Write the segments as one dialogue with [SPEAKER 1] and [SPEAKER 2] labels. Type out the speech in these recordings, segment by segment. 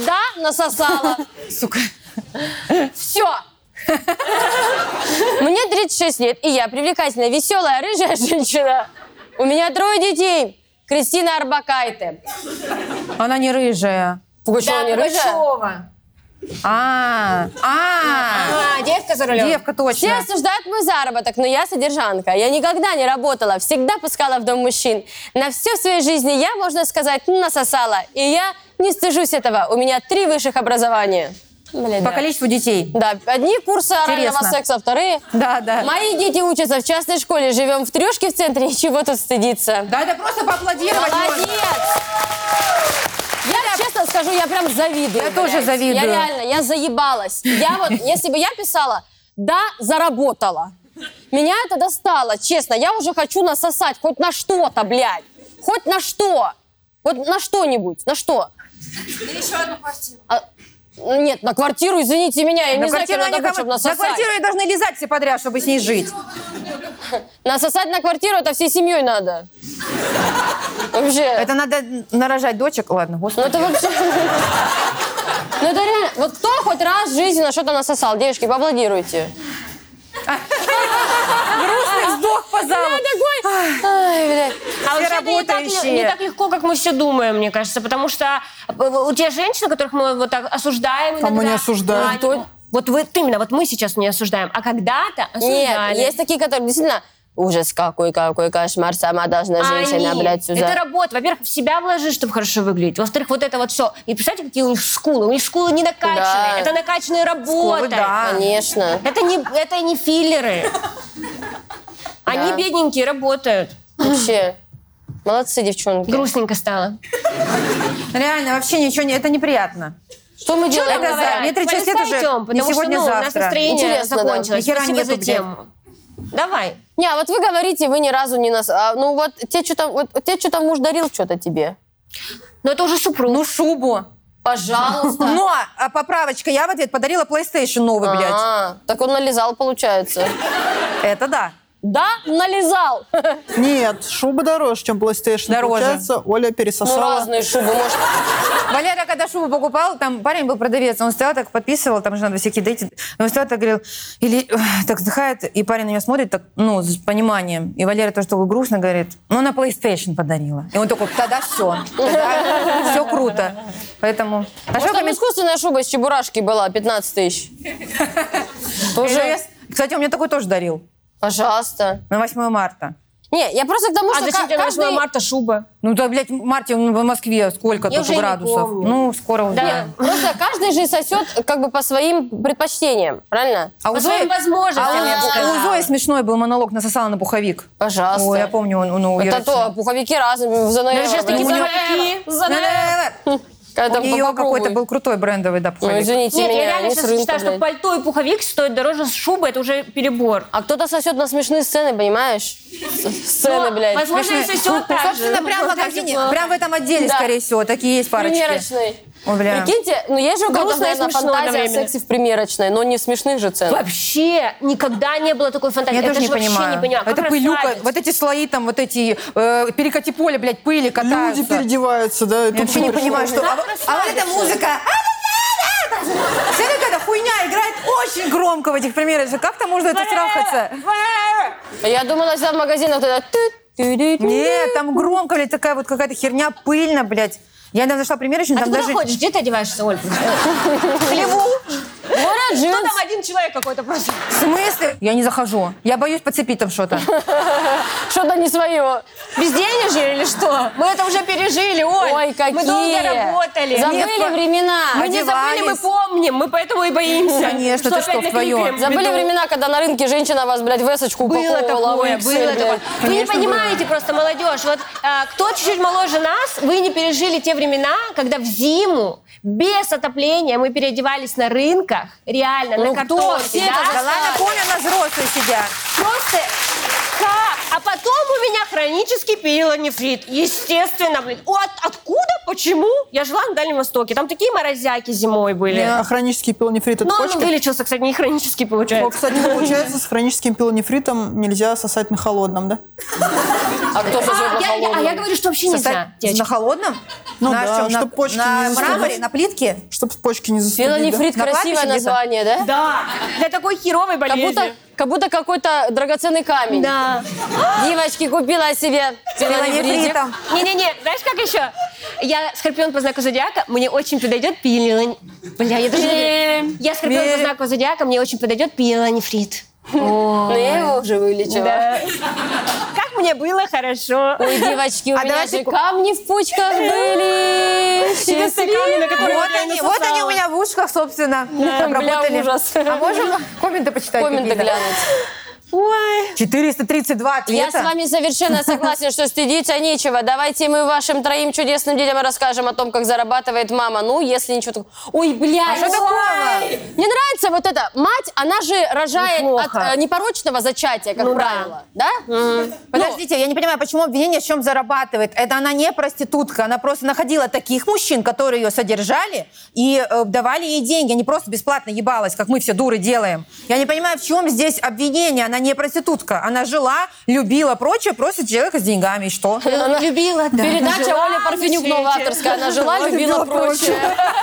[SPEAKER 1] Да, насосала.
[SPEAKER 2] Сука.
[SPEAKER 1] Все. Мне 36 лет, и я привлекательная, веселая, рыжая женщина. У меня 3 детей. Кристина Арбакайте.
[SPEAKER 2] Она не рыжая.
[SPEAKER 1] Пугачева не рыжая?
[SPEAKER 3] Девка за рулем.
[SPEAKER 2] Девка, точно.
[SPEAKER 1] Все осуждают мой заработок, но я содержанка. Я никогда не работала, всегда пускала в дом мужчин. На все в своей жизни я, можно сказать, насосала. И я не стыжусь этого. У меня 3 высших образования. Блин,
[SPEAKER 2] По
[SPEAKER 1] да.
[SPEAKER 2] количеству детей.
[SPEAKER 1] Да, одни курсы орального
[SPEAKER 2] Интересно.
[SPEAKER 1] секса, вторые.
[SPEAKER 2] Да.
[SPEAKER 1] Мои дети учатся в частной школе, живем в трешке в центре, ничего тут стыдиться.
[SPEAKER 2] Да, это просто поаплодировать
[SPEAKER 1] Молодец!
[SPEAKER 2] можно.
[SPEAKER 1] Я честно скажу, я прям завидую.
[SPEAKER 2] Я тоже
[SPEAKER 1] блядь.
[SPEAKER 2] завидую.
[SPEAKER 1] Я реально, я заебалась. Я вот, если бы я писала, да, заработала. Меня это достало, честно. Я уже хочу насосать хоть на что-то, блядь. Хоть на что. Вот на что-нибудь. На что?
[SPEAKER 3] Или еще одну квартиру.
[SPEAKER 1] Нет, на квартиру, извините меня, я не знаю, кем надо быть, чтобы
[SPEAKER 2] на
[SPEAKER 1] насосать.
[SPEAKER 2] квартиру и должны лизать все подряд, чтобы с ней жить.
[SPEAKER 1] Насосать на квартиру, это всей семьей надо. Вообще.
[SPEAKER 2] Это надо нарожать дочек. Ладно,
[SPEAKER 1] Ну
[SPEAKER 2] господи.
[SPEAKER 1] это вообще... Ну это реально... Вот кто хоть раз в жизни на что-то насосал? Девушки, поаплодируйте.
[SPEAKER 2] Грустный вздох по залу.
[SPEAKER 1] Я такой... Ай, блядь.
[SPEAKER 3] А
[SPEAKER 2] Все
[SPEAKER 3] вообще это не
[SPEAKER 2] работающие.
[SPEAKER 3] так легко, как мы все думаем, мне кажется, потому что у тех женщин, которых мы вот так осуждаем иногда...
[SPEAKER 4] мы не осуждаем.
[SPEAKER 3] они- Вот именно, вот мы сейчас не осуждаем, а когда-то осуждали.
[SPEAKER 1] Нет, есть такие, которые действительно... Ужас, какой кошмар, сама должна женщина, блядь, сюда.
[SPEAKER 3] Это работа. Во-первых, в себя вложить, чтобы хорошо выглядеть. Во-вторых, вот это вот все. И представляете, какие у них скулы? У них скулы не накачанные.
[SPEAKER 1] Да.
[SPEAKER 3] Это накачанная работа.
[SPEAKER 2] Скулы, да.
[SPEAKER 1] Конечно.
[SPEAKER 3] Это не филлеры. Они бедненькие, работают.
[SPEAKER 1] Вообще. Молодцы, девчонки.
[SPEAKER 3] Грустненько стало.
[SPEAKER 2] Реально, вообще ничего не... Это неприятно.
[SPEAKER 1] Что мы делаем?
[SPEAKER 2] Это за- мне 36 лет уже,
[SPEAKER 3] Полистайте,
[SPEAKER 2] не
[SPEAKER 3] потому
[SPEAKER 2] сегодня,
[SPEAKER 3] что, у нас
[SPEAKER 2] завтра.
[SPEAKER 3] настроение
[SPEAKER 1] Интересно, да.
[SPEAKER 3] закончилось.
[SPEAKER 2] Ни хера
[SPEAKER 3] Спасибо
[SPEAKER 2] нету,
[SPEAKER 3] за
[SPEAKER 2] блядь.
[SPEAKER 3] тему. Давай.
[SPEAKER 1] Не, а вот вы говорите, вы ни разу не нас... ну вот тебе что-то муж дарил что-то тебе.
[SPEAKER 3] Но это уже супруг.
[SPEAKER 2] Ну, шубу.
[SPEAKER 1] Пожалуйста.
[SPEAKER 2] Но, поправочка, я в ответ подарила PlayStation новый, блядь.
[SPEAKER 1] Так он нализал, получается.
[SPEAKER 2] Это да.
[SPEAKER 1] Да, нализал.
[SPEAKER 4] Нет, шуба дороже, чем PlayStation.
[SPEAKER 2] Дороже.
[SPEAKER 4] Получается, Оля
[SPEAKER 1] Ну,
[SPEAKER 4] пересосала.
[SPEAKER 1] разные шубы, может...
[SPEAKER 2] Валера, когда шубу покупал, там парень был продавец, он стоял так, подписывал, там же надо всякие дейты. Он стоял так, говорил, или так вздыхает, и парень на меня смотрит, так, ну, с пониманием. И Валера тоже такой грустно говорит, ну, она PlayStation подарила. И он такой, тогда все. Тогда все круто. Поэтому...
[SPEAKER 1] Может, там искусственная шуба из чебурашки была, 15 тысяч. Тоже...
[SPEAKER 2] Кстати, он мне такой тоже дарил.
[SPEAKER 1] Пожалуйста.
[SPEAKER 2] На 8 марта.
[SPEAKER 1] Не, я просто к тому,
[SPEAKER 3] А
[SPEAKER 1] что
[SPEAKER 3] зачем тебе на 8 марта шуба?
[SPEAKER 2] Ну да, блядь, в марте в Москве сколько
[SPEAKER 3] Я
[SPEAKER 2] тут
[SPEAKER 3] уже не
[SPEAKER 2] градусов?
[SPEAKER 3] помню.
[SPEAKER 2] Ну, скоро узнаем.
[SPEAKER 1] Просто каждый же сосет как бы по своим предпочтениям, правильно?
[SPEAKER 2] А
[SPEAKER 3] По своим возможностям, я бы
[SPEAKER 2] у
[SPEAKER 3] сказала.
[SPEAKER 2] Зои смешной был монолог «Насосала на пуховик».
[SPEAKER 1] Пожалуйста.
[SPEAKER 2] Ой, я помню, он у
[SPEAKER 1] Это то, пуховики разные, за ноябрь.
[SPEAKER 3] сейчас такие
[SPEAKER 1] блин.
[SPEAKER 3] пуховики.
[SPEAKER 1] Когда
[SPEAKER 2] У нее
[SPEAKER 1] попробуй.
[SPEAKER 2] какой-то был крутой брендовый, да,
[SPEAKER 1] Ну,
[SPEAKER 2] пуховик.
[SPEAKER 1] извините
[SPEAKER 3] Нет, я
[SPEAKER 1] меня,
[SPEAKER 3] реально
[SPEAKER 1] не с
[SPEAKER 3] сейчас
[SPEAKER 1] рынка,
[SPEAKER 3] считаю, что
[SPEAKER 1] блядь.
[SPEAKER 3] пальто и пуховик стоят дороже шубы, это уже перебор.
[SPEAKER 1] А кто-то сосет на смешные сцены, понимаешь? Сцены, блядь.
[SPEAKER 3] Возможно, и сосет так же.
[SPEAKER 2] Собственно, прям в
[SPEAKER 3] Вот так
[SPEAKER 2] магазине,
[SPEAKER 3] же.
[SPEAKER 2] прям в этом отделе,
[SPEAKER 1] Да.
[SPEAKER 2] скорее всего, такие есть парочки.
[SPEAKER 1] Примерочной.
[SPEAKER 2] Ой, бля.
[SPEAKER 1] Прикиньте, ну есть же у кого-то,
[SPEAKER 3] Грустно и
[SPEAKER 1] наверное,
[SPEAKER 3] смешно
[SPEAKER 1] фантазия о
[SPEAKER 3] одновременно.
[SPEAKER 1] сексе в примерочной, но не в смешных же ценах.
[SPEAKER 3] Вообще никогда не было такой фантазии.
[SPEAKER 2] Я
[SPEAKER 3] это
[SPEAKER 2] тоже не
[SPEAKER 3] же вообще
[SPEAKER 2] понимаю.
[SPEAKER 3] не понимаю. Как
[SPEAKER 2] Это пылюка,
[SPEAKER 3] расслабиться?
[SPEAKER 2] вот эти слои, там, вот эти перекати поле, блядь, пыли катаются.
[SPEAKER 4] Люди переодеваются, да. и
[SPEAKER 2] Я
[SPEAKER 4] тут
[SPEAKER 2] вообще не
[SPEAKER 4] смотришь,
[SPEAKER 2] понимаю, что...
[SPEAKER 3] Как
[SPEAKER 2] А вот эта музыка... Вся какая-то хуйня играет очень громко в этих примерах. Как там можно это страхаться?
[SPEAKER 1] Я думала, всегда в магазинах тогда...
[SPEAKER 2] Нет, там громко, блядь, такая вот какая-то херня, пыльно, блядь. Я недавно зашла в примерочную,
[SPEAKER 3] А
[SPEAKER 2] там
[SPEAKER 3] ты куда
[SPEAKER 2] даже...
[SPEAKER 3] ходишь? Где ты одеваешься, Оль? В хлеву?
[SPEAKER 1] Город
[SPEAKER 3] Кто
[SPEAKER 1] джинс.
[SPEAKER 3] там один человек какой-то просто?
[SPEAKER 2] В смысле? Я не захожу. Я боюсь подцепить там что-то.
[SPEAKER 1] Что-то не свое.
[SPEAKER 3] Безденежье или что? Мы это уже пережили, Оль.
[SPEAKER 1] Ой, какие.
[SPEAKER 3] Мы долго работали.
[SPEAKER 1] Забыли времена.
[SPEAKER 3] Мы не забыли, мы
[SPEAKER 2] одевались.
[SPEAKER 3] помним, мы поэтому и боимся.
[SPEAKER 2] Конечно, ты что,
[SPEAKER 3] опять
[SPEAKER 2] в твоем?
[SPEAKER 3] накликаем
[SPEAKER 1] Забыли
[SPEAKER 3] беду.
[SPEAKER 1] времена, когда на рынке женщина вас, блядь, весочку
[SPEAKER 3] Было
[SPEAKER 1] упаковывала.
[SPEAKER 3] такое,
[SPEAKER 1] в Excel,
[SPEAKER 3] было
[SPEAKER 1] блядь.
[SPEAKER 3] такое. Вы не
[SPEAKER 2] Конечно,
[SPEAKER 3] понимаете просто, молодежь. Вот кто чуть-чуть моложе нас, вы не пережили те времена, когда в зиму без отопления мы переодевались на рынках, реально,
[SPEAKER 1] Ну
[SPEAKER 3] на
[SPEAKER 1] кто?
[SPEAKER 3] картонке.
[SPEAKER 1] Все
[SPEAKER 3] да?
[SPEAKER 1] это
[SPEAKER 2] Да ладно, помню, на взрослые сидят.
[SPEAKER 3] Просто Как? А потом у меня хронический пилонефрит. Естественно, блин. Откуда? Почему? Я жила на Дальнем Востоке. Там такие морозяки зимой были.
[SPEAKER 4] А хронический пилонефрит — это
[SPEAKER 3] Но он
[SPEAKER 4] почки?
[SPEAKER 3] вылечился, кстати, не хронический получается.
[SPEAKER 4] Вот, кстати, получается, с хроническим пилонефритом нельзя сосать на холодном, да?
[SPEAKER 1] А кто сосет на холодном?
[SPEAKER 3] я говорю, что вообще нельзя,
[SPEAKER 2] Сосать
[SPEAKER 3] девочки.
[SPEAKER 2] на холодном?
[SPEAKER 4] Ну
[SPEAKER 2] на
[SPEAKER 4] да,
[SPEAKER 2] чем?
[SPEAKER 4] чтоб почки
[SPEAKER 2] на
[SPEAKER 4] не застудить.
[SPEAKER 2] мраморе, на плитке?
[SPEAKER 4] Чтобы почки не застудить.
[SPEAKER 1] Пилонефрит
[SPEAKER 2] На
[SPEAKER 1] красивое
[SPEAKER 2] кладбище
[SPEAKER 1] название, да?
[SPEAKER 3] Да, для такой херовой болезни.
[SPEAKER 1] Как будто какой-то драгоценный камень.
[SPEAKER 3] Да.
[SPEAKER 1] Девочки, купила себе пилонефритик.
[SPEAKER 2] Пилонефритом.
[SPEAKER 3] Не-не-не, знаешь, как еще? Я скорпион по знаку зодиака, мне очень подойдет Бля, я даже не... Я скорпион по знаку зодиака, мне очень подойдет пилонефрит.
[SPEAKER 1] Но я его уже вылечила.
[SPEAKER 3] Да. Как мне было хорошо.
[SPEAKER 1] Ой, девочки, у меня
[SPEAKER 2] давайте
[SPEAKER 1] же камни в почках были.
[SPEAKER 3] Стаканы, на которые я
[SPEAKER 2] Вот они у меня в ушках, собственно,
[SPEAKER 1] Бля,
[SPEAKER 2] работали.
[SPEAKER 1] ужас.
[SPEAKER 2] А можем комменты почитать?
[SPEAKER 1] Комменты
[SPEAKER 2] какие-то?
[SPEAKER 1] глянуть.
[SPEAKER 3] Ой.
[SPEAKER 2] 432 ответа.
[SPEAKER 1] Я с вами совершенно согласен, что стыдиться нечего. Давайте мы вашим троим чудесным детям расскажем о том, как зарабатывает мама. Ну, если ничего такого. Ой, блядь.
[SPEAKER 2] А что такого?
[SPEAKER 1] Мне нравится вот это. Мать, она же рожает
[SPEAKER 2] Неплохо.
[SPEAKER 1] от непорочного зачатия, как
[SPEAKER 3] Ну да.
[SPEAKER 1] правило. Да?
[SPEAKER 2] Подождите, я не понимаю, почему обвинение в чем зарабатывает? Это она не проститутка, она просто находила таких мужчин, которые ее содержали и давали ей деньги, а не просто бесплатно ебалась, как мы все дуры делаем. Я не понимаю, в чем здесь обвинение. Она не проститутка. Она жила, любила, прочее, просит человека с деньгами. И что?
[SPEAKER 3] Она любила, да.
[SPEAKER 1] Передача
[SPEAKER 3] Жила
[SPEAKER 1] Оли Парфенюк
[SPEAKER 3] на свете.
[SPEAKER 1] новаторская. Она жила, любила, прочее.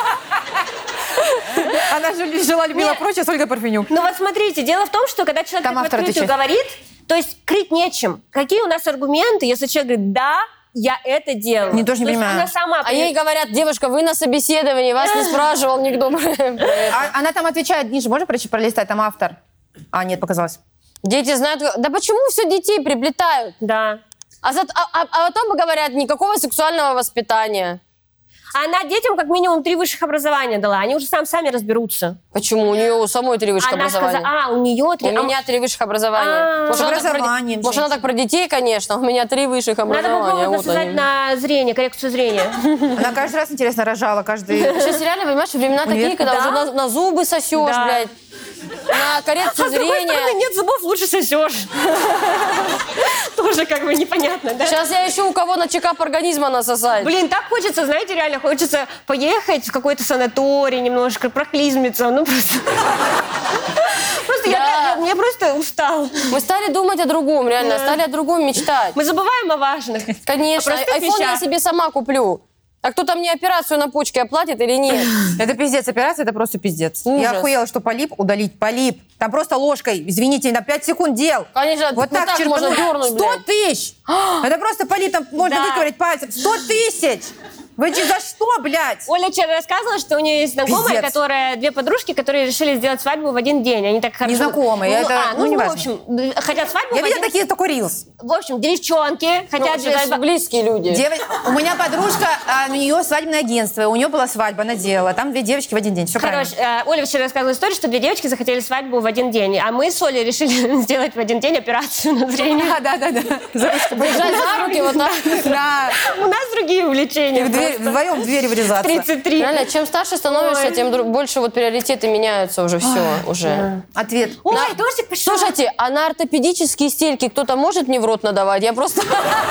[SPEAKER 2] Она жила, любила,
[SPEAKER 3] Нет.
[SPEAKER 2] прочее, с Ольгой Парфенюк.
[SPEAKER 3] Ну вот смотрите, дело в том, что когда человек
[SPEAKER 2] Там
[SPEAKER 3] так в
[SPEAKER 2] автор
[SPEAKER 3] открытую
[SPEAKER 2] отвечает.
[SPEAKER 3] говорит, то есть крыть нечем. Какие у нас аргументы, если человек говорит, да, я это делала.
[SPEAKER 2] Не, тоже не
[SPEAKER 3] То есть
[SPEAKER 2] понимаю.
[SPEAKER 3] Она сама...
[SPEAKER 1] А ей говорят, девушка, вы на собеседовании, вас не спрашивал никто.
[SPEAKER 2] Она там отвечает ниже. Можно пролистать? Там автор. А, нет, показалось.
[SPEAKER 1] Дети знают... Да почему все детей приплетают?
[SPEAKER 3] Да.
[SPEAKER 1] А потом говорят, никакого сексуального воспитания.
[SPEAKER 3] Она детям как минимум 3 высших образования дала. Они уже сами разберутся.
[SPEAKER 1] Почему? У нее у самой 3 высших
[SPEAKER 3] Она
[SPEAKER 1] образования.
[SPEAKER 3] сказала, у нее 3...
[SPEAKER 1] У меня 3 высших образования. Может,
[SPEAKER 2] С
[SPEAKER 1] она так про-
[SPEAKER 2] образованием,
[SPEAKER 1] Может, она так про детей, конечно. У меня 3 высших
[SPEAKER 3] Надо
[SPEAKER 1] образования.
[SPEAKER 3] попробовать
[SPEAKER 1] Вот
[SPEAKER 3] насажать
[SPEAKER 1] они.
[SPEAKER 3] на зрение, коррекцию зрения.
[SPEAKER 2] Она каждый раз, интересно, рожала. Каждый...
[SPEAKER 1] Сейчас реально, понимаешь, времена такие, когда
[SPEAKER 3] Да.
[SPEAKER 1] уже на зубы сосешь,
[SPEAKER 3] Да.
[SPEAKER 1] блядь. На коррекцию
[SPEAKER 3] А с другой стороны,
[SPEAKER 1] зрения.
[SPEAKER 3] нет зубов, лучше сосешь. Тоже как бы непонятно, да?
[SPEAKER 1] Сейчас я ищу, у кого на чекап организма насосать.
[SPEAKER 3] Блин, так хочется, знаете, реально хочется поехать в какой-то санаторий, немножко проклизмиться, ну просто... Просто я просто устал.
[SPEAKER 1] Мы стали думать о другом, реально. Стали о другом мечтать.
[SPEAKER 3] Мы забываем о важных.
[SPEAKER 1] Конечно.
[SPEAKER 3] О простых
[SPEAKER 1] Айфон я
[SPEAKER 3] вещах.
[SPEAKER 1] себе сама куплю. А кто-то мне операцию на почке оплатит или нет?
[SPEAKER 2] Это пиздец. Операция — это просто пиздец.
[SPEAKER 1] Ужас.
[SPEAKER 2] Я охуела, что полип удалить. Полип. Там просто ложкой, извините, на 5 секунд дел.
[SPEAKER 1] Конечно,
[SPEAKER 2] Вот так
[SPEAKER 1] можно
[SPEAKER 2] черпануть.
[SPEAKER 1] дернуть,
[SPEAKER 2] 100
[SPEAKER 1] блядь.
[SPEAKER 2] тысяч! Это просто полип, там можно
[SPEAKER 3] Да.
[SPEAKER 2] выковырять пальцем. 100 тысяч! Вы че, за что, блядь?
[SPEAKER 3] Оля вчера рассказывала, что у нее есть знакомая,
[SPEAKER 2] Пиздец.
[SPEAKER 3] которая... 2 подружки, которые решили сделать свадьбу в один день. Они так хорошо...
[SPEAKER 2] Незнакомые, это,
[SPEAKER 3] ну,
[SPEAKER 2] не
[SPEAKER 3] в
[SPEAKER 2] важно.
[SPEAKER 3] общем, хотят свадьбу
[SPEAKER 2] Я
[SPEAKER 3] в
[SPEAKER 2] видела
[SPEAKER 3] один...
[SPEAKER 2] такие, такой рилс.
[SPEAKER 3] В общем, девчонки хотят...
[SPEAKER 1] Ну, считай, близкие люди.
[SPEAKER 2] У меня подружка, у нее свадебное агентство, у нее была свадьба, она делала. Там 2 девочки в один день. Все правильно.
[SPEAKER 3] Короче, Оля вчера рассказывала историю, что 2 девочки захотели свадьбу в один день, а мы с Олей решили сделать в один день операцию на зрение.
[SPEAKER 2] Да.
[SPEAKER 1] Держать за руки вот так.
[SPEAKER 2] Да.
[SPEAKER 3] У нас другие увлечения.
[SPEAKER 2] Вдвоем в двери вырезаться.
[SPEAKER 3] 33.
[SPEAKER 1] Реально, чем старше становишься,
[SPEAKER 3] Ой.
[SPEAKER 1] тем больше вот приоритеты меняются уже все. Уже.
[SPEAKER 2] Ответ.
[SPEAKER 3] Ой, дождик пошел.
[SPEAKER 1] Слушайте, а на ортопедические стельки кто-то может мне в рот надавать? Я просто...
[SPEAKER 2] У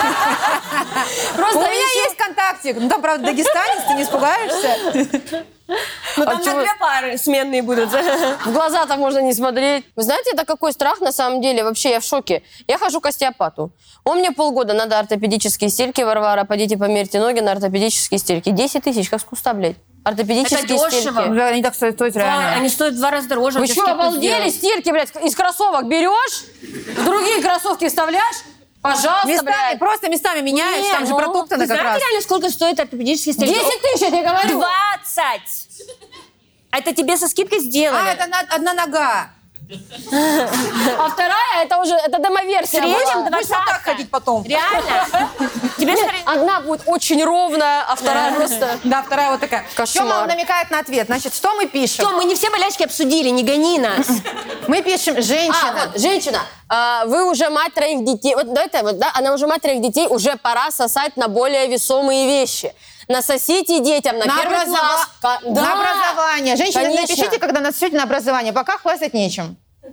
[SPEAKER 2] меня есть контактик. Ну там, правда, дагестанец, ты не испугаешься?
[SPEAKER 3] Ну там
[SPEAKER 1] чего?
[SPEAKER 3] на 2 пары сменные будут.
[SPEAKER 1] В глаза-то можно не смотреть. Вы знаете, это какой страх на самом деле? Вообще, я в шоке. Я хожу к остеопату. Он мне полгода, надо ортопедические стельки, Варвара, пойдите померьте ноги на ортопедические стельки. 10 тысяч, как с куста, блядь. Ортопедические
[SPEAKER 3] Это дешево.
[SPEAKER 1] стельки.
[SPEAKER 2] Да, они так стоят реально.
[SPEAKER 3] Они стоят в 2 раза дороже.
[SPEAKER 1] Вы
[SPEAKER 3] он тебе
[SPEAKER 1] что,
[SPEAKER 3] скидку
[SPEAKER 1] обалдели?
[SPEAKER 3] сделает.
[SPEAKER 1] Стельки, блядь, из кроссовок берешь, в другие кроссовки вставляешь? Пожалуйста,
[SPEAKER 2] Местами,
[SPEAKER 1] блядь.
[SPEAKER 2] просто местами меняешь,
[SPEAKER 1] Не,
[SPEAKER 2] там же
[SPEAKER 1] ну,
[SPEAKER 2] протоптано
[SPEAKER 3] Вы
[SPEAKER 2] как
[SPEAKER 3] знаете
[SPEAKER 2] раз.
[SPEAKER 3] реально, сколько стоит ортопедические стельки?
[SPEAKER 1] 10 тысяч, я тебе говорю.
[SPEAKER 3] 20! Это тебе со скидкой сделали.
[SPEAKER 2] А, это одна нога.
[SPEAKER 1] А вторая, это уже, это демоверсия.
[SPEAKER 3] В среднем
[SPEAKER 1] была.
[SPEAKER 2] Будешь вот так ходить потом.
[SPEAKER 3] Реально? Тебе
[SPEAKER 1] Нет,
[SPEAKER 3] скорее-
[SPEAKER 1] одна будет очень ровная, а вторая просто...
[SPEAKER 2] Да, вторая вот такая.
[SPEAKER 1] Кошмар.
[SPEAKER 2] Тёма намекает на ответ. Значит, что мы пишем?
[SPEAKER 3] Что, мы не все болячки обсудили, не гони нас.
[SPEAKER 2] Мы пишем женщина.
[SPEAKER 1] Вот, женщина, вы уже мать 3 детей. Вот это вот, да, она уже мать 3 детей, уже пора сосать на более весомые вещи. Насосите детям на первый класс.
[SPEAKER 2] На образование. Женщины,
[SPEAKER 1] Конечно.
[SPEAKER 2] напишите, когда насосете на образование. Пока хвастать нечем.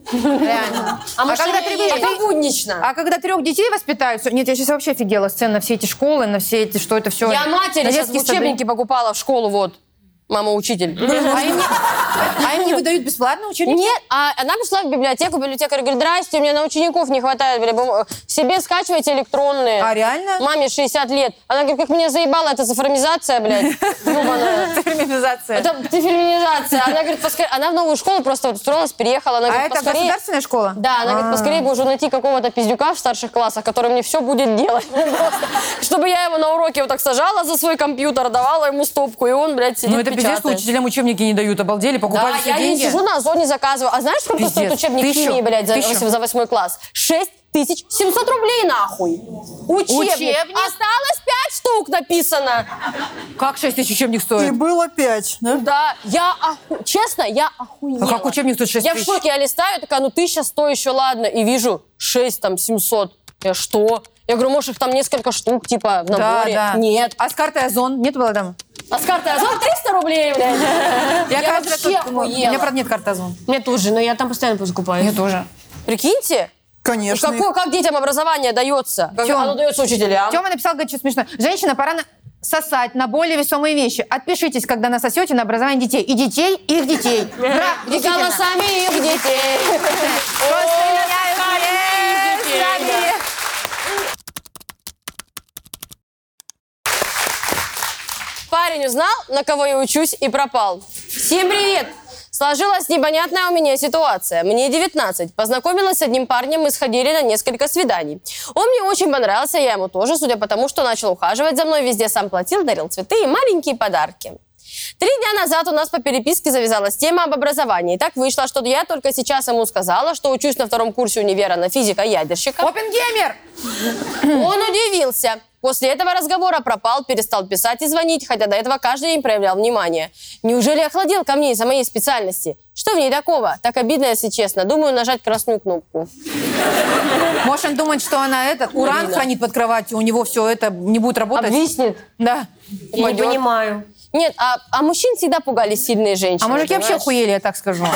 [SPEAKER 2] Реально.
[SPEAKER 1] А может,
[SPEAKER 2] когда
[SPEAKER 1] это
[SPEAKER 2] ты
[SPEAKER 1] и есть?
[SPEAKER 2] будешь-
[SPEAKER 1] Это буднично.
[SPEAKER 2] А когда 3 детей воспитают... Нет, я сейчас вообще офигела с цен на все эти школы, на все эти, что это все...
[SPEAKER 1] Я матери сейчас учебники покупала в школу, вот. Мама учитель.
[SPEAKER 2] А им не выдают бесплатно учебники?
[SPEAKER 1] Нет, а она пришла в библиотеку, библиотекарь говорит, здрасте, у меня на учеников не хватает, себе скачивайте электронные.
[SPEAKER 2] А реально?
[SPEAKER 1] Маме 60 лет. Она говорит, как меня заебала эта цифровизация, блядь. Ёбаная.
[SPEAKER 2] Цифровизация.
[SPEAKER 1] Это цифровизация. Она говорит, она в новую школу просто вот устроилась, переехала. Она
[SPEAKER 2] А
[SPEAKER 1] говорит,
[SPEAKER 2] это государственная школа?
[SPEAKER 1] Да, она говорит, поскорее бы уже найти какого-то пиздюка в старших классах, который мне все будет делать. Просто, чтобы я его на уроке вот так сажала за свой компьютер, давала ему стопку, и он, блядь, сидит,
[SPEAKER 2] Ну это пиздец, что
[SPEAKER 1] печатает.
[SPEAKER 2] учителям учебники не дают, обалдели, покупали
[SPEAKER 1] Да,
[SPEAKER 2] все
[SPEAKER 1] я не
[SPEAKER 2] деньги.
[SPEAKER 1] сижу на Озоне, заказываю. А знаешь, сколько
[SPEAKER 2] Пиздец.
[SPEAKER 1] стоит учебник
[SPEAKER 2] 1000.
[SPEAKER 1] химии, блядь, за
[SPEAKER 2] 1000.
[SPEAKER 1] 8 класс? 6700 рублей, нахуй. Учебник. Осталось 5 штук написано.
[SPEAKER 2] Как 6 тысяч учебник
[SPEAKER 4] И
[SPEAKER 2] стоит?
[SPEAKER 4] было 5, да?
[SPEAKER 1] Да, честно, я охуела.
[SPEAKER 2] А как учебник стоит 6
[SPEAKER 1] Я в
[SPEAKER 2] тысяч?
[SPEAKER 1] шоке, я листаю, такая, 1100 еще, ладно. И вижу 700. Я что? Я говорю, может, их там несколько штук, типа, в наборе?
[SPEAKER 2] Да.
[SPEAKER 1] Нет.
[SPEAKER 2] А с картой Озон нет было там?
[SPEAKER 1] А с карты Озон 300 рублей, блядь. Я
[SPEAKER 2] каждый раз
[SPEAKER 1] вообще
[SPEAKER 2] тут думаю, У меня,
[SPEAKER 1] охуела.
[SPEAKER 2] правда, нет карты Озон.
[SPEAKER 3] Мне тоже, но я там постоянно закупаю.
[SPEAKER 2] Мне тоже.
[SPEAKER 1] Прикиньте. И
[SPEAKER 4] Конечно.
[SPEAKER 1] как детям образование дается? Как
[SPEAKER 2] Тём.
[SPEAKER 1] оно дается учителям?
[SPEAKER 2] Тёма написал, говорит, что смешно. Женщина, пора сосать на более весомые вещи. Отпишитесь, когда насосете на образование детей. И детей, и их детей. Браво,
[SPEAKER 1] И
[SPEAKER 2] действительно.
[SPEAKER 1] голосами их детей.
[SPEAKER 2] Просто меняют местами.
[SPEAKER 1] Парень узнал, на кого я учусь, и пропал. Всем привет! Сложилась непонятная у меня ситуация. Мне 19. Познакомилась с одним парнем, мы сходили на несколько свиданий. Он мне очень понравился, я ему тоже, судя по тому, что начал ухаживать за мной, везде сам платил, дарил цветы и маленькие подарки. 3 дня назад у нас по переписке завязалась тема об образовании. И так вышло, что я только сейчас ему сказала, что учусь на 2-м курсе универа на физика-ядерщика.
[SPEAKER 2] Опенгеймер!
[SPEAKER 1] Он удивился. После этого разговора пропал, перестал писать и звонить, хотя до этого каждый день проявлял внимание. Неужели охладел ко мне из-за моей специальности? Что в ней такого? Так обидно, если честно. Думаю, нажать красную кнопку.
[SPEAKER 2] Может, он думает, что она уран
[SPEAKER 1] Марина.
[SPEAKER 2] хранит под кроватью, у него все это не будет работать?
[SPEAKER 1] Обвиснет.
[SPEAKER 2] Да.
[SPEAKER 3] Я не
[SPEAKER 1] Упадет.
[SPEAKER 3] понимаю.
[SPEAKER 1] Нет, а мужчин всегда пугали сильные женщины.
[SPEAKER 2] А мужики вообще
[SPEAKER 1] понимаешь?
[SPEAKER 2] охуели, я так скажу.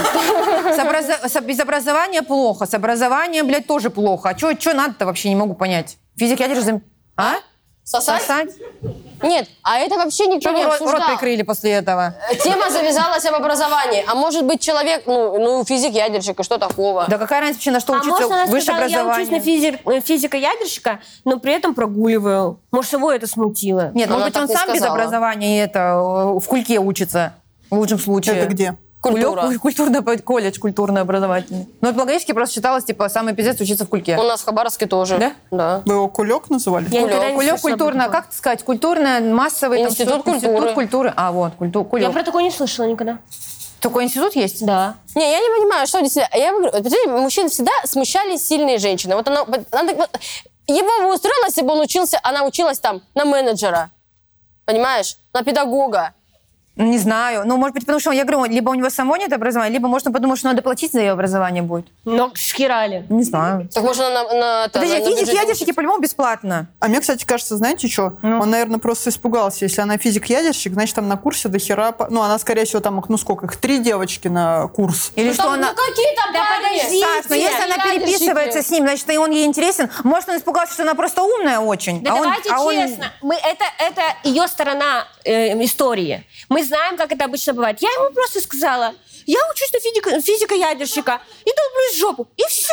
[SPEAKER 2] Без образования плохо, с образованием, блядь, тоже плохо. А что надо-то вообще, не могу понять. Физик ядерный... А?
[SPEAKER 1] Сосать? Нет, а это вообще никто
[SPEAKER 2] Что
[SPEAKER 1] не
[SPEAKER 2] вы рот
[SPEAKER 1] обсуждал.
[SPEAKER 2] прикрыли после этого?
[SPEAKER 1] Тема завязалась об образовании. А может быть, человек, физик-ядерщик, и что такого?
[SPEAKER 2] Да какая разница вообще, на что
[SPEAKER 3] А
[SPEAKER 2] учиться?
[SPEAKER 3] может, она
[SPEAKER 2] Высшее
[SPEAKER 3] сказала, я учусь
[SPEAKER 2] образование.
[SPEAKER 3] на физика-ядерщика, но при этом прогуливаю. Может, его это смутило?
[SPEAKER 2] Нет,
[SPEAKER 1] Она
[SPEAKER 2] может быть,
[SPEAKER 1] так
[SPEAKER 2] он
[SPEAKER 1] не
[SPEAKER 2] сам без
[SPEAKER 1] сказала.
[SPEAKER 2] образования в кульке учится. В лучшем случае.
[SPEAKER 4] Это где?
[SPEAKER 1] Культура.
[SPEAKER 2] Колледж культурно-образовательный. Но это логически просто считалось, типа, самый пиздец учиться в кульке.
[SPEAKER 1] У нас в Хабаровске тоже.
[SPEAKER 2] Да?
[SPEAKER 1] Да.
[SPEAKER 4] Вы его кулек называли?
[SPEAKER 3] Я никогда не
[SPEAKER 2] Кулек
[SPEAKER 3] слышала
[SPEAKER 2] культурно,
[SPEAKER 3] про такое.
[SPEAKER 2] как сказать, культурно-массовый... там
[SPEAKER 1] Институт
[SPEAKER 2] что-то,
[SPEAKER 1] культуры.
[SPEAKER 2] Институт культуры. А, вот,
[SPEAKER 3] Я
[SPEAKER 2] кулек.
[SPEAKER 3] про такое не слышала никогда.
[SPEAKER 2] Такой институт есть?
[SPEAKER 3] Да.
[SPEAKER 1] Не, я не понимаю, что действительно... Я говорю, посмотрите, мужчин всегда смущали сильные женщины. Вот она его бы устроила, если бы она училась там на менеджера. Понимаешь? На педагога.
[SPEAKER 2] Не знаю. Ну, может быть, потому что, я говорю, либо у него само нет образования, либо, может, он подумал, что надо платить за ее образование будет.
[SPEAKER 3] Но схерали.
[SPEAKER 2] Не знаю.
[SPEAKER 1] Так может она
[SPEAKER 2] Подожди, физик-ядерщики по-любому бесплатно.
[SPEAKER 4] А мне, кстати, кажется, знаете что?
[SPEAKER 2] Ну.
[SPEAKER 4] Он, наверное, просто испугался. Если она физик-ядерщик, значит, там на курсе до хера... Ну, она, скорее всего, там, ну, сколько их? 3 девочки на курс.
[SPEAKER 2] Или что она...
[SPEAKER 1] какие там парни?
[SPEAKER 3] подожди.
[SPEAKER 2] Саш, но если она
[SPEAKER 1] Ядерщики.
[SPEAKER 2] переписывается с ним, значит, и он ей интересен. Может, он испугался, что она просто умная очень.
[SPEAKER 3] Да давайте честно, это ее сторона истории. Мы знаем, как это обычно бывает. Я ему просто сказала, я учусь на физика-ядерщика и долблюсь в жопу. И все.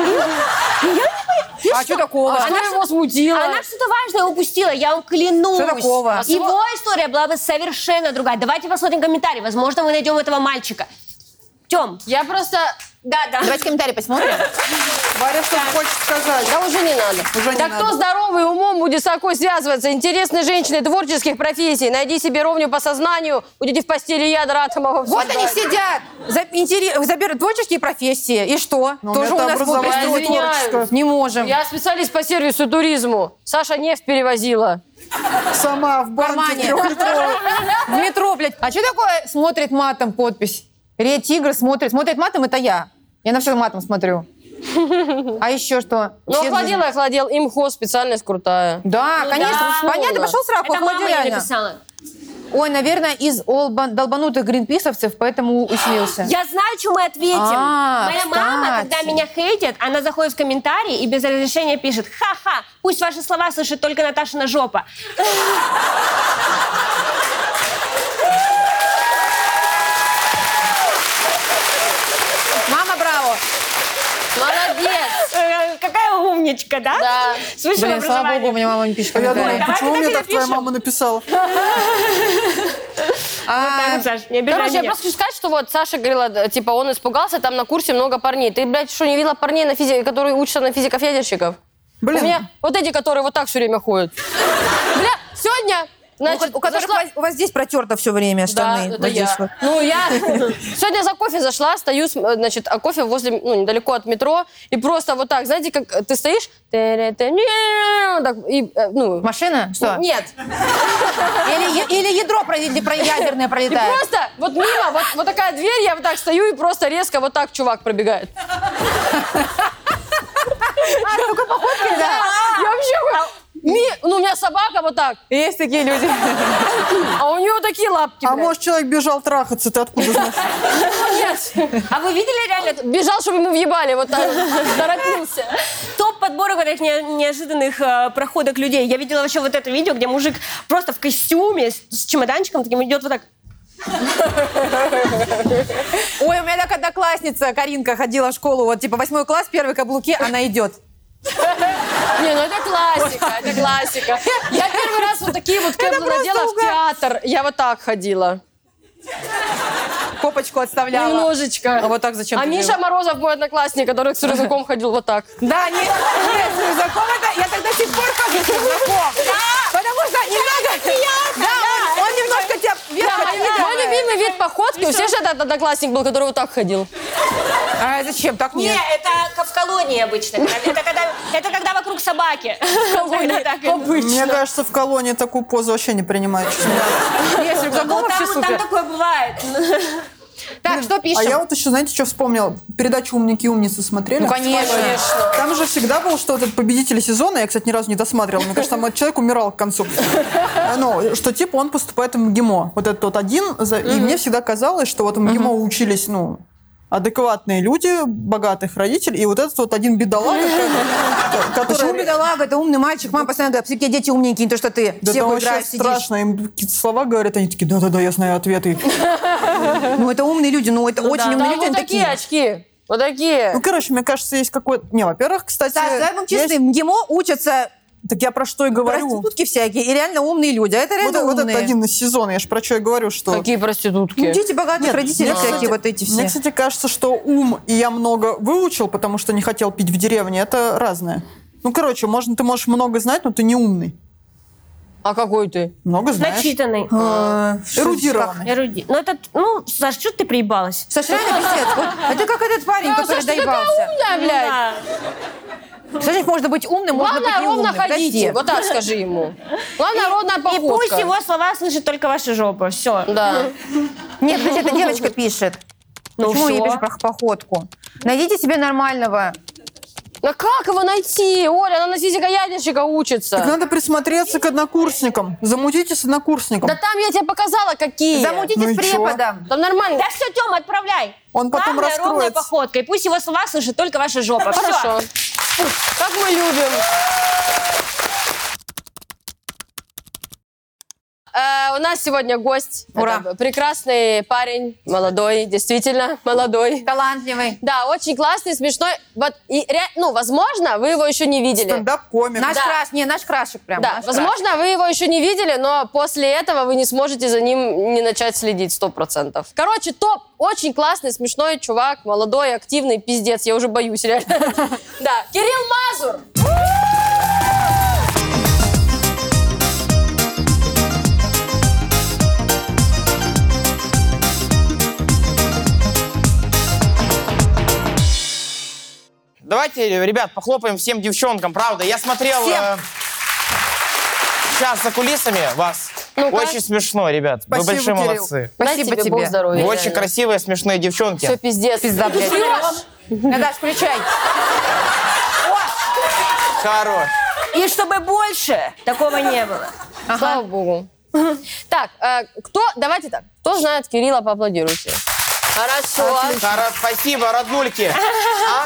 [SPEAKER 2] А что такого?
[SPEAKER 1] Она его смутила.
[SPEAKER 3] Она что-то важное упустила, я вам клянусь.
[SPEAKER 2] Что такого?
[SPEAKER 3] Его история была бы совершенно другая. Давайте посмотрим комментарий. Возможно, мы найдем этого мальчика. Тём.
[SPEAKER 1] Я просто...
[SPEAKER 3] Да.
[SPEAKER 2] Давайте комментарий посмотрим.
[SPEAKER 4] Варя что хочет сказать.
[SPEAKER 1] Да уже не надо.
[SPEAKER 4] Уже не
[SPEAKER 1] да
[SPEAKER 4] надо.
[SPEAKER 1] кто здоровый умом будет с такой связываться? Интересные женщины творческих профессий. Найди себе ровню по сознанию, будете в постели ядра атомового.
[SPEAKER 2] Вот они сидят, заберут творческие профессии. И что?
[SPEAKER 4] Ну,
[SPEAKER 2] Тоже у
[SPEAKER 4] это
[SPEAKER 2] нас будут
[SPEAKER 4] образование
[SPEAKER 2] пристроить?
[SPEAKER 1] творческое.
[SPEAKER 2] Не можем.
[SPEAKER 1] Я специалист по сервису и туризму. Саша нефть перевозила.
[SPEAKER 4] Сама в
[SPEAKER 2] В
[SPEAKER 4] банке
[SPEAKER 2] кармане. В метро, блядь. А что такое смотрит матом подпись? Тигр смотрит. Смотрит матом, это я. Я на все матом смотрю. А еще что?
[SPEAKER 1] Ну,
[SPEAKER 2] Все-
[SPEAKER 1] охладел имхоз, специальность крутая.
[SPEAKER 2] Да, конечно.
[SPEAKER 1] да.
[SPEAKER 2] Понятно, пошел сраку,
[SPEAKER 3] Это мама
[SPEAKER 2] охладил
[SPEAKER 3] ей
[SPEAKER 2] реально.
[SPEAKER 3] написала.
[SPEAKER 2] Ой, наверное, из долбанутых гринписовцев, поэтому усмился.
[SPEAKER 3] Я знаю, что мы ответим. Моя мама, когда меня хейтит, она заходит в комментарии и без разрешения пишет: ха-ха, пусть ваши слова слышит только Наташина жопа.
[SPEAKER 2] Мама, браво!
[SPEAKER 1] Молодец!
[SPEAKER 3] Какая умничка, да?
[SPEAKER 1] Да.
[SPEAKER 3] С высшим
[SPEAKER 2] Блин, слава
[SPEAKER 3] образованием.
[SPEAKER 2] богу, у меня мама не пишет
[SPEAKER 4] Я
[SPEAKER 2] комментарии.
[SPEAKER 4] думаю,
[SPEAKER 3] давай
[SPEAKER 4] почему
[SPEAKER 3] мы
[SPEAKER 4] мне
[SPEAKER 3] так и
[SPEAKER 4] так твоя
[SPEAKER 3] напишем.
[SPEAKER 4] мама написала?
[SPEAKER 3] Так, Саш, не обижай
[SPEAKER 1] Короче, я
[SPEAKER 3] меня.
[SPEAKER 1] просто хочу сказать, что вот Саша говорила, типа, он испугался, там на курсе много парней. Ты, блядь, что, не видела парней, которые учатся на физиков-ядерщиков?
[SPEAKER 4] Блин.
[SPEAKER 1] У меня вот эти, которые вот так все время ходят. Бля, сегодня, значит,
[SPEAKER 2] У которых
[SPEAKER 1] зашла...
[SPEAKER 2] у вас здесь протерто все время штаны.
[SPEAKER 1] Да, это
[SPEAKER 2] вот здесь
[SPEAKER 1] я.
[SPEAKER 2] вот.
[SPEAKER 1] Ну, я сегодня за кофе зашла, стою, значит, а кофе возле, ну, недалеко от метро, и просто вот так, знаете, как ты стоишь, так, и, ну...
[SPEAKER 2] Машина? Что?
[SPEAKER 1] Нет.
[SPEAKER 2] Или ядро ядерное
[SPEAKER 1] И
[SPEAKER 2] пролетает.
[SPEAKER 1] просто вот мимо, вот такая дверь, я вот так стою, и просто резко вот так чувак пробегает.
[SPEAKER 2] Только походкой, да?
[SPEAKER 1] Я вообще... Ну, у меня собака вот так,
[SPEAKER 2] Есть такие люди.
[SPEAKER 1] а у нее такие лапки,
[SPEAKER 4] А
[SPEAKER 1] блядь.
[SPEAKER 4] может, человек бежал трахаться, ты откуда знаешь?
[SPEAKER 1] Нет.
[SPEAKER 3] А вы видели реально
[SPEAKER 1] Бежал, чтобы ему въебали, вот так, торопился.
[SPEAKER 3] топ подборок вот этих неожиданных проходок людей? Я видела вообще вот это видео, где мужик просто в костюме с чемоданчиком таким идет вот так.
[SPEAKER 2] Ой, у меня так одноклассница Каринка ходила в школу, вот типа 8 класс, первые каблуки, она идет.
[SPEAKER 1] Не, ну это классика, это классика. Я первый раз вот такие вот кэблы надела в театр. Я вот так ходила.
[SPEAKER 2] Попочку отставляла.
[SPEAKER 1] Немножечко.
[SPEAKER 2] А вот так зачем
[SPEAKER 1] А
[SPEAKER 2] ты
[SPEAKER 1] Миша
[SPEAKER 2] делала?
[SPEAKER 1] Морозов, мой одноклассник, который с рюкзаком ходил вот так.
[SPEAKER 2] Да, нет, с рюкзаком это, я тогда до сих пор хожу с рюкзаком. Потому что немного... Да, он немножко тебя вверх подвигает.
[SPEAKER 1] Мой любимый вид походки, у всех же этот одноклассник был, который вот так ходил.
[SPEAKER 2] А зачем? Так
[SPEAKER 3] Не,
[SPEAKER 2] нет.
[SPEAKER 3] это в колонии обычно. Это когда вокруг собаки. Тогда так.
[SPEAKER 4] Мне кажется, в колонии такую позу вообще не принимают. честно говоря.
[SPEAKER 2] Нет, с рюкзаком
[SPEAKER 3] Ну,
[SPEAKER 2] вообще
[SPEAKER 3] там
[SPEAKER 2] супер.
[SPEAKER 3] такое бывает.
[SPEAKER 2] Так, что
[SPEAKER 4] А я
[SPEAKER 2] пишем?
[SPEAKER 4] вот еще, знаете, что вспомнил? Передачу «Умники и умницы» смотрели?
[SPEAKER 2] Ну, конечно.
[SPEAKER 4] Там же всегда был, что вот этот победитель сезона, я, кстати, ни разу не досматривала, мне кажется, там этот человек умирал к концу. Ну, что типа он поступает в МГИМО. Вот этот вот один. И мне всегда казалось, что вот в МГИМО учились, ну, адекватные люди, богатых родителей, и вот этот вот один бедолага,
[SPEAKER 2] Почему
[SPEAKER 4] который...
[SPEAKER 2] бедолага? Это умный мальчик. Мама постоянно говорит, все такие дети умненькие, не то, что ты.
[SPEAKER 4] Да
[SPEAKER 2] Все
[SPEAKER 4] там
[SPEAKER 2] играешь,
[SPEAKER 4] вообще
[SPEAKER 2] сидишь.
[SPEAKER 4] страшно, им какие-то слова говорят, они такие, да-да-да, я знаю ответы.
[SPEAKER 2] Ну, это умные люди, ну, это очень умные
[SPEAKER 1] Там
[SPEAKER 2] люди,
[SPEAKER 1] вот
[SPEAKER 2] они
[SPEAKER 1] такие
[SPEAKER 2] такие.
[SPEAKER 1] очки. Вот такие.
[SPEAKER 4] Ну, короче, мне кажется, есть какой-то... Не, во-первых, кстати...
[SPEAKER 2] Саш, давай будем
[SPEAKER 4] есть-
[SPEAKER 2] честны, в МГИМО учатся
[SPEAKER 4] Так я про что и говорю.
[SPEAKER 2] проститутки всякие и реально умные люди. А это реально
[SPEAKER 4] Вот
[SPEAKER 2] умные.
[SPEAKER 4] этот один из сезона, я же про что и говорю, что...
[SPEAKER 1] Какие проститутки.
[SPEAKER 2] Ну, дети богатых
[SPEAKER 4] Нет,
[SPEAKER 2] родителей
[SPEAKER 4] мне,
[SPEAKER 2] всякие
[SPEAKER 4] кстати,
[SPEAKER 2] вот эти все.
[SPEAKER 4] Мне, кстати, кажется, что ум и я много выучил, потому что не хотел пить в деревне, это разное. Ну, короче, ты можешь много знать, но ты не умный.
[SPEAKER 1] А какой ты?
[SPEAKER 4] Много знаешь.
[SPEAKER 3] Начитанный.
[SPEAKER 4] Эрудированный.
[SPEAKER 3] Эруди. Ну, Саш, что ты приебалась?
[SPEAKER 2] Саша, реально пиздец. Вот, это как этот парень, который
[SPEAKER 1] Саш, ты такая
[SPEAKER 2] доебался.
[SPEAKER 1] умная, блядь.
[SPEAKER 3] Да.
[SPEAKER 2] Знаешь, можно быть умным, можно быть
[SPEAKER 1] Главное,
[SPEAKER 2] не
[SPEAKER 1] ровно
[SPEAKER 2] умным.
[SPEAKER 1] ходите.
[SPEAKER 2] Подожди.
[SPEAKER 1] Вот так скажи ему. Главное, ровная
[SPEAKER 3] И
[SPEAKER 1] походка.
[SPEAKER 3] пусть его слова слышит только ваша жопа. Все.
[SPEAKER 1] Да.
[SPEAKER 2] Нет, подожди, эта девочка пишет.
[SPEAKER 3] Ну
[SPEAKER 2] Почему я
[SPEAKER 3] всё.
[SPEAKER 2] пишу про походку? Найдите себе нормального.
[SPEAKER 1] А как его найти? Оля, она на физико-ядерщика учится.
[SPEAKER 4] Так надо присмотреться к однокурсникам. Замутите с однокурсником.
[SPEAKER 1] Да там я тебе показала, какие.
[SPEAKER 2] Замутите
[SPEAKER 4] Ну и
[SPEAKER 2] с преподом.
[SPEAKER 1] Там нормально.
[SPEAKER 3] Да все, Тёма, отправляй.
[SPEAKER 4] Он потом
[SPEAKER 3] Главное, ровная
[SPEAKER 4] раскроется.
[SPEAKER 3] походка. И пусть его слова слышит только ваша жопа. Всё.
[SPEAKER 1] Хорошо. Как мы любим. У нас сегодня гость.
[SPEAKER 2] Ура.
[SPEAKER 1] Это прекрасный парень, молодой, действительно молодой.
[SPEAKER 2] Талантливый.
[SPEAKER 1] Да, очень классный, смешной. Вот, возможно, вы его еще не видели.
[SPEAKER 4] Стендап-комик.
[SPEAKER 2] Наш
[SPEAKER 1] Да.
[SPEAKER 2] краш, не, наш крашик прям.
[SPEAKER 1] Да,
[SPEAKER 2] наш
[SPEAKER 1] возможно, вы его еще не видели, но после этого вы не сможете за ним не начать следить 100%. Короче, топ. Очень классный, смешной чувак, молодой, активный, пиздец. Я уже боюсь, реально. Да, Кирилл Мазур.
[SPEAKER 5] Давайте, ребят, похлопаем всем девчонкам, правда. Я смотрел сейчас за кулисами вас.
[SPEAKER 1] Ну-ка.
[SPEAKER 5] Очень смешно, ребят.
[SPEAKER 4] Спасибо,
[SPEAKER 5] Вы большие
[SPEAKER 4] Кирилл.
[SPEAKER 5] молодцы.
[SPEAKER 2] Спасибо
[SPEAKER 1] Дай тебе. Бог
[SPEAKER 2] тебе.
[SPEAKER 1] здоровья.
[SPEAKER 5] Вы очень
[SPEAKER 1] реально.
[SPEAKER 5] красивые, смешные девчонки.
[SPEAKER 1] Все, пиздец.
[SPEAKER 2] Пизда, блядь.
[SPEAKER 1] Врешь.
[SPEAKER 2] Наташ, включай.
[SPEAKER 5] Хорош.
[SPEAKER 3] И чтобы больше такого не было.
[SPEAKER 1] Слава богу. Так, давайте так. Кто знает Кирилла, поаплодируйте. Хорошо.
[SPEAKER 5] Спасибо, роднульки. А?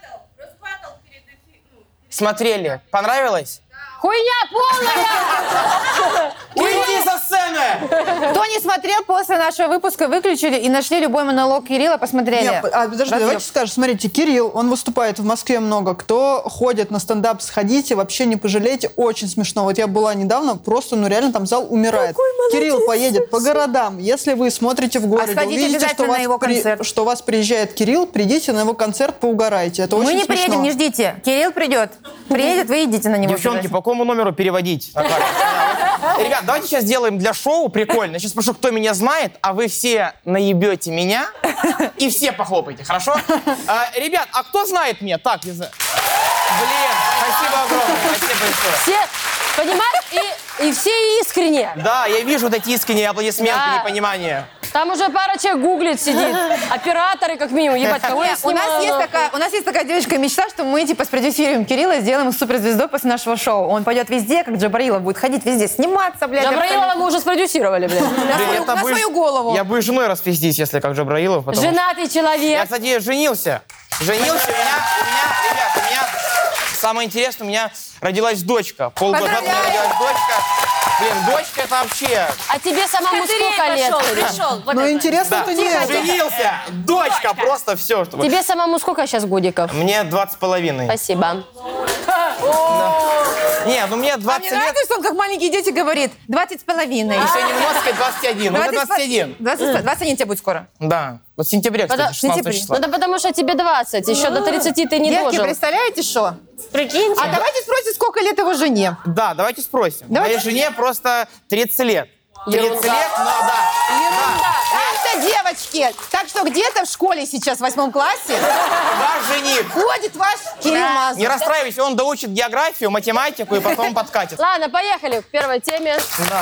[SPEAKER 5] Смотрели. Понравилось?
[SPEAKER 1] Хуйня полная!
[SPEAKER 5] Уйди со сцены!
[SPEAKER 2] Кто не смотрел, после нашего выпуска выключили и нашли любой монолог Кирилла, посмотрели.
[SPEAKER 4] Нет, подожди, давайте скажем, смотрите, Кирилл, он выступает в Москве много. Кто ходит на стендап, сходите, вообще не пожалейте, очень смешно. Вот я была недавно, просто, реально там зал умирает. Кирилл поедет по городам. Если вы смотрите в городе,
[SPEAKER 2] сходите
[SPEAKER 4] увидите,
[SPEAKER 2] обязательно на его концерт.
[SPEAKER 4] что у вас приезжает Кирилл, придите на его концерт, поугарайте. Это
[SPEAKER 2] Мы
[SPEAKER 4] очень
[SPEAKER 2] не
[SPEAKER 4] смешно.
[SPEAKER 2] приедем, не ждите. Кирилл придет. Приедет, вы идите на него.
[SPEAKER 5] Девчонки, по какому номеру переводить? Ребят, давайте сейчас сделаем для шоу прикольно. Сейчас спрошу, кто меня знает, а вы все наебете меня и все похлопайте, хорошо? Ребят, а кто знает меня? Так, не знаю. Блин, спасибо огромное, спасибо большое.
[SPEAKER 1] Все, понимаешь, и все искренне.
[SPEAKER 5] Да, я вижу вот эти искренние аплодисменты,
[SPEAKER 1] Да.
[SPEAKER 5] непонимание.
[SPEAKER 1] Там уже пара человек гуглит, сидит. Операторы, как минимум. Ебать, кого я
[SPEAKER 2] У нас,
[SPEAKER 1] снимала?
[SPEAKER 2] есть у нас есть такая девочка-мечта, что мы спродюсируем Кирилла и сделаем его суперзвездой после нашего шоу. Он пойдет везде, как Джабраилов, будет ходить везде, сниматься, блядь.
[SPEAKER 1] Джабраилова мы уже спродюсировали, блядь.
[SPEAKER 5] Блин,
[SPEAKER 2] на свою голову.
[SPEAKER 5] Я бы женой распиздись, если как Джабраилов. потому что-
[SPEAKER 1] Женатый
[SPEAKER 5] Я,
[SPEAKER 1] человек.
[SPEAKER 5] кстати, женился. Женился, ребят, у меня, самое интересное, у меня родилась дочка. Полгода назад у меня родилась дочка. Блин, дочка это вообще...
[SPEAKER 1] А тебе самому сколько лет?
[SPEAKER 3] Пришел. Вот
[SPEAKER 4] Но
[SPEAKER 3] это.
[SPEAKER 4] интересно-то нет.
[SPEAKER 5] Женился! Дочка! Просто все. Чтобы...
[SPEAKER 1] Тебе самому сколько сейчас годиков?
[SPEAKER 5] Мне 20,5.
[SPEAKER 1] Спасибо.
[SPEAKER 5] Нет, мне
[SPEAKER 2] А
[SPEAKER 5] 20
[SPEAKER 2] мне
[SPEAKER 5] лет.
[SPEAKER 2] нравится, что он как маленькие дети говорит. 20 с половиной.
[SPEAKER 5] Если немножко, 21. Ну, это 21.
[SPEAKER 2] 21 тебе будет скоро.
[SPEAKER 5] Да. Вот в сентябре, кстати, 16 числа.
[SPEAKER 1] Ну да потому что тебе 20, еще до 30 ты не
[SPEAKER 2] Девки,
[SPEAKER 1] дожил.
[SPEAKER 2] представляете, что?
[SPEAKER 3] Прикиньте.
[SPEAKER 2] А давайте спросим, сколько лет его жене.
[SPEAKER 5] Да, давайте спросим.
[SPEAKER 2] Давайте.
[SPEAKER 5] Моей жене просто 30 лет. 30
[SPEAKER 1] Ерунда.
[SPEAKER 5] лет, но да.
[SPEAKER 2] Так-то, девочки. Так что где-то в школе сейчас, в 8 классе,
[SPEAKER 5] Ваш жених.
[SPEAKER 2] ходит ваш Кирилл Мазур.
[SPEAKER 5] Не расстраивайся, он доучит географию, математику и потом подкатит.
[SPEAKER 1] Ладно, поехали к первой теме.
[SPEAKER 5] Да.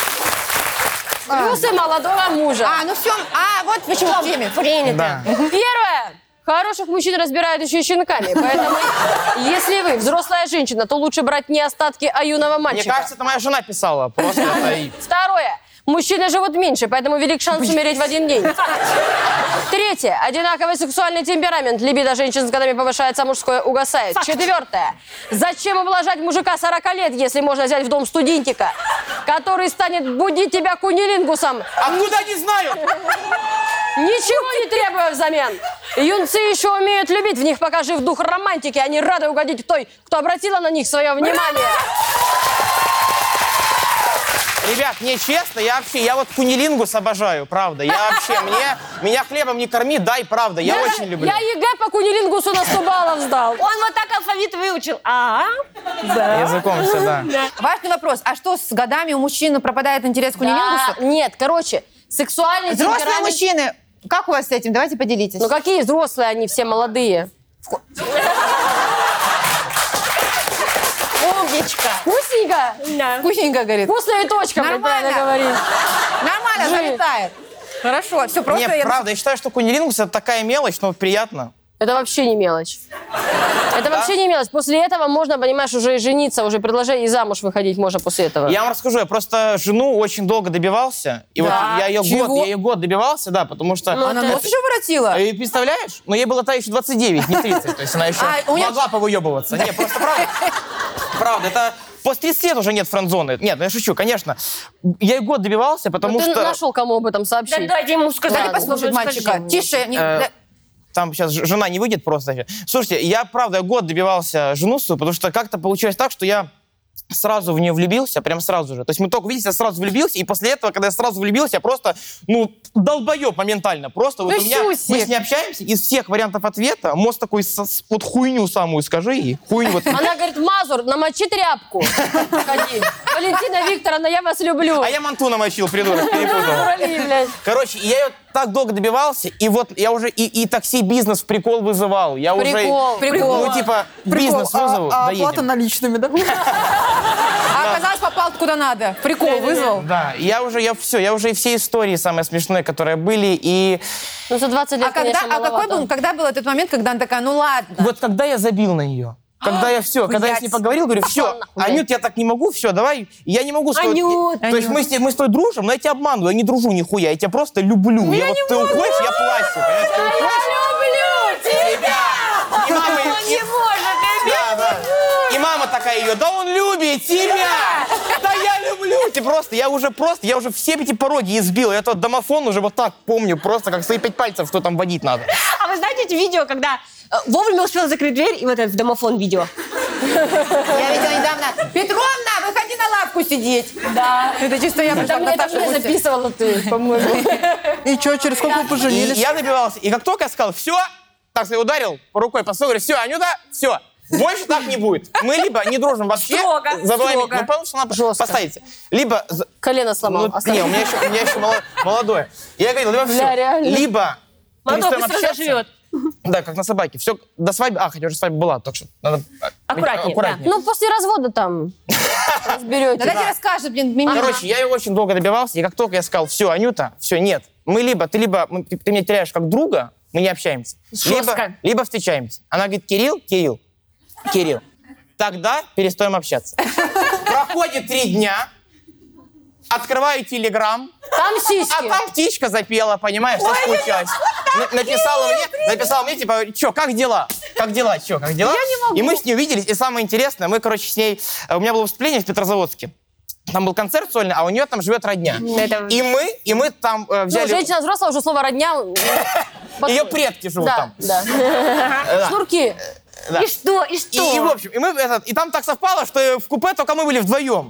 [SPEAKER 1] Плюсы молодого мужа.
[SPEAKER 2] Ну все. Вот почему в теме.
[SPEAKER 5] Да.
[SPEAKER 1] Первое. Хороших мужчин разбирают еще и щенками. Поэтому, если вы взрослая женщина, то лучше брать не остатки, а юного
[SPEAKER 5] Мне
[SPEAKER 1] мальчика.
[SPEAKER 5] кажется, это моя жена писала. Просто это и...
[SPEAKER 1] Второе. Мужчины живут меньше, поэтому велик шанс умереть в один день. Третье. Одинаковый сексуальный темперамент. Либидо женщин с годами повышается, а мужское угасает. Четвертое. Зачем ублажать мужика 40 лет, если можно взять в дом студентика, который станет будить тебя кунилингусом,
[SPEAKER 5] Откуда они знают?
[SPEAKER 1] ничего не требуя взамен. Юнцы еще умеют любить, в них пока жив дух романтики, они рады угодить той, кто обратила на них свое внимание.
[SPEAKER 5] Ребят, мне честно, я вот кунилингус обожаю, правда. Я вообще, меня хлебом не корми, дай, правда, я очень люблю.
[SPEAKER 1] Я ЕГЭ по кунилингусу на 100 баллов сдал.
[SPEAKER 3] Он вот так алфавит выучил.
[SPEAKER 5] Языком все, да.
[SPEAKER 2] Важный вопрос. А что, с годами у мужчин пропадает интерес к кунилингусу?
[SPEAKER 1] Да, нет, короче, сексуальный
[SPEAKER 2] Взрослые
[SPEAKER 1] темперамент...
[SPEAKER 2] мужчины, как у вас с этим? Давайте поделитесь.
[SPEAKER 1] Ну какие взрослые, они все молодые.
[SPEAKER 3] Умничка.
[SPEAKER 1] Вкусненько?
[SPEAKER 3] Да.
[SPEAKER 2] Вкусненько, говорит.
[SPEAKER 1] Вкусная точка, блин, правильно говорить.
[SPEAKER 2] Нормально,
[SPEAKER 1] Жи.
[SPEAKER 2] залетает. Хорошо, все просто...
[SPEAKER 5] Нет, правда, я считаю, что кунилингус это такая мелочь, но приятно.
[SPEAKER 1] Это вообще не мелочь. Это вообще не мелочь. После этого можно, понимаешь, уже и жениться, уже предложение и замуж выходить можно после этого.
[SPEAKER 5] Я вам расскажу, я просто жену очень долго добивался. И вот
[SPEAKER 2] Да?
[SPEAKER 5] я
[SPEAKER 2] Чего?
[SPEAKER 5] ее год добивался, да, потому что...
[SPEAKER 2] Она нос еще воротила?
[SPEAKER 5] И представляешь? Но ей было тогда еще 29, не 30. То есть она еще
[SPEAKER 2] у меня-
[SPEAKER 5] могла повыебываться. Не, просто правда. Правда, это... После 30 лет уже нет френдзоны. Нет, ну я шучу, конечно. Я и год добивался, потому
[SPEAKER 1] Ну, ты
[SPEAKER 5] что...
[SPEAKER 1] нашел, кому об этом
[SPEAKER 3] Да
[SPEAKER 1] сообщить.
[SPEAKER 3] дайте ему сказать.
[SPEAKER 1] Ладно,
[SPEAKER 2] Послушать мальчика. Тише.
[SPEAKER 5] Там сейчас жена не выйдет просто. Слушайте, я, правда, год добивался жену свою, потому что как-то получилось так, что я сразу в нее влюбился, прям сразу же. То есть мы только увиделись, я сразу влюбился, и после этого, когда я сразу влюбился, я просто, долбоеб моментально. Просто вот у меня, мы с ней общаемся, из всех вариантов ответа, мозг такой, вот хуйню самую скажи, и хуйню вот...
[SPEAKER 1] Она говорит, Мазур, намочи тряпку. Ходи. Валентина Викторовна, я вас люблю.
[SPEAKER 5] А я манту намочил, придурок, перепутал.
[SPEAKER 1] Дурави, блядь.
[SPEAKER 5] Короче, я ее так долго добивался, и вот я уже и такси-бизнес в прикол вызывал. Я
[SPEAKER 1] Прикол.
[SPEAKER 5] уже,
[SPEAKER 2] Прикол.
[SPEAKER 5] ну, типа, бизнес вызову,
[SPEAKER 4] А
[SPEAKER 5] доедем.
[SPEAKER 4] оплата наличными, да?
[SPEAKER 2] А оказалось, попал куда надо. Прикол вызвал.
[SPEAKER 5] Да, я уже все истории самые смешные, которые были, и
[SPEAKER 1] Ну, за 20 лет, конечно,
[SPEAKER 2] Когда был этот момент, когда она такая, ну ладно.
[SPEAKER 5] вот когда я забил на нее, Когда я все, когда я с ней поговорил, говорю, все,
[SPEAKER 1] нахуй, блядь.
[SPEAKER 5] Анют, я так не могу, все, давай, я не могу сказать.
[SPEAKER 3] Анют,
[SPEAKER 5] То есть мы с тобой дружим, но я тебя обманываю, я не дружу нихуя, я тебя просто люблю. Я вот, ты уходишь, я плачу. Понимаешь, ты уходишь,
[SPEAKER 1] люблю тебя!
[SPEAKER 5] и мама,
[SPEAKER 3] Не может,
[SPEAKER 5] да. И мама такая ее, да он любит тебя! Да я люблю тебя просто, я уже все эти пороги избил. Я тот домофон уже вот так помню, просто как свои 5 пальцев, что там водить надо.
[SPEAKER 3] А вы знаете эти видео, когда вовремя успел закрыть дверь, и вот это в домофон видео?
[SPEAKER 2] Я видела недавно. Петровна, выходи на лавку сидеть.
[SPEAKER 1] Да.
[SPEAKER 2] Это чисто я пришла
[SPEAKER 1] Это
[SPEAKER 2] к Наташе
[SPEAKER 1] мне
[SPEAKER 2] в гости.
[SPEAKER 1] записывала ты, по-моему.
[SPEAKER 4] И что, через сколько вы
[SPEAKER 5] И
[SPEAKER 4] поженились?
[SPEAKER 5] я добивался. И как только я сказал, все, так я ударил рукой по столу, говорю, все, Анюта, все. Больше так не будет. Мы либо не дружим вообще.
[SPEAKER 3] Строго,
[SPEAKER 5] за двоими.
[SPEAKER 3] строго.
[SPEAKER 5] Ну, потому что надо
[SPEAKER 1] Жестко.
[SPEAKER 5] поставить. Либо...
[SPEAKER 1] Колено сломал.
[SPEAKER 5] Ну, не, у меня еще молодое. Я говорил, либо
[SPEAKER 1] Бля, реально.
[SPEAKER 5] все. Либо
[SPEAKER 3] Молодой
[SPEAKER 5] перестаем
[SPEAKER 3] быстро
[SPEAKER 5] общаться.
[SPEAKER 3] заживет.
[SPEAKER 5] Да, как на собаке. Все до свадьбы. Хотя уже свадьба была, так что надо
[SPEAKER 3] Аккуратнее,
[SPEAKER 1] Ну, после развода там разберете.
[SPEAKER 2] Да дайте расскажет, блин, мимо.
[SPEAKER 5] Короче, я его очень долго добивался, и как только я сказал, все, Анюта, все, нет. Мы ты меня теряешь как друга, мы не общаемся.
[SPEAKER 3] Жестко.
[SPEAKER 5] Либо встречаемся. Она говорит, Кирилл, тогда перестаем общаться. Проходит 3 дня, открываю Телеграм,
[SPEAKER 1] Там
[SPEAKER 5] а
[SPEAKER 1] сиськи.
[SPEAKER 5] там птичка запела, понимаешь, соскучилась. Написала мне, типа, что, как дела? Как дела? И мы с ней увиделись, и самое интересное, мы, короче, с ней... У меня было выступление в Петрозаводске. Там был концерт сольный, а у нее там живет родня.
[SPEAKER 3] Это-
[SPEAKER 5] И мы там
[SPEAKER 1] Ну,
[SPEAKER 5] взяли...
[SPEAKER 1] женщина взрослая, уже слово родня.
[SPEAKER 5] Ее предки живут
[SPEAKER 1] Да,
[SPEAKER 5] там.
[SPEAKER 1] да. Шнурки.
[SPEAKER 5] Да.
[SPEAKER 3] И что?
[SPEAKER 5] И в общем, и там так совпало, что в купе только мы были вдвоем.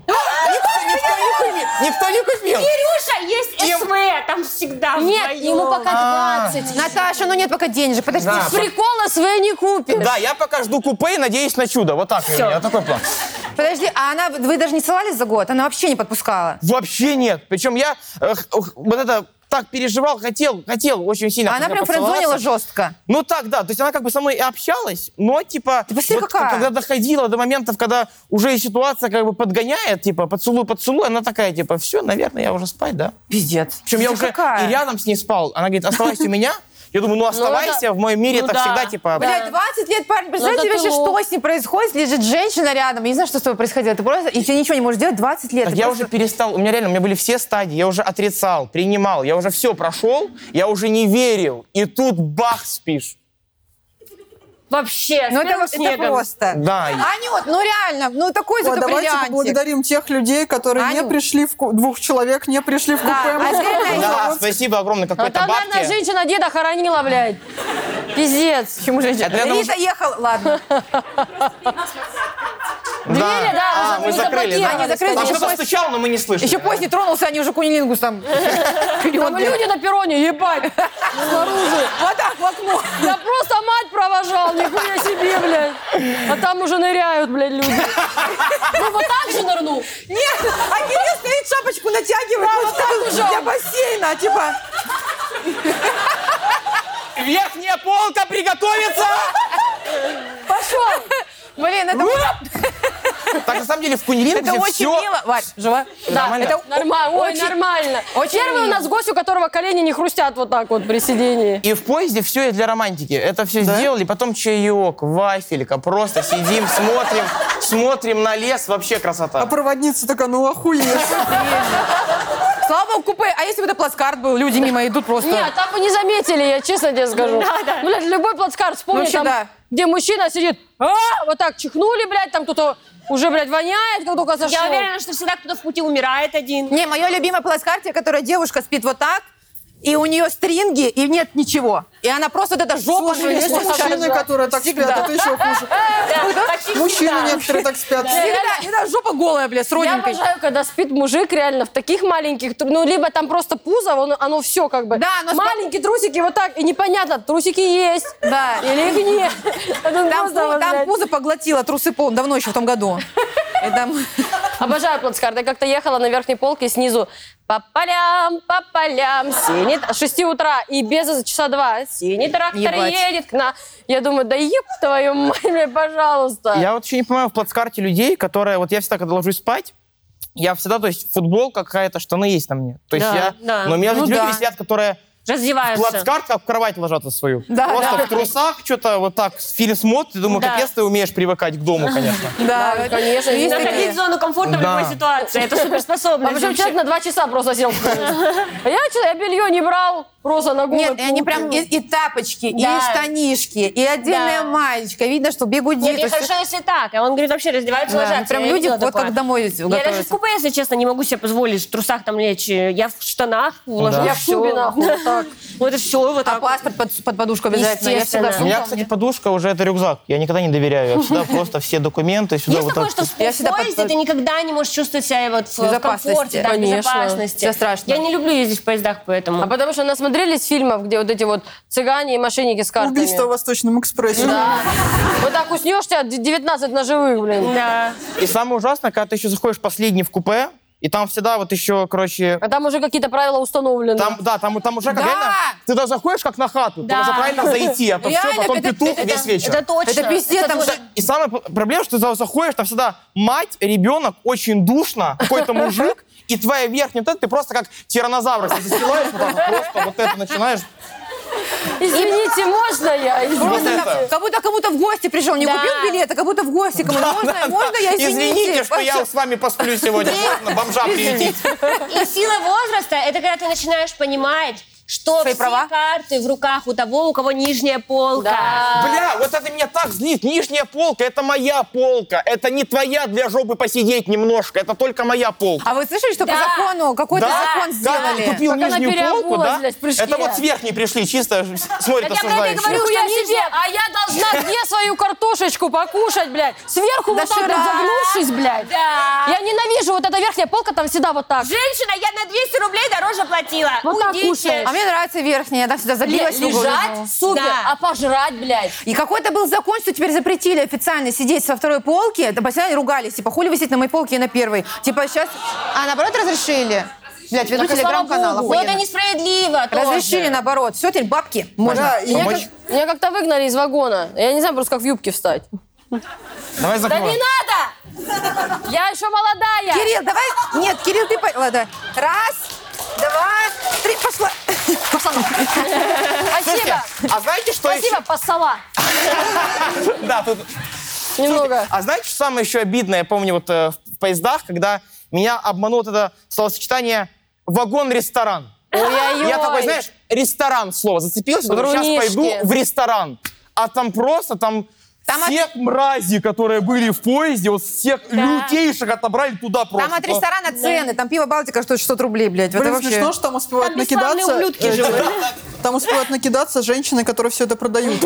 [SPEAKER 5] Никто не купил.
[SPEAKER 3] Кирюша, есть
[SPEAKER 5] Им-
[SPEAKER 3] СВ, там всегда
[SPEAKER 1] Нет,
[SPEAKER 3] вдвоем.
[SPEAKER 1] ему пока 20.
[SPEAKER 2] Наташа, ну нет пока денежек, подожди.
[SPEAKER 5] Да.
[SPEAKER 1] Прикола свои не купишь.
[SPEAKER 5] Да, я пока жду купе и надеюсь на чудо. Вот так у меня, такой план.
[SPEAKER 2] Подожди, а вы даже не целовались за год? Она вообще не подпускала.
[SPEAKER 5] Вообще нет. Причем я вот это так переживал, хотел очень сильно.
[SPEAKER 2] А она прям френдзонила жестко.
[SPEAKER 5] Ну так, да. То есть она как бы со мной и общалась, но типа...
[SPEAKER 2] Ты посмотри,
[SPEAKER 5] вот
[SPEAKER 2] какая.
[SPEAKER 5] когда доходила до моментов, когда уже ситуация как бы подгоняет, типа поцелуй, она такая, типа, все, наверное, я уже спать, да.
[SPEAKER 2] Пиздец.
[SPEAKER 5] Причем я
[SPEAKER 2] Ты
[SPEAKER 5] уже
[SPEAKER 2] какая?
[SPEAKER 5] и рядом с ней спал. Она говорит, оставайся у меня. Я думаю, ну оставайся, в моем мире
[SPEAKER 1] ну
[SPEAKER 5] это
[SPEAKER 1] да.
[SPEAKER 5] всегда типа...
[SPEAKER 2] Блядь, 20 лет парень, представьте
[SPEAKER 1] Ну, это
[SPEAKER 2] вообще,
[SPEAKER 1] ты
[SPEAKER 2] что
[SPEAKER 1] лох.
[SPEAKER 2] с ним происходит, лежит женщина рядом, я не знаю, что с тобой происходило, ты просто, и ты ничего не можешь делать 20 лет.
[SPEAKER 5] Так
[SPEAKER 2] ты
[SPEAKER 5] я
[SPEAKER 2] просто-
[SPEAKER 5] уже перестал, у меня были все стадии, я уже отрицал, принимал, я уже все прошел, я уже не верил, и тут бах, спишь.
[SPEAKER 3] Вообще,
[SPEAKER 2] Ну
[SPEAKER 3] с
[SPEAKER 2] это,
[SPEAKER 3] первым
[SPEAKER 2] это
[SPEAKER 3] снегом.
[SPEAKER 2] просто.
[SPEAKER 5] Да.
[SPEAKER 2] Анют, ну реально, ну такой же
[SPEAKER 4] Ой, давайте
[SPEAKER 2] бриллиантик.
[SPEAKER 4] поблагодарим тех людей, которые не
[SPEAKER 2] Аню.
[SPEAKER 4] пришли, 2 человек не пришли в купе.
[SPEAKER 2] Да, отдельно
[SPEAKER 5] Да, спасибо огромное
[SPEAKER 1] А
[SPEAKER 5] какой-то
[SPEAKER 1] там, наверное,
[SPEAKER 5] бабке.
[SPEAKER 1] женщина деда хоронила, блядь. Пиздец.
[SPEAKER 2] Почему женщина?
[SPEAKER 5] Это, наверное,
[SPEAKER 2] Рита ехал, ладно.
[SPEAKER 1] Двери, да,
[SPEAKER 5] мы
[SPEAKER 1] не
[SPEAKER 5] закрыли. Да.
[SPEAKER 2] Они закрыли,
[SPEAKER 5] Там
[SPEAKER 2] еще
[SPEAKER 5] что-то
[SPEAKER 2] поздно.
[SPEAKER 5] стучало, но мы не слышали.
[SPEAKER 2] Еще поздно не тронулся, они уже кунилингус там.
[SPEAKER 1] Там люди на перроне, ебать, снаружи.
[SPEAKER 2] Вот так в окно.
[SPEAKER 1] Я просто мать провожал, нихуя себе, блядь. А там уже ныряют, блядь, люди. Ну, вот так же нырнул.
[SPEAKER 2] Нет, а Кирилл стоит, шапочку натягивает вот так уже для бассейна, типа.
[SPEAKER 5] Верхняя полка приготовится!
[SPEAKER 1] Пошел.
[SPEAKER 2] Блин, это
[SPEAKER 5] Так, на самом деле, в Кунилингусе
[SPEAKER 2] очень
[SPEAKER 5] все...
[SPEAKER 2] мило. Варь, жива?
[SPEAKER 1] Да,
[SPEAKER 5] Нормально?
[SPEAKER 1] это нормально. Ой,
[SPEAKER 2] очень-
[SPEAKER 1] нормально.
[SPEAKER 2] очень
[SPEAKER 1] Первый у
[SPEAKER 2] мило.
[SPEAKER 1] нас гость, у которого колени не хрустят вот так вот при сидении.
[SPEAKER 5] И в поезде все для романтики. Это все сделали, потом чаек, вафелька. Просто сидим, смотрим на лес. Вообще
[SPEAKER 4] А
[SPEAKER 5] красота.
[SPEAKER 4] проводница такая, ну охуеть.
[SPEAKER 2] Слава богу, купе. А если бы это плацкарт был, люди мимо идут просто.
[SPEAKER 1] Нет, там бы не заметили, я честно тебе скажу.
[SPEAKER 3] Да.
[SPEAKER 1] Блядь, любой плацкарт, вспомни,
[SPEAKER 2] Вообще,
[SPEAKER 1] там,
[SPEAKER 2] да.
[SPEAKER 1] где мужчина сидит, вот так чихнули, блядь, там кто-то уже, блядь, воняет, как только зашел.
[SPEAKER 3] Я уверена, что всегда кто-то в пути умирает один.
[SPEAKER 2] Не, мое любимое плацкарте, которая девушка спит вот так, и у нее стринги, и нет ничего. И она просто вот эта жопа...
[SPEAKER 4] Слушай, есть мужчины, которые так спят, это еще хуже.
[SPEAKER 3] Почти
[SPEAKER 4] Мужчины
[SPEAKER 3] всегда.
[SPEAKER 4] некоторые так спят.
[SPEAKER 2] Всегда жопа голая, бля, с
[SPEAKER 1] Я
[SPEAKER 2] родинкой.
[SPEAKER 1] обожаю, когда спит мужик реально в таких маленьких, ну, либо там просто пузо, оно все как бы.
[SPEAKER 2] Да, но
[SPEAKER 1] маленькие трусики вот так, и непонятно, трусики есть
[SPEAKER 2] Да.
[SPEAKER 1] или их нет. Это
[SPEAKER 2] Там,
[SPEAKER 1] просто вот,
[SPEAKER 2] там
[SPEAKER 1] блядь.
[SPEAKER 2] пузо поглотило трусы давно еще, в том году. И там...
[SPEAKER 1] Обожаю плацкарт. Я как-то ехала на верхней полке снизу. По полям, синий... С 6 утра и без часа 2. Синий трактор
[SPEAKER 2] Ебать.
[SPEAKER 1] едет к нам. Я думаю, да еб твою мать, блядь, пожалуйста.
[SPEAKER 5] Я вот еще не понимаю в плацкарте людей, которые... Вот я всегда, когда ложусь спать, я всегда, то есть футболка какая-то, штаны есть на мне. То есть
[SPEAKER 3] Да,
[SPEAKER 5] я...
[SPEAKER 3] да.
[SPEAKER 5] Но у меня
[SPEAKER 2] Ну
[SPEAKER 5] люди
[SPEAKER 2] да.
[SPEAKER 5] сидят, которые
[SPEAKER 3] раздеваются.
[SPEAKER 5] Плацкарт, как в кровать ложатся свою.
[SPEAKER 2] Да,
[SPEAKER 5] Просто
[SPEAKER 2] да.
[SPEAKER 5] в трусах что-то вот так фильм смотрит, и думаю,
[SPEAKER 3] Да.
[SPEAKER 5] капец, ты умеешь привыкать к дому, конечно.
[SPEAKER 2] Да,
[SPEAKER 1] конечно.
[SPEAKER 2] Есть
[SPEAKER 3] Находить
[SPEAKER 2] такие.
[SPEAKER 3] зону комфорта в
[SPEAKER 5] Да.
[SPEAKER 3] любой ситуации. Это
[SPEAKER 1] А
[SPEAKER 3] суперспособность.
[SPEAKER 1] причем
[SPEAKER 3] вообще.
[SPEAKER 1] человек на 2 часа просто сел. А я белье не брал, просто на голый
[SPEAKER 2] Нет, и они
[SPEAKER 1] пол.
[SPEAKER 2] прям и тапочки,
[SPEAKER 3] Да.
[SPEAKER 2] и штанишки, и отдельная
[SPEAKER 3] Да.
[SPEAKER 2] маечка. Видно, что бегуди.
[SPEAKER 3] Нет,
[SPEAKER 2] то
[SPEAKER 3] и
[SPEAKER 2] есть-
[SPEAKER 3] хорошо, если так. А он говорит, вообще раздеваются,
[SPEAKER 2] Да,
[SPEAKER 3] ложатся.
[SPEAKER 2] прям
[SPEAKER 3] Я
[SPEAKER 2] люди
[SPEAKER 3] видела
[SPEAKER 2] вот
[SPEAKER 3] такое.
[SPEAKER 2] как домой
[SPEAKER 3] Я даже в
[SPEAKER 2] готовятся.
[SPEAKER 3] купе, если честно, не могу себе позволить в трусах там лечь. Я в штанах уложу.
[SPEAKER 5] Да.
[SPEAKER 1] Я в шубе, нахуй, вот так.
[SPEAKER 3] Вот и все, вот
[SPEAKER 2] А
[SPEAKER 3] так.
[SPEAKER 2] паспорт под подушку обязательно. Я всегда
[SPEAKER 3] Естественно.
[SPEAKER 5] У меня,
[SPEAKER 2] сумка
[SPEAKER 5] кстати,
[SPEAKER 2] мне.
[SPEAKER 5] подушка уже это рюкзак. Я никогда не доверяю. Я всегда просто все документы сюда
[SPEAKER 3] Есть
[SPEAKER 5] вот
[SPEAKER 3] такое,
[SPEAKER 5] так.
[SPEAKER 3] что
[SPEAKER 2] Я
[SPEAKER 3] в
[SPEAKER 2] всегда
[SPEAKER 3] поезде
[SPEAKER 2] под-
[SPEAKER 3] ты никогда не можешь чувствовать себя вот в
[SPEAKER 2] Безопасности.
[SPEAKER 3] комфорте, да, в
[SPEAKER 1] Конечно.
[SPEAKER 3] безопасности.
[SPEAKER 2] Всё страшно.
[SPEAKER 3] Я не люблю ездить в поездах, поэтому.
[SPEAKER 1] А потому что насмотрелись фильмов, где вот эти вот цыгане и мошенники с картами.
[SPEAKER 4] Убийство в Восточном экспрессе.
[SPEAKER 1] Да. Вот так уснешь, тебя 19 ножевых, блин.
[SPEAKER 3] Да.
[SPEAKER 5] И самое ужасное, когда ты еще заходишь последний в купе, и там всегда вот еще, короче,
[SPEAKER 1] А там уже какие-то правила установлены.
[SPEAKER 5] там уже как
[SPEAKER 2] Да.
[SPEAKER 5] реально, ты туда заходишь как на хату,
[SPEAKER 3] Да.
[SPEAKER 5] ты уже правильно зайти, а то все,
[SPEAKER 2] Реально,
[SPEAKER 5] потом
[SPEAKER 2] это-
[SPEAKER 5] петух весь вечер.
[SPEAKER 3] Это точно.
[SPEAKER 2] Это пиздец, там
[SPEAKER 3] точно.
[SPEAKER 2] же-
[SPEAKER 5] И самая проблема, что ты туда заходишь, там всегда мать, ребенок, очень душно, какой-то мужик, и твоя верхняя вот эта, ты просто как тираннозавр себя застилаешь, вот так вот просто вот это начинаешь.
[SPEAKER 1] Извините, можно я?
[SPEAKER 5] Вот
[SPEAKER 2] Просто
[SPEAKER 5] это.
[SPEAKER 2] как будто кому-то в гости пришел. Не
[SPEAKER 3] Да.
[SPEAKER 2] купил билет, а как будто в гости кому-то. Можно я,
[SPEAKER 5] Извините, что я с вами посплю сегодня, можно бомжа приютить.
[SPEAKER 3] И сила возраста, это когда ты начинаешь понимать, что
[SPEAKER 2] Свои
[SPEAKER 3] все
[SPEAKER 2] права?
[SPEAKER 3] карты в руках у того, у кого нижняя полка.
[SPEAKER 1] Да.
[SPEAKER 5] Бля, вот это меня так злит. Нижняя полка, это моя полка. Это не твоя для жопы посидеть немножко. Это только моя полка.
[SPEAKER 2] А вы слышали, что по
[SPEAKER 3] Да.
[SPEAKER 2] закону какой-то закон
[SPEAKER 5] Как ты
[SPEAKER 2] сделали?
[SPEAKER 5] купил
[SPEAKER 1] Как она
[SPEAKER 5] нижнюю полку,
[SPEAKER 1] переобулась,
[SPEAKER 5] да?
[SPEAKER 1] блядь, в прыжке.
[SPEAKER 5] Это вот с верхней пришли, чисто смотрят
[SPEAKER 3] Так я про это и
[SPEAKER 5] осуждающие.
[SPEAKER 3] говорю.
[SPEAKER 1] Нихуя
[SPEAKER 3] что
[SPEAKER 1] себе, а я должна где свою картошечку покушать, блядь? Сверху вот так, блядь,
[SPEAKER 2] сюда.
[SPEAKER 1] загнувшись, блядь.
[SPEAKER 3] Да.
[SPEAKER 1] Я ненавижу вот эта верхняя полка, там всегда вот так.
[SPEAKER 3] Женщина, я на 200 рублей дороже платила.
[SPEAKER 1] Вот так
[SPEAKER 3] Уйдите.
[SPEAKER 1] кушаешь.
[SPEAKER 2] А мне нравится верхняя, я там всегда забилась в угол.
[SPEAKER 1] Лежать, супер,
[SPEAKER 3] Да.
[SPEAKER 1] а пожрать, блядь.
[SPEAKER 2] И какой-то был закон, что теперь запретили официально сидеть со второй полки. Это постоянно ругались. Типа, хули вы сидите на моей полке и на первой? Типа, сейчас... А наоборот разрешили. Блядь, веду
[SPEAKER 1] Так и слава
[SPEAKER 2] телеграм-канал.
[SPEAKER 1] богу.
[SPEAKER 3] Но это
[SPEAKER 2] охуенно.
[SPEAKER 3] несправедливо тоже.
[SPEAKER 2] Разрешили наоборот. Все, теперь бабки. Можно.
[SPEAKER 4] Да, и
[SPEAKER 5] Помочь?
[SPEAKER 1] Меня как-то выгнали из вагона. Я не знаю просто, как в юбке встать.
[SPEAKER 5] Давай
[SPEAKER 1] Да
[SPEAKER 5] закроем.
[SPEAKER 1] не надо! Я еще молодая!
[SPEAKER 2] Кирилл, давай... Нет, Кирилл, ты... Ладно. Раз, два, три, пошла. Пошла.
[SPEAKER 1] Спасибо!
[SPEAKER 5] А знаете, что
[SPEAKER 1] Спасибо, поссала.
[SPEAKER 5] еще? Да, тут...
[SPEAKER 1] Немного.
[SPEAKER 5] А знаете, что самое еще обидное, я помню, вот в поездах, когда меня обмануло вот это словосочетание «вагон-ресторан».
[SPEAKER 1] Ой-ой-ой.
[SPEAKER 5] Я такой, знаешь, ресторан слово зацепился, думаю, сейчас
[SPEAKER 1] Врунишки.
[SPEAKER 5] пойду в ресторан. А там просто, там
[SPEAKER 2] Там
[SPEAKER 5] всех мразей, которые были в поезде, вот всех лютейших отобрали туда просто.
[SPEAKER 2] Там от ресторана цены. Там пиво Балтика стоит 600 рублей, блядь. Это
[SPEAKER 4] Блин,
[SPEAKER 2] вообще...
[SPEAKER 4] смешно, что там успевают
[SPEAKER 3] Там бесславные
[SPEAKER 4] накидаться.
[SPEAKER 3] ублюдки живут.
[SPEAKER 4] Там успевают накидаться женщины, которые все это продают.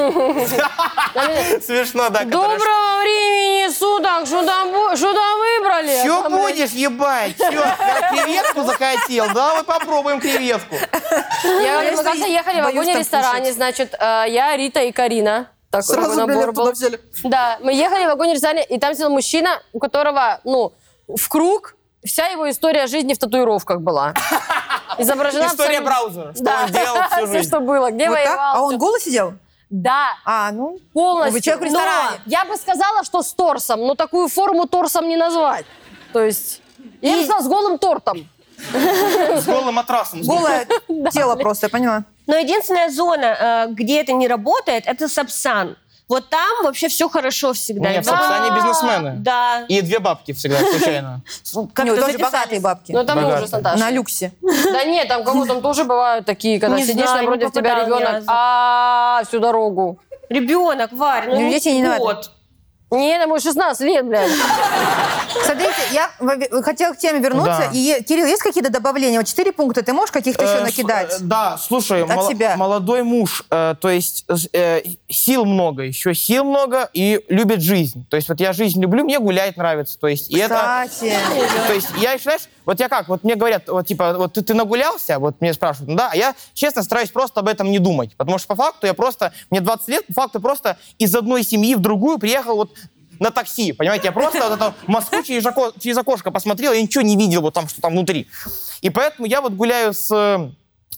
[SPEAKER 5] Смешно, да.
[SPEAKER 1] Доброго времени суток! Что там выбрали?
[SPEAKER 5] Что
[SPEAKER 1] Там, блядь,
[SPEAKER 5] будешь ебать? Чё, креветку захотел? Давай попробуем креветку.
[SPEAKER 1] Мы как-то ехали в
[SPEAKER 2] боюсь там
[SPEAKER 1] вагоне-ресторане,
[SPEAKER 2] кушать.
[SPEAKER 1] значит, я, Рита и Карина. Такой
[SPEAKER 4] Сразу
[SPEAKER 1] набор
[SPEAKER 4] билет
[SPEAKER 1] был.
[SPEAKER 4] туда взяли.
[SPEAKER 1] Да, мы ехали в вагоне-ресторане, и там сидел мужчина, у которого, ну, в круг вся его история жизни в татуировках была. Изображена
[SPEAKER 5] История
[SPEAKER 1] абсолютно-
[SPEAKER 5] браузера. Что
[SPEAKER 1] Да.
[SPEAKER 5] он делал всю
[SPEAKER 1] Все,
[SPEAKER 5] жизнь.
[SPEAKER 1] что было, где
[SPEAKER 2] Вот так?
[SPEAKER 1] воевал.
[SPEAKER 2] А он
[SPEAKER 1] всё.
[SPEAKER 2] голый сидел?
[SPEAKER 1] Да,
[SPEAKER 2] А, ну...
[SPEAKER 1] полностью.
[SPEAKER 2] Вы человек в ресторане.
[SPEAKER 1] Но я бы сказала, что с торсом, но такую форму торсом не назвать. То есть, я бы сказала, с голым тортом.
[SPEAKER 5] С голым матрасом.
[SPEAKER 2] Голое тело просто, я поняла.
[SPEAKER 3] Но единственная зона, где это не работает, это Сапсан. Вот там вообще все хорошо всегда.
[SPEAKER 5] Нет, в
[SPEAKER 3] И
[SPEAKER 5] Сапсане
[SPEAKER 3] вагон-
[SPEAKER 5] бизнесмены.
[SPEAKER 3] Да.
[SPEAKER 5] И 2 бабки всегда, случайно.
[SPEAKER 3] Как-то
[SPEAKER 2] У него тоже
[SPEAKER 3] записались.
[SPEAKER 2] богатые бабки.
[SPEAKER 1] Ну, там
[SPEAKER 5] Богато.
[SPEAKER 1] ужас, Наташа.
[SPEAKER 2] На люксе.
[SPEAKER 1] Да нет, там кого там тоже бывают такие, когда
[SPEAKER 3] Не
[SPEAKER 1] сидишь
[SPEAKER 3] знаю, не
[SPEAKER 1] напротив тебя
[SPEAKER 3] попадала ни
[SPEAKER 1] ребенок,
[SPEAKER 3] разу.
[SPEAKER 1] всю дорогу.
[SPEAKER 3] Ребенок, Варь, ну
[SPEAKER 2] Дети не надо.
[SPEAKER 3] год.
[SPEAKER 1] Нет, ему 16 лет, блядь.
[SPEAKER 2] Смотрите, я хотела к теме вернуться.
[SPEAKER 5] Да.
[SPEAKER 2] И, Кирилл, есть какие-то добавления? Вот 4 пункта ты можешь каких-то еще накидать?
[SPEAKER 5] Да, слушай,
[SPEAKER 2] От себя.
[SPEAKER 5] молодой муж, то есть сил много, еще сил много и любит жизнь. То есть вот я жизнь люблю, мне гулять нравится. То есть, и это,
[SPEAKER 2] Кстати.
[SPEAKER 5] то есть я, знаешь, вот я как, вот мне говорят, вот типа, вот ты нагулялся, вот мне спрашивают, ну да, а я честно стараюсь просто об этом не думать, потому что по факту я просто, мне 20 лет, по факту просто из одной семьи в другую приехал вот на такси, понимаете, я просто вот это Москву через окошко посмотрел, я ничего не видел вот там, что там внутри. И поэтому я вот гуляю с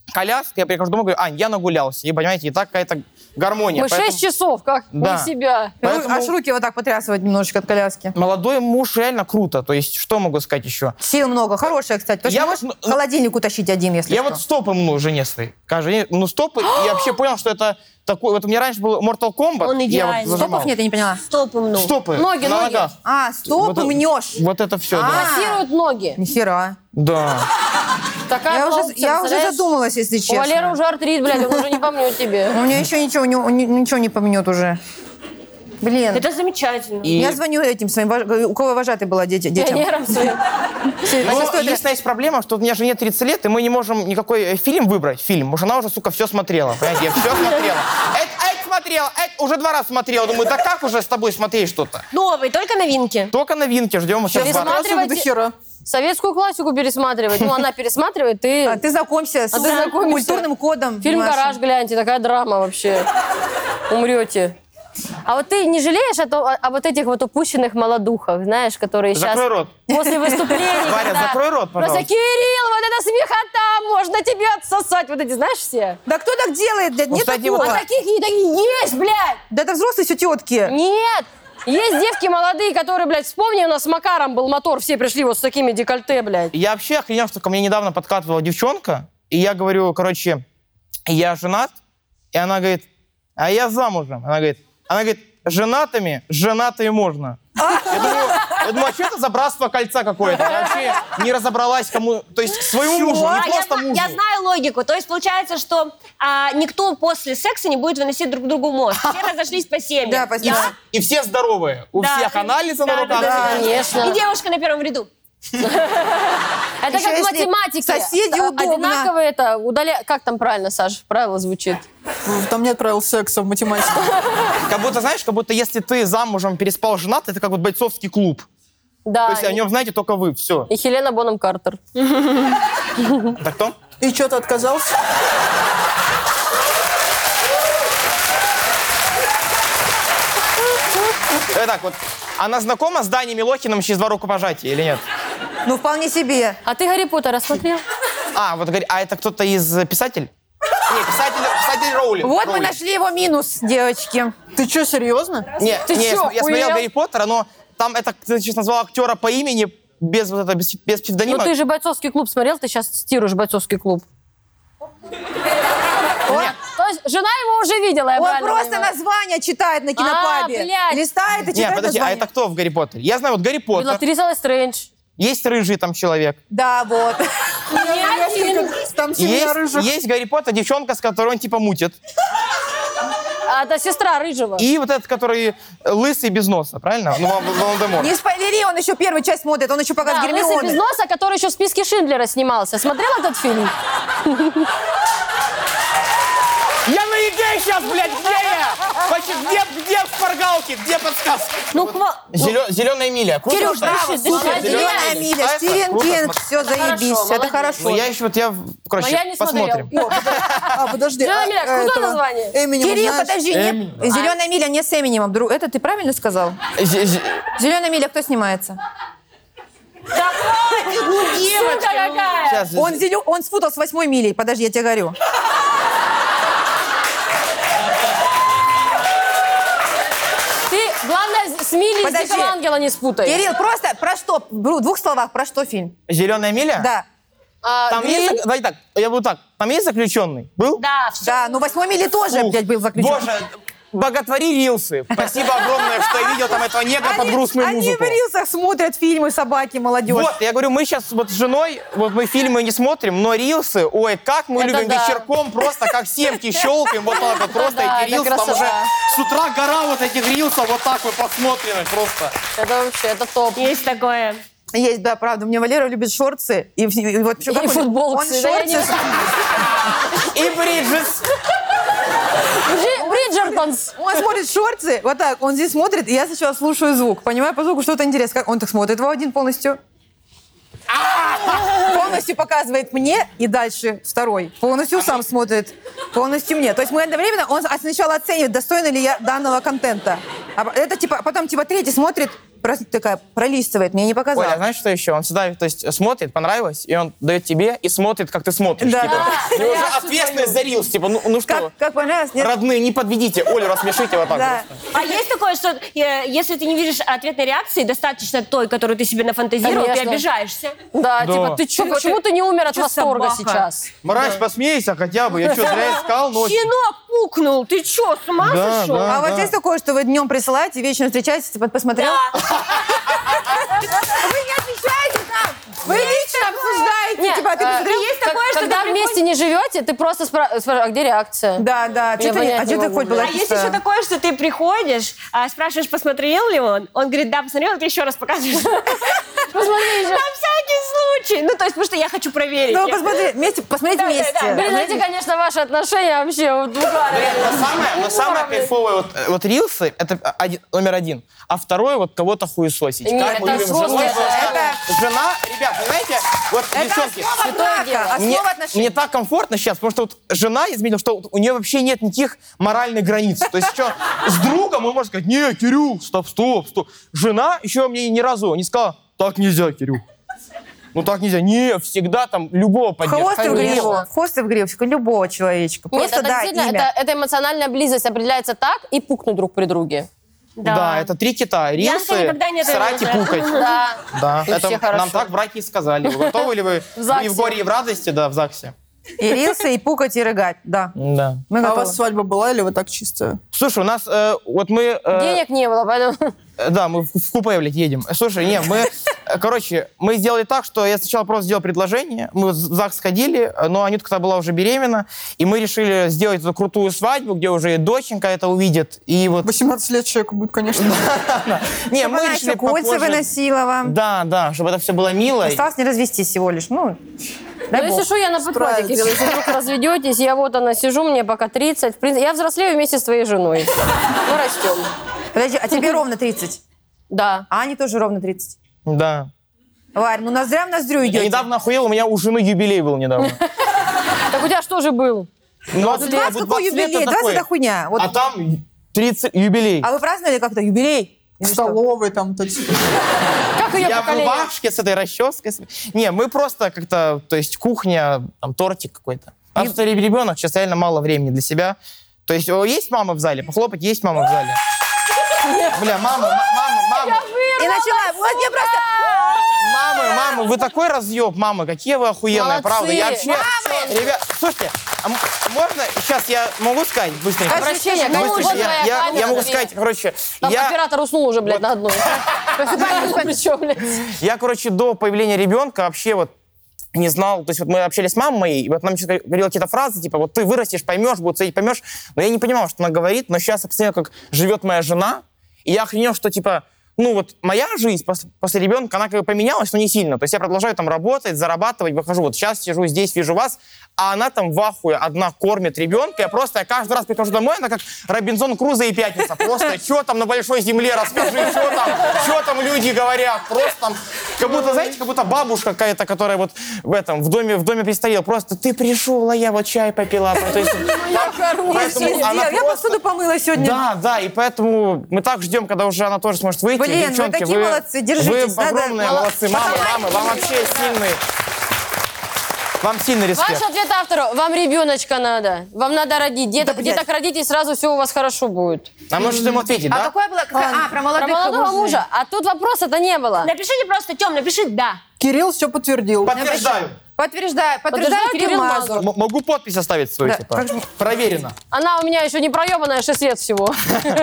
[SPEAKER 5] коляска, я прихожу домой, говорю, Ань, я нагулялся. И, понимаете, и так какая-то гармония.
[SPEAKER 1] Мы 6 часов, как
[SPEAKER 5] Да.
[SPEAKER 1] мы себя.
[SPEAKER 5] Поэтому-
[SPEAKER 2] Аж руки вот так потрясывать немножечко от коляски.
[SPEAKER 5] Молодой муж реально круто. То есть, что могу сказать еще?
[SPEAKER 2] Сил много. Хорошая, кстати. Потому
[SPEAKER 5] Я
[SPEAKER 2] что
[SPEAKER 5] вот,
[SPEAKER 2] можешь холодильник утащить один, если
[SPEAKER 5] Я
[SPEAKER 2] что.
[SPEAKER 5] вот стопы мну жене своей. Каждый день мну стопы. И я вообще понял, что это такой... Вот у меня раньше был Mortal Kombat.
[SPEAKER 3] Он
[SPEAKER 5] и я вот
[SPEAKER 3] идеальный.
[SPEAKER 5] зажимал.
[SPEAKER 2] Стопов нет, я не поняла.
[SPEAKER 3] Стоп умну.
[SPEAKER 5] Стопы.
[SPEAKER 1] Ноги,
[SPEAKER 5] на
[SPEAKER 1] ноги.
[SPEAKER 5] ногах.
[SPEAKER 2] А, стопы
[SPEAKER 5] Вот-
[SPEAKER 2] мнешь.
[SPEAKER 5] Вот это все, да.
[SPEAKER 1] Массируют ноги.
[SPEAKER 2] Нихера.
[SPEAKER 5] Да.
[SPEAKER 1] Такая
[SPEAKER 2] Я
[SPEAKER 1] была
[SPEAKER 2] уже,
[SPEAKER 1] опция,
[SPEAKER 2] я уже
[SPEAKER 1] представляешь?
[SPEAKER 2] задумалась, если
[SPEAKER 1] У
[SPEAKER 2] честно.
[SPEAKER 1] Валеры уже артрит, блядь, он уже не помнит тебе.
[SPEAKER 2] У меня еще ничего не помнет уже. Блин.
[SPEAKER 3] Это замечательно.
[SPEAKER 5] И...
[SPEAKER 2] Я звоню этим своим, у кого вожатый была детям.
[SPEAKER 1] Пионером своим.
[SPEAKER 5] Ну,
[SPEAKER 2] Значит, что это?
[SPEAKER 5] единственная есть проблема, что у меня жене 30 лет, и мы не можем никакой фильм выбрать, потому что она уже, сука, все смотрела. Понимаете, я все смотрела. Это смотрела, это уже 2 раза смотрела. Думаю, да как уже с тобой смотреть что-то?
[SPEAKER 3] Новый, только новинки.
[SPEAKER 5] Только новинки ждем. Сейчас
[SPEAKER 1] Пересматривайте.
[SPEAKER 4] До хера.
[SPEAKER 1] Советскую классику пересматривать. Ну, она пересматривает, ты...
[SPEAKER 2] А ты знакомься с
[SPEAKER 1] ты знакомишься.
[SPEAKER 2] культурным кодом.
[SPEAKER 1] Фильм
[SPEAKER 2] нашим.
[SPEAKER 1] «Гараж» гляньте, такая драма вообще. Умрете. А вот ты не жалеешь о вот этих вот упущенных молодухах, знаешь, которые сейчас...
[SPEAKER 5] Закрой рот.
[SPEAKER 1] После выступлений...
[SPEAKER 5] Варя,
[SPEAKER 1] когда
[SPEAKER 5] закрой рот,
[SPEAKER 1] Просто
[SPEAKER 5] пожалуйста.
[SPEAKER 1] Кирилл, вот это смехота, можно тебе отсосать. Вот эти, знаешь, все?
[SPEAKER 2] Да кто так делает, блядь?
[SPEAKER 5] Ну,
[SPEAKER 2] Нет
[SPEAKER 5] кстати,
[SPEAKER 2] такого.
[SPEAKER 5] вот
[SPEAKER 1] А таких есть, блядь!
[SPEAKER 2] Да это взрослые все тетки.
[SPEAKER 1] Нет! Есть девки молодые, которые, блядь, вспомни, у нас с Макаром был мотор, все пришли вот с такими декольте, блядь.
[SPEAKER 5] Я вообще охренел, что ко мне недавно подкатывала девчонка, и я говорю, короче, я женат, и она говорит, а я замужем. Она говорит, женатыми можно. Я думаю, а что это за братство кольца какое-то? Я вообще не разобралась, кому... То есть своему мужу,
[SPEAKER 3] А,
[SPEAKER 5] не просто мужу.
[SPEAKER 3] я знаю логику. То есть получается, что никто после секса не будет выносить друг другу мозг. Все разошлись по семьям.
[SPEAKER 2] Да, спасибо.
[SPEAKER 5] И все здоровые. У
[SPEAKER 3] Да.
[SPEAKER 5] всех анализы на
[SPEAKER 3] Да,
[SPEAKER 5] руках.
[SPEAKER 3] да, да.
[SPEAKER 1] Конечно.
[SPEAKER 3] И девушка на первом ряду.
[SPEAKER 1] Это
[SPEAKER 2] Еще
[SPEAKER 1] как в
[SPEAKER 2] если
[SPEAKER 1] математике.
[SPEAKER 2] соседи удобно.
[SPEAKER 1] Одинаковые это, как там правильно, Саш, правило звучит?
[SPEAKER 4] Там нет правил секса в математике.
[SPEAKER 5] Как будто, знаешь, как будто если ты замужем переспал женат, это как вот бойцовский клуб.
[SPEAKER 1] Да.
[SPEAKER 5] То есть о нем знаете только вы, все.
[SPEAKER 1] И Хелена Бонем Картер.
[SPEAKER 5] Так кто?
[SPEAKER 4] И что, ты отказался?
[SPEAKER 5] Так вот, она знакома с Даней Милохиным через 2 рукопожатия или нет?
[SPEAKER 2] Ну, вполне себе.
[SPEAKER 1] А ты Гарри Поттера смотрел?
[SPEAKER 5] Вот говорит, а это кто-то из писателей? Не, писатель Роулинг.
[SPEAKER 2] Вот мы
[SPEAKER 5] Роулинг.
[SPEAKER 2] нашли его минус, девочки.
[SPEAKER 4] Ты что, серьезно?
[SPEAKER 5] Не,
[SPEAKER 1] Ты
[SPEAKER 5] не,
[SPEAKER 1] чё,
[SPEAKER 5] я смотрел
[SPEAKER 1] охуел?
[SPEAKER 5] Гарри Поттера, но там это, ты сейчас назвал актера по имени без
[SPEAKER 1] Ну
[SPEAKER 5] псевдонима.
[SPEAKER 1] ты же бойцовский клуб смотрел, ты сейчас цитируешь бойцовский клуб. То есть жена его уже видела, я
[SPEAKER 2] Он
[SPEAKER 1] правильно
[SPEAKER 2] просто
[SPEAKER 1] понимаю?
[SPEAKER 2] название читает на кинопабе.
[SPEAKER 1] блядь.
[SPEAKER 2] Листает и
[SPEAKER 5] Не,
[SPEAKER 2] читает
[SPEAKER 5] подожди, а
[SPEAKER 2] название.
[SPEAKER 5] это кто в Гарри Поттере? Я знаю, вот Гарри Поттер,
[SPEAKER 1] Белатриса Лестрейндж.
[SPEAKER 5] есть рыжий там человек.
[SPEAKER 2] Да, вот.
[SPEAKER 4] Там семья рыжих.
[SPEAKER 5] Есть Гарри Поттер, девчонка, с которой он типа мутит.
[SPEAKER 1] А это сестра Рыжего.
[SPEAKER 5] И вот этот, который лысый без носа, правильно? Ну, Волан-де-Морт.
[SPEAKER 2] Не спойлери, он еще первую часть смотрит, он еще пока
[SPEAKER 1] Да,
[SPEAKER 2] с
[SPEAKER 1] лысый без
[SPEAKER 2] Гермионой.
[SPEAKER 1] носа, который еще в списке Шиндлера снимался. Смотрел этот фильм?
[SPEAKER 5] Я на еде сейчас, блядь, где я? Где шпаргалки, где подсказки?
[SPEAKER 3] Ну,
[SPEAKER 5] Зеленая миля. Круто,
[SPEAKER 2] Кирюш,
[SPEAKER 5] что ли?
[SPEAKER 2] браво,
[SPEAKER 1] дыши,
[SPEAKER 2] супер,
[SPEAKER 1] дыши.
[SPEAKER 2] Зеленая миля,
[SPEAKER 5] Нравится?
[SPEAKER 2] Стивен
[SPEAKER 5] Круто,
[SPEAKER 2] Кинг,
[SPEAKER 5] смотри.
[SPEAKER 2] все, заебись,
[SPEAKER 1] хорошо,
[SPEAKER 2] это
[SPEAKER 1] молодец.
[SPEAKER 2] хорошо.
[SPEAKER 5] Ну, короче,
[SPEAKER 1] Но я не
[SPEAKER 5] посмотрим.
[SPEAKER 4] Подожди.
[SPEAKER 1] Зеленая миля, крутое
[SPEAKER 4] этого
[SPEAKER 1] название.
[SPEAKER 4] Эминема
[SPEAKER 2] Кирилл,
[SPEAKER 4] знаешь?
[SPEAKER 2] подожди, Зеленая миля не с Эминемом. Это ты правильно сказал? Зеленая миля кто снимается?
[SPEAKER 1] Сука какая!
[SPEAKER 5] Сейчас,
[SPEAKER 2] Он спутал с 8 милей. Подожди, я тебе говорю.
[SPEAKER 1] Ты, главное, с Милей и с
[SPEAKER 2] Подожди.
[SPEAKER 1] Дикого Ангела не спутай.
[SPEAKER 2] Кирилл, просто про что? В 2 словах, про что фильм?
[SPEAKER 5] Зеленая миля?
[SPEAKER 2] Да.
[SPEAKER 5] Там есть, давай так, я буду так, там есть заключенный? Был?
[SPEAKER 3] да, все.
[SPEAKER 2] Да, ну 8 мили тоже,
[SPEAKER 5] Ух,
[SPEAKER 2] блядь, был заключен.
[SPEAKER 5] Боже, боготвори рилсы. Спасибо огромное, что я видел там этого негра под грустную
[SPEAKER 2] Они
[SPEAKER 5] музыку.
[SPEAKER 2] в рилсах смотрят фильмы «Собаки», молодежь.
[SPEAKER 5] Вот, я говорю, мы сейчас вот с женой, вот мы фильмы не смотрим, но рилсы, ой, как мы
[SPEAKER 1] Это
[SPEAKER 5] любим
[SPEAKER 1] да.
[SPEAKER 5] вечерком, просто как семки щелкаем, вот так вот, просто
[SPEAKER 1] да,
[SPEAKER 5] эти
[SPEAKER 1] это
[SPEAKER 5] рилсы, там
[SPEAKER 1] красота.
[SPEAKER 5] уже с утра гора вот этих рилсов, вот так вот посмотрены просто.
[SPEAKER 1] Это вообще, это топ.
[SPEAKER 3] Есть такое.
[SPEAKER 2] Есть, да, правда. У меня Валера любит шорты. И вот ещё как
[SPEAKER 1] И
[SPEAKER 2] он-
[SPEAKER 1] футболки,
[SPEAKER 2] Он
[SPEAKER 1] да, я не
[SPEAKER 2] шорты.
[SPEAKER 5] И бриджес.
[SPEAKER 1] Бриджертонс.
[SPEAKER 2] Он смотрит шорты, вот так, он здесь смотрит, и я сначала слушаю звук. Понимаю, по звуку что-то интересное. Как он так смотрит его один полностью. Полностью показывает мне, и дальше второй. Полностью сам смотрит. Полностью мне. То есть мы одновременно, он сначала оценивает, достойна ли я данного контента. А это типа, потом типа третий смотрит, просто такая пролистывает, мне не показала.
[SPEAKER 5] Оля, знаешь, что еще? Он всегда, то есть, смотрит, понравилось, и он дает тебе и смотрит, как ты смотришь.
[SPEAKER 2] Да,
[SPEAKER 5] типа.
[SPEAKER 2] да.
[SPEAKER 5] У него уже ответственность за рилс, типа, ну что,
[SPEAKER 2] Как понравилось? Нет?
[SPEAKER 5] родные, не подведите, Олю рассмешите вот так
[SPEAKER 2] Да.
[SPEAKER 5] просто.
[SPEAKER 3] А есть такое, что если ты не видишь ответной реакции, достаточно той, которую ты себе нафантазировал, ты
[SPEAKER 1] Конечно.
[SPEAKER 3] обижаешься.
[SPEAKER 1] Да,
[SPEAKER 5] Да.
[SPEAKER 1] типа, ты чё, почему ты не умер от
[SPEAKER 2] Чё
[SPEAKER 1] восторга
[SPEAKER 2] собака?
[SPEAKER 1] сейчас?
[SPEAKER 5] Мразь, посмейся хотя бы, я что, зря искал ночью?
[SPEAKER 3] Щенок пукнул, ты чё, с ума
[SPEAKER 5] Да,
[SPEAKER 3] сошел?
[SPEAKER 5] да.
[SPEAKER 2] А вот есть такое, что вы днем присылаете, вечером встречаетесь, типа, посмотрел? Вы не отвечаете там! Вы лично обсуждаете,
[SPEAKER 1] Нет,
[SPEAKER 2] типа, ты посмотрел?
[SPEAKER 3] есть такое, что
[SPEAKER 1] когда
[SPEAKER 3] ты
[SPEAKER 1] вместе не живете, ты просто спрашиваешь, а где реакция?
[SPEAKER 2] Да, да. Чё ты,
[SPEAKER 1] понять
[SPEAKER 2] а
[SPEAKER 1] не
[SPEAKER 2] что ты
[SPEAKER 1] могу,
[SPEAKER 2] хоть была
[SPEAKER 3] А есть еще такое, что ты приходишь, спрашиваешь, посмотрел ли он говорит, да, посмотрел, ты еще раз показываешь.
[SPEAKER 1] Посмотри еще.
[SPEAKER 3] На всякий случай. Ну, то есть, потому что я хочу проверить.
[SPEAKER 2] Ну, посмотри, вместе, посмотрите
[SPEAKER 3] Да, да,
[SPEAKER 2] вместе.
[SPEAKER 3] да.
[SPEAKER 1] Блин, эти, конечно, ваши отношения вообще вот угарные.
[SPEAKER 5] Но самое кайфовое, вот рилсы, это номер один. А второе, вот кого-то хуесосить.
[SPEAKER 1] Нет,
[SPEAKER 5] Как мы
[SPEAKER 1] это
[SPEAKER 5] любим
[SPEAKER 1] сложно.
[SPEAKER 5] женой.
[SPEAKER 2] Это-
[SPEAKER 5] Жена, ребят, понимаете, вот, девчонки,
[SPEAKER 2] Основа брака,
[SPEAKER 5] мне,
[SPEAKER 2] основа отношений.
[SPEAKER 5] мне так комфортно сейчас, потому что вот жена, я заметил, что у нее вообще нет никаких моральных границ. То есть что, с другом он может сказать, не, Кирилл, стоп. Жена еще мне ни разу не сказала, так нельзя, Кирилл. Ну так нельзя. Не, всегда там любого поддержка.
[SPEAKER 2] Хвост и в гриву, любого человечка.
[SPEAKER 1] Нет,
[SPEAKER 2] Просто
[SPEAKER 1] это
[SPEAKER 2] да,
[SPEAKER 1] действительно,
[SPEAKER 2] имя.
[SPEAKER 1] это эмоциональная близость определяется так и пукнуть друг при друге.
[SPEAKER 5] Да, это 3 кита.
[SPEAKER 3] Янка
[SPEAKER 5] Рилсы,
[SPEAKER 3] никогда не
[SPEAKER 5] срать и
[SPEAKER 3] отвернется.
[SPEAKER 5] пукать.
[SPEAKER 1] Да.
[SPEAKER 5] Да,
[SPEAKER 1] И
[SPEAKER 5] это
[SPEAKER 1] все хорошо.
[SPEAKER 5] нам так братья и сказали. Вы готовы ли вы
[SPEAKER 1] ЗАГСе.
[SPEAKER 5] и в горе, и в радости, да, в ЗАГСе?
[SPEAKER 2] И рилсы, и пукать, и рыгать, да.
[SPEAKER 5] Да.
[SPEAKER 2] Мы
[SPEAKER 4] А у
[SPEAKER 2] готовы.
[SPEAKER 4] вас свадьба была или вы так чисто?
[SPEAKER 5] Слушай, у нас вот мы...
[SPEAKER 1] Денег не было, поэтому...
[SPEAKER 5] Да, мы в купе, блядь, едем. Слушай, не, мы... Короче, мы сделали так, что я сначала просто сделал предложение, мы в ЗАГС сходили, но Анютка была уже беременна, и мы решили сделать эту крутую свадьбу, где уже и доченька это увидит, и вот...
[SPEAKER 4] 18 лет человеку будет, конечно.
[SPEAKER 5] Не,
[SPEAKER 2] Чтобы
[SPEAKER 5] мы
[SPEAKER 2] она
[SPEAKER 5] решили
[SPEAKER 2] еще кольца
[SPEAKER 5] попозже.
[SPEAKER 2] выносила вам.
[SPEAKER 5] Да, чтобы это все было мило.
[SPEAKER 2] Осталось не развестись всего лишь. Ну, дай
[SPEAKER 1] Ну, если
[SPEAKER 2] бог.
[SPEAKER 1] что, я на подхвате,
[SPEAKER 4] Справится.
[SPEAKER 1] Кирилл. Если вдруг разведетесь, я вот она сижу, мне пока 30. В принципе, я взрослею вместе с твоей женой. Мы растем.
[SPEAKER 2] Подожди, а тебе ровно 30?
[SPEAKER 1] Да.
[SPEAKER 2] А Ане тоже ровно 30.
[SPEAKER 5] Да.
[SPEAKER 2] Варь, ну ноздря в ноздрю
[SPEAKER 5] Я
[SPEAKER 2] идете.
[SPEAKER 5] недавно охуел, у меня у жены юбилей был недавно.
[SPEAKER 1] Так у тебя что же был?
[SPEAKER 5] Ну,
[SPEAKER 2] 20 какой юбилей? 20 это хуйня. Вот.
[SPEAKER 5] А там 30 юбилей.
[SPEAKER 2] А вы праздновали как-то юбилей?
[SPEAKER 4] В
[SPEAKER 2] Или что?
[SPEAKER 4] столовой там.
[SPEAKER 1] Как ее
[SPEAKER 5] Я в
[SPEAKER 1] поколение?
[SPEAKER 5] рубашке с этой расческой. Не, мы просто как-то, то есть кухня, там тортик какой-то. А что ребенок, сейчас реально мало времени для себя. То есть есть мама в зале? Похлопать, есть мама в зале? Бля, мама.
[SPEAKER 2] И начала. Вот я просто...
[SPEAKER 5] Мама, вы такой разъеб, мама, какие вы охуенные,
[SPEAKER 1] Молодцы.
[SPEAKER 5] правда. Я вообще... Ребят, слушайте, а можно, сейчас я могу сказать быстренько?
[SPEAKER 1] Обращение,
[SPEAKER 5] Быстренько.
[SPEAKER 1] конечно, твоя
[SPEAKER 5] Я
[SPEAKER 1] камера,
[SPEAKER 5] могу
[SPEAKER 1] две.
[SPEAKER 5] сказать, короче,
[SPEAKER 1] Там
[SPEAKER 5] я...
[SPEAKER 1] оператор уснул уже, блядь, на одной. Причем, блядь.
[SPEAKER 5] Я, короче, до появления ребенка вообще вот не знал, то есть вот мы общались с мамой моей, и вот нам сейчас говорила какие-то фразы, типа, вот ты вырастешь, поймешь, будут ценить, поймешь, но я не понимал, что она говорит, но сейчас я посмотрел, как живет моя жена, и я охренел, что, типа, ну вот моя жизнь после ребенка, она как бы поменялась, но не сильно, то есть я продолжаю там работать, зарабатывать, выхожу, вот сейчас сижу здесь, вижу вас, а она там в ахуе одна кормит ребенка, я каждый раз прихожу домой, она как Робинзон Крузо и Пятница, просто что там на большой земле, расскажи, что там люди говорят, просто там, как будто, знаете, как будто бабушка какая-то, которая вот в доме престарелых, просто ты пришел, а я вот чай попила. То есть, поэтому она
[SPEAKER 2] Я
[SPEAKER 5] просто-
[SPEAKER 2] посуду помыла сегодня.
[SPEAKER 5] Да, и поэтому мы так ждем, когда уже она тоже сможет выйти.
[SPEAKER 2] Блин, вы
[SPEAKER 5] Девчонки,
[SPEAKER 2] такие молодцы, держитесь,
[SPEAKER 5] Вы
[SPEAKER 2] надо-
[SPEAKER 5] огромные молодцы, мамы, вам вообще сильный. Вам сильный респект.
[SPEAKER 1] Ваш ответ автору. Вам ребеночка надо. Вам надо родить.
[SPEAKER 2] Да, блядь.
[SPEAKER 1] Деток родите, и сразу все у вас хорошо будет.
[SPEAKER 5] А может им ответить,
[SPEAKER 2] А
[SPEAKER 5] да?
[SPEAKER 2] какое было? Про
[SPEAKER 1] Про
[SPEAKER 2] молодых
[SPEAKER 1] молодого мужа. А тут вопроса-то не было.
[SPEAKER 3] Напишите просто, Тём, напиши «да».
[SPEAKER 4] Кирилл все подтвердил.
[SPEAKER 5] Подтверждаю.
[SPEAKER 2] Подтверждаю Кирилл
[SPEAKER 1] Кирилл
[SPEAKER 2] Мазур.
[SPEAKER 5] Могу подпись оставить свою,
[SPEAKER 2] Да,
[SPEAKER 5] типа?
[SPEAKER 2] как же-
[SPEAKER 5] Проверено.
[SPEAKER 1] Она у меня еще не проебанная, 6 лет всего.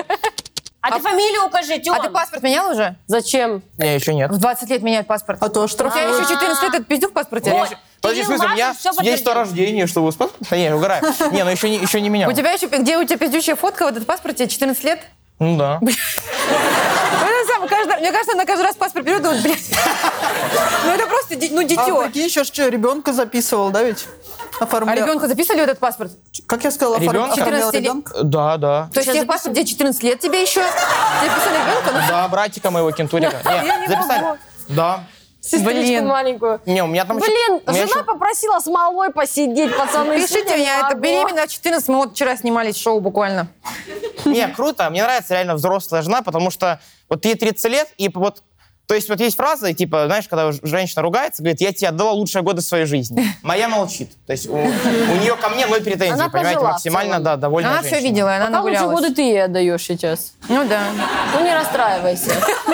[SPEAKER 3] А ты фамилию укажи, Тём.
[SPEAKER 2] А ты паспорт менял уже?
[SPEAKER 1] Зачем?
[SPEAKER 5] Не, еще нет.
[SPEAKER 2] В 20 лет меняют паспорт.
[SPEAKER 4] А то
[SPEAKER 2] У тебя
[SPEAKER 4] штрафуют.
[SPEAKER 2] еще 14 лет, это пиздюк в паспорте?
[SPEAKER 3] Вот.
[SPEAKER 5] Подожди, в
[SPEAKER 3] Кирилл
[SPEAKER 5] смысле, у меня
[SPEAKER 3] Мазур всё
[SPEAKER 5] есть то
[SPEAKER 3] подтвердил.
[SPEAKER 5] рождение, что вы спас? Да не, угораю. Не, ну еще не менял.
[SPEAKER 2] У тебя еще, где у тебя пиздючая фотка, вот этот паспорт, тебе 14 лет?
[SPEAKER 5] Ну да.
[SPEAKER 2] Мне кажется, она каждый раз паспорт берет, думает, блядь. Ну это просто,
[SPEAKER 4] А
[SPEAKER 2] дитё.
[SPEAKER 4] прикинь, еще что, ребенка записывал, да ведь?
[SPEAKER 2] А
[SPEAKER 4] Оформлял.
[SPEAKER 2] ребенка записывали в этот паспорт?
[SPEAKER 4] Как я сказала,
[SPEAKER 5] Ребенка?
[SPEAKER 4] оформлял
[SPEAKER 2] 14 лет.
[SPEAKER 4] ребенка?
[SPEAKER 5] Да.
[SPEAKER 2] То есть тебе паспорт, где 14 лет тебе еще? Тебе писали ребенка? Ну,
[SPEAKER 5] Да, братика моего кентурика.
[SPEAKER 2] Я не
[SPEAKER 5] записали?
[SPEAKER 2] могу.
[SPEAKER 5] Да.
[SPEAKER 1] Сестричку
[SPEAKER 2] Блин.
[SPEAKER 1] маленькую.
[SPEAKER 5] Не, у меня там
[SPEAKER 1] Блин,
[SPEAKER 5] у меня
[SPEAKER 1] жена
[SPEAKER 5] еще-
[SPEAKER 1] попросила с малой посидеть, пацаны.
[SPEAKER 2] Пишите
[SPEAKER 1] сидели,
[SPEAKER 2] меня, это
[SPEAKER 1] ого.
[SPEAKER 2] беременна в 14, мы вот вчера снимались шоу буквально.
[SPEAKER 5] Не, круто. Мне нравится реально взрослая жена, потому что вот ей 30 лет, и вот, то есть вот есть фраза, типа, знаешь, когда женщина ругается, говорит, я тебе отдала лучшие годы своей жизни. Моя молчит. То есть у нее ко мне ноль претензий,
[SPEAKER 1] Она
[SPEAKER 5] понимаете,
[SPEAKER 1] пожила в
[SPEAKER 5] максимально,
[SPEAKER 1] целом.
[SPEAKER 5] да, довольная
[SPEAKER 2] Она
[SPEAKER 5] женщина.
[SPEAKER 2] все видела, она
[SPEAKER 1] Пока лучше
[SPEAKER 2] нагулялась.
[SPEAKER 1] годы ты ей отдаешь сейчас.
[SPEAKER 2] Ну да.
[SPEAKER 1] Ну не расстраивайся.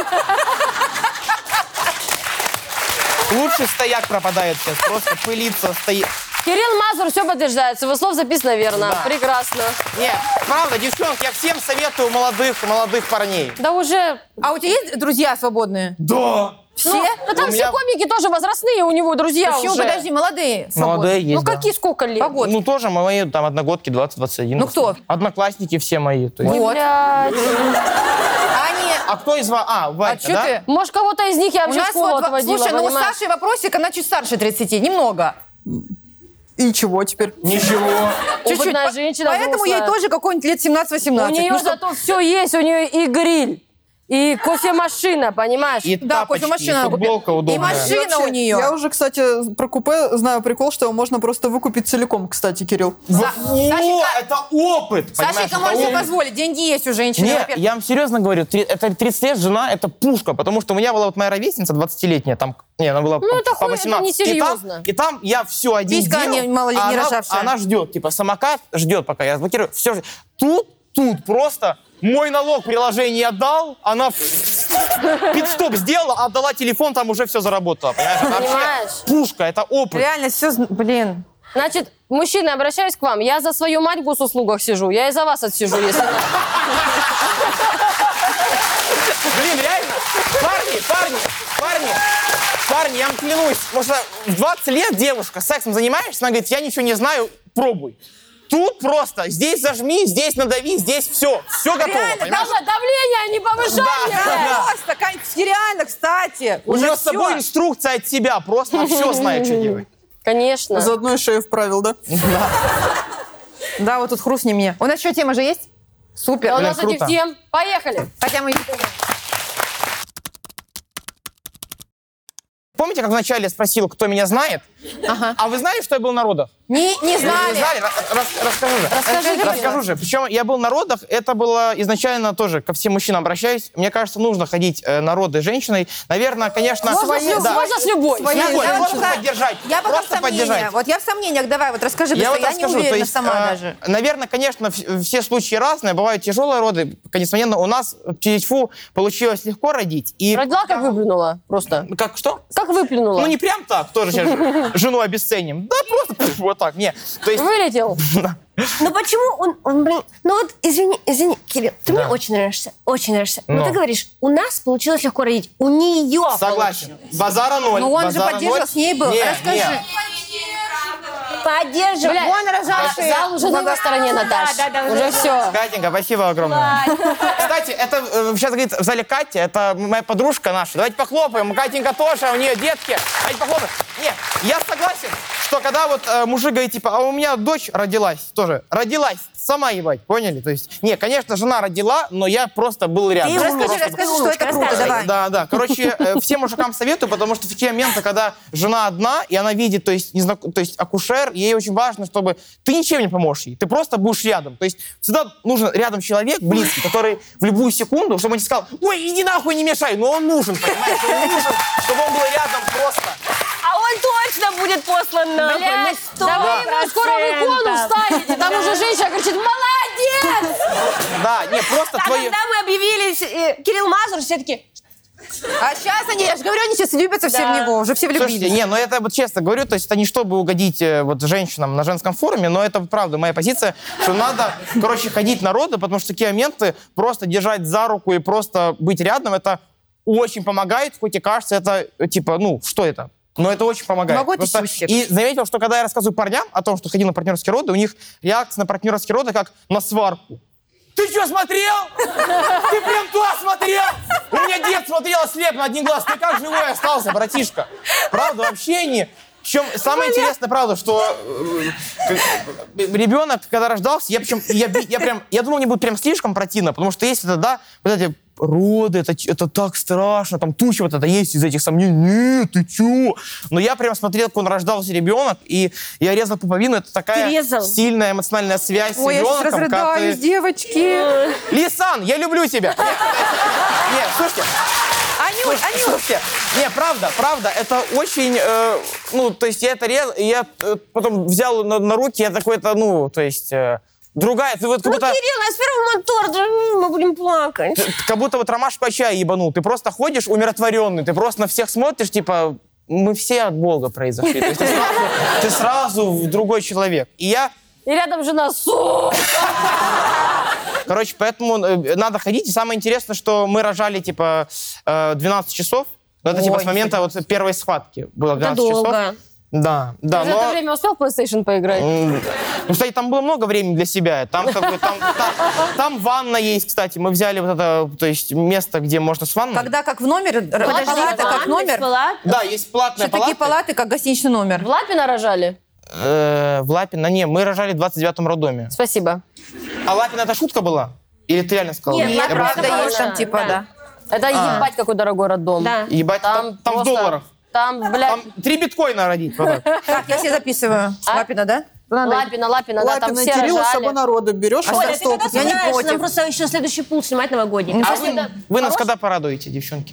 [SPEAKER 5] Лучший стояк пропадает сейчас, просто пылится, стоит.
[SPEAKER 1] Кирилл Мазур все подтверждает. С его слов записано верно.
[SPEAKER 5] Да.
[SPEAKER 1] Прекрасно.
[SPEAKER 5] Не, правда, девчонки, я всем советую молодых парней.
[SPEAKER 1] Да уже...
[SPEAKER 2] А у тебя есть друзья свободные?
[SPEAKER 5] Да.
[SPEAKER 2] Все?
[SPEAKER 1] Ну там
[SPEAKER 5] У
[SPEAKER 1] все
[SPEAKER 5] меня-
[SPEAKER 1] комики тоже возрастные, у него друзья
[SPEAKER 2] Почему?
[SPEAKER 1] уже.
[SPEAKER 2] Подожди, молодые. свободные.
[SPEAKER 5] Молодые есть,
[SPEAKER 1] Ну
[SPEAKER 5] да.
[SPEAKER 1] какие, сколько лет?
[SPEAKER 2] Погодь.
[SPEAKER 5] Ну, тоже мои там одногодки, 20-21.
[SPEAKER 2] Ну, кто?
[SPEAKER 5] Одноклассники все мои. То есть.
[SPEAKER 2] Вот.
[SPEAKER 1] Блядь.
[SPEAKER 2] Они...
[SPEAKER 5] А кто из вас? А,
[SPEAKER 2] А
[SPEAKER 5] Ванька,
[SPEAKER 2] что
[SPEAKER 5] да?
[SPEAKER 2] ты?
[SPEAKER 1] Может, кого-то из них я
[SPEAKER 2] У
[SPEAKER 1] вообще в
[SPEAKER 2] нас
[SPEAKER 1] школу
[SPEAKER 2] вот...
[SPEAKER 1] отводила,
[SPEAKER 2] Слушай, ну у
[SPEAKER 1] понимаешь?
[SPEAKER 2] Саши вопросик, она чуть старше 30, немного.
[SPEAKER 4] И чего теперь?
[SPEAKER 5] Ничего.
[SPEAKER 1] Опытная женщина
[SPEAKER 2] Поэтому ей
[SPEAKER 1] взрослая.
[SPEAKER 2] тоже какой-нибудь лет 17-18.
[SPEAKER 1] У нее
[SPEAKER 2] Ну, что-
[SPEAKER 1] зато все есть, у нее и гриль, и кофемашина, понимаешь?
[SPEAKER 5] И
[SPEAKER 2] Да,
[SPEAKER 5] тапочки,
[SPEAKER 2] кофемашина
[SPEAKER 5] и
[SPEAKER 2] надо купить.
[SPEAKER 5] футболка
[SPEAKER 2] И
[SPEAKER 5] удобная.
[SPEAKER 2] машина.
[SPEAKER 4] Вообще,
[SPEAKER 2] у нее.
[SPEAKER 4] Я уже, кстати, про купе знаю прикол, что его можно просто выкупить целиком, кстати, Кирилл.
[SPEAKER 5] О, это опыт, понимаешь?
[SPEAKER 2] Сашенька
[SPEAKER 5] это
[SPEAKER 2] может себе
[SPEAKER 5] опыт.
[SPEAKER 2] позволить, деньги есть у женщины.
[SPEAKER 5] Нет,
[SPEAKER 2] во-первых.
[SPEAKER 5] я вам серьезно говорю, это 30 лет жена, это пушка, потому что у меня была вот моя ровесница 20-летняя, там, не, она была
[SPEAKER 1] Ну, это
[SPEAKER 5] по
[SPEAKER 1] хуй, это
[SPEAKER 5] 18.
[SPEAKER 1] несерьезно.
[SPEAKER 5] И там я все один
[SPEAKER 2] Писька
[SPEAKER 5] делал,
[SPEAKER 2] не малолетняя
[SPEAKER 5] а она-
[SPEAKER 2] рожавшая.
[SPEAKER 5] Она ждет, типа, самокат ждет, пока я разблокирую. Все, тут просто мой налог приложение отдал, она пит-стоп сделала, отдала телефон, там уже все заработало, понимаешь? Это вообще
[SPEAKER 1] Понимаешь?
[SPEAKER 5] пушка, это опыт.
[SPEAKER 2] Реально все, блин.
[SPEAKER 1] Значит, мужчины, обращаюсь к вам. Я за свою мать в госуслугах сижу, я и за вас отсижу, если надо.
[SPEAKER 5] Блин, реально, парни, я вам клянусь, потому что в 20 лет девушка сексом занимаешься, она говорит, я ничего не знаю, пробуй. Тут просто, здесь зажми, здесь надави, здесь все готово,
[SPEAKER 2] Реально,
[SPEAKER 5] понимаешь?
[SPEAKER 1] Даже давление не повышай!
[SPEAKER 5] Да.
[SPEAKER 2] Просто, реально, кстати.
[SPEAKER 5] У
[SPEAKER 2] уже
[SPEAKER 5] нее с
[SPEAKER 2] всё.
[SPEAKER 5] собой инструкция от тебя, просто она все знает, что делать.
[SPEAKER 1] Конечно.
[SPEAKER 4] Заодно и шею вправил, да?
[SPEAKER 2] Да, вот тут хрустни мне. У нас еще тема же есть? Супер.
[SPEAKER 1] Да у нас
[SPEAKER 5] круто.
[SPEAKER 1] этих тем. Поехали.
[SPEAKER 2] Хотя мы...
[SPEAKER 5] Помните, как вначале я спросил, кто меня знает?
[SPEAKER 2] Ага.
[SPEAKER 5] А вы знали, что я был на родах?
[SPEAKER 2] Не
[SPEAKER 5] Не
[SPEAKER 2] знали.
[SPEAKER 5] знали? Расскажу же. Расскажу же. Причем я был на родах, это было изначально тоже, ко всем мужчинам обращаюсь. Мне кажется, нужно ходить на роды с женщиной. Наверное, конечно...
[SPEAKER 1] Можно с любой.
[SPEAKER 5] Любой,
[SPEAKER 2] Я
[SPEAKER 5] просто
[SPEAKER 2] вот
[SPEAKER 5] поддержать.
[SPEAKER 2] Я пока в
[SPEAKER 5] Просто
[SPEAKER 2] сомнениях.
[SPEAKER 5] поддержать.
[SPEAKER 2] Вот я в сомнениях. Давай, вот расскажи,
[SPEAKER 5] Я
[SPEAKER 2] потому
[SPEAKER 5] вот
[SPEAKER 2] что я не
[SPEAKER 5] расскажу.
[SPEAKER 2] уверена
[SPEAKER 5] То есть,
[SPEAKER 2] сама даже.
[SPEAKER 5] наверное, конечно, все случаи разные. Бывают тяжелые роды. Несомненно, у нас, тьфу, получилось легко родить. И
[SPEAKER 1] Родила, как выплюнула просто.
[SPEAKER 5] как что?
[SPEAKER 1] Как выплюнула?
[SPEAKER 5] Ну, не прям так, тоже сейчас жену обесценим. Да, просто вот так, не. То есть,
[SPEAKER 1] Вылетел.
[SPEAKER 3] Ну почему он, блин, ну вот извини, Кирилл, ты мне очень нравишься. Но
[SPEAKER 5] Но.
[SPEAKER 3] ты говоришь, у нас получилось легко родить, у нее
[SPEAKER 5] согласен. Базара ноль.
[SPEAKER 2] Ну, он же
[SPEAKER 5] базара
[SPEAKER 2] поддерживал,
[SPEAKER 5] ноль.
[SPEAKER 2] с ней был.
[SPEAKER 5] Не,
[SPEAKER 2] Расскажи.
[SPEAKER 5] не.
[SPEAKER 3] поддерживай.
[SPEAKER 1] Блядь,
[SPEAKER 2] Вон рожавший.
[SPEAKER 1] зал уже на его стороне, Наташ.
[SPEAKER 3] Да,
[SPEAKER 1] Уже все.
[SPEAKER 5] Катенька, спасибо огромное. Кстати, это сейчас говорит в зале Катя, это моя подружка наша. Давайте похлопаем. Катенька тоже, у нее детки. Давайте похлопаем. Не, я согласен, что когда вот мужик говорит, типа, а у меня дочь родилась тоже. Родилась. Сама ебать, поняли? То есть, не, конечно, жена родила, но я просто был рядом.
[SPEAKER 2] Расскажи, что это круто, давай.
[SPEAKER 5] Да. Короче, всем мужикам советую, потому что в такие моменты, когда жена одна, и она видит, то есть акушер, ей очень важно, чтобы ты ничем не поможешь ей, ты просто будешь рядом. То есть всегда нужен рядом человек близкий, который в любую секунду, чтобы он не сказал, ой, иди нахуй, не мешай, но он нужен, понимаешь? Он нужен, чтобы он был рядом просто.
[SPEAKER 3] А он точно будет послан нахуй.
[SPEAKER 1] Блядь,
[SPEAKER 3] Ну,
[SPEAKER 1] да вы его скоро в икону
[SPEAKER 3] 100%.
[SPEAKER 1] ставите. Там уже женщина кричит, молодец!
[SPEAKER 5] Да, не, просто
[SPEAKER 3] А
[SPEAKER 5] твои...
[SPEAKER 3] когда мы объявились, Кирилл Мазур, все таки
[SPEAKER 2] А сейчас они, я же говорю, они сейчас влюбятся все в него, уже все влюбились.
[SPEAKER 5] Слушайте, не, ну это вот честно говорю, то есть это не чтобы угодить вот женщинам на женском форуме, но это правда моя позиция, что надо, короче, ходить на роды, потому что такие моменты просто держать за руку и просто быть рядом, это очень помогает, хоть и кажется, это типа, ну, что это? Но это очень помогает.
[SPEAKER 2] Могу это
[SPEAKER 5] Просто-
[SPEAKER 2] сюсик?
[SPEAKER 5] И заметил, что когда я рассказываю парням о том, что ходил на партнерские роды, у них реакция на партнерские роды как на сварку. Ты что, смотрел? Ты прям туда смотрел? У меня дед смотрел ослеп на один глаз. Ты как живой остался, братишка? Правда, вообще не... Причем самое интересное, правда, что ребенок, когда рождался, я думал, мне будет прям слишком противно, потому что есть это, да, вот эти роды, это так страшно, там туча вот это есть из этих сомнений. Нет, ты чё? Но я прям смотрел, как он рождался ребенок, и я резал пуповину. Это такая сильная эмоциональная связь с
[SPEAKER 2] Ой, я сейчас
[SPEAKER 5] ребенком.
[SPEAKER 2] разрыдаюсь, девочки.
[SPEAKER 5] Лисан, я люблю тебя. Нет, слушайте.
[SPEAKER 2] Анют.
[SPEAKER 5] Слушайте, не, правда, это очень, ну, то есть я это резал, и я потом взял на руки, я такой, это, ну, то есть, другая, ты вот как будто...
[SPEAKER 3] Кирилл, а с первого мотора мы будем плакать.
[SPEAKER 5] Как будто вот ромашку от чая ебанул, ты просто ходишь умиротворенный, ты просто на всех смотришь, типа, мы все от Бога произошли, то есть ты сразу другой человек. И
[SPEAKER 1] рядом жена,
[SPEAKER 5] короче, поэтому надо ходить. И самое интересное, что мы рожали, типа, 12 часов. Но это, типа, с момента вот первой схватки было 12 часов.
[SPEAKER 3] долго.
[SPEAKER 5] Да,
[SPEAKER 1] Ты за это время успел в PlayStation поиграть?
[SPEAKER 5] Ну, кстати, там было много времени для себя. Там, как бы, там ванна есть, кстати. Мы взяли вот это, то есть, место, где можно с ванной.
[SPEAKER 2] Когда как в номер, палата как номер.
[SPEAKER 5] Да, есть платная
[SPEAKER 2] Что такие палаты, как гостиничный номер.
[SPEAKER 1] В Лапино рожали?
[SPEAKER 5] В Лапино, не, мы рожали в 29-м роддоме.
[SPEAKER 1] Спасибо.
[SPEAKER 5] А Лапино это шутка была? Или ты реально сказала?
[SPEAKER 3] Нет,
[SPEAKER 2] Нет,
[SPEAKER 3] Я
[SPEAKER 2] правда
[SPEAKER 3] просто
[SPEAKER 2] есть там,
[SPEAKER 3] да.
[SPEAKER 2] типа,
[SPEAKER 3] Да.
[SPEAKER 2] да.
[SPEAKER 1] Это ебать какой дорогой роддом.
[SPEAKER 3] Да.
[SPEAKER 5] Ебать, там в
[SPEAKER 1] просто-
[SPEAKER 5] долларах.
[SPEAKER 1] Там, блядь,
[SPEAKER 5] Там 3 биткоина родить. вот так.
[SPEAKER 2] Так, я себе записываю. Лапина, да?
[SPEAKER 1] Лапино, да, там
[SPEAKER 4] Лапина и
[SPEAKER 1] все
[SPEAKER 4] Кирилла с
[SPEAKER 1] рожали.
[SPEAKER 4] собой народа берешь.
[SPEAKER 2] Оля,
[SPEAKER 4] а
[SPEAKER 3] Оля, ты когда
[SPEAKER 2] Я не
[SPEAKER 3] собираешься?
[SPEAKER 2] против.
[SPEAKER 3] Нам просто еще следующий пул снимать новогодний.
[SPEAKER 5] А вы нас когда порадуете, девчонки?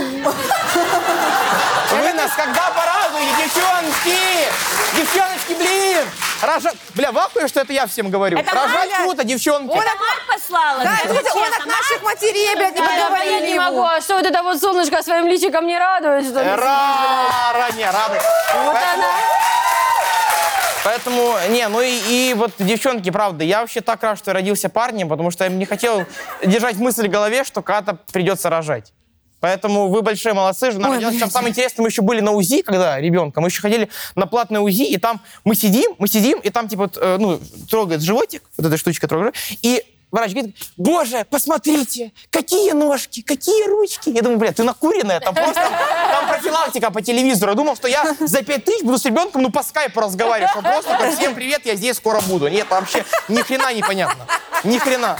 [SPEAKER 5] Вы нас когда порадуете, девчонки? Девчоночки, блин! Бля, в ахуе, что это я всем говорю.
[SPEAKER 3] Это
[SPEAKER 5] Рожать
[SPEAKER 2] Оля.
[SPEAKER 5] круто, девчонки.
[SPEAKER 3] Это мать послала.
[SPEAKER 2] Да,
[SPEAKER 3] скажи
[SPEAKER 2] это он
[SPEAKER 3] честно,
[SPEAKER 2] от наших матерей, блядь, не
[SPEAKER 1] Я понять
[SPEAKER 2] поговорили
[SPEAKER 1] не могу,
[SPEAKER 2] ему.
[SPEAKER 1] а что вот это вот солнышко своим личиком не радует, что ли?
[SPEAKER 5] Не, рады.
[SPEAKER 1] Вот она.
[SPEAKER 5] Поэтому, не, ну и вот, девчонки, правда, я вообще так рад, что я родился парнем, потому что я не хотел держать мысль в голове, что когда-то придется рожать. Поэтому вы большие молодцы, жена родилась. Там самое интересное, мы еще были на УЗИ, когда ребенка, мы еще ходили на платное УЗИ, и там мы сидим, и там типа, ну, трогает животик, вот эта штучка трогает, и врач говорит: боже, посмотрите, какие ножки, какие ручки. Я думаю, блядь, ты накуренная, там просто там профилактика по телевизору. Я думал, что я за 5000 буду с ребенком, ну, по скайпу разговаривать, что просто как: всем привет, я здесь скоро буду. Нет, вообще ни хрена непонятно. Ни хрена.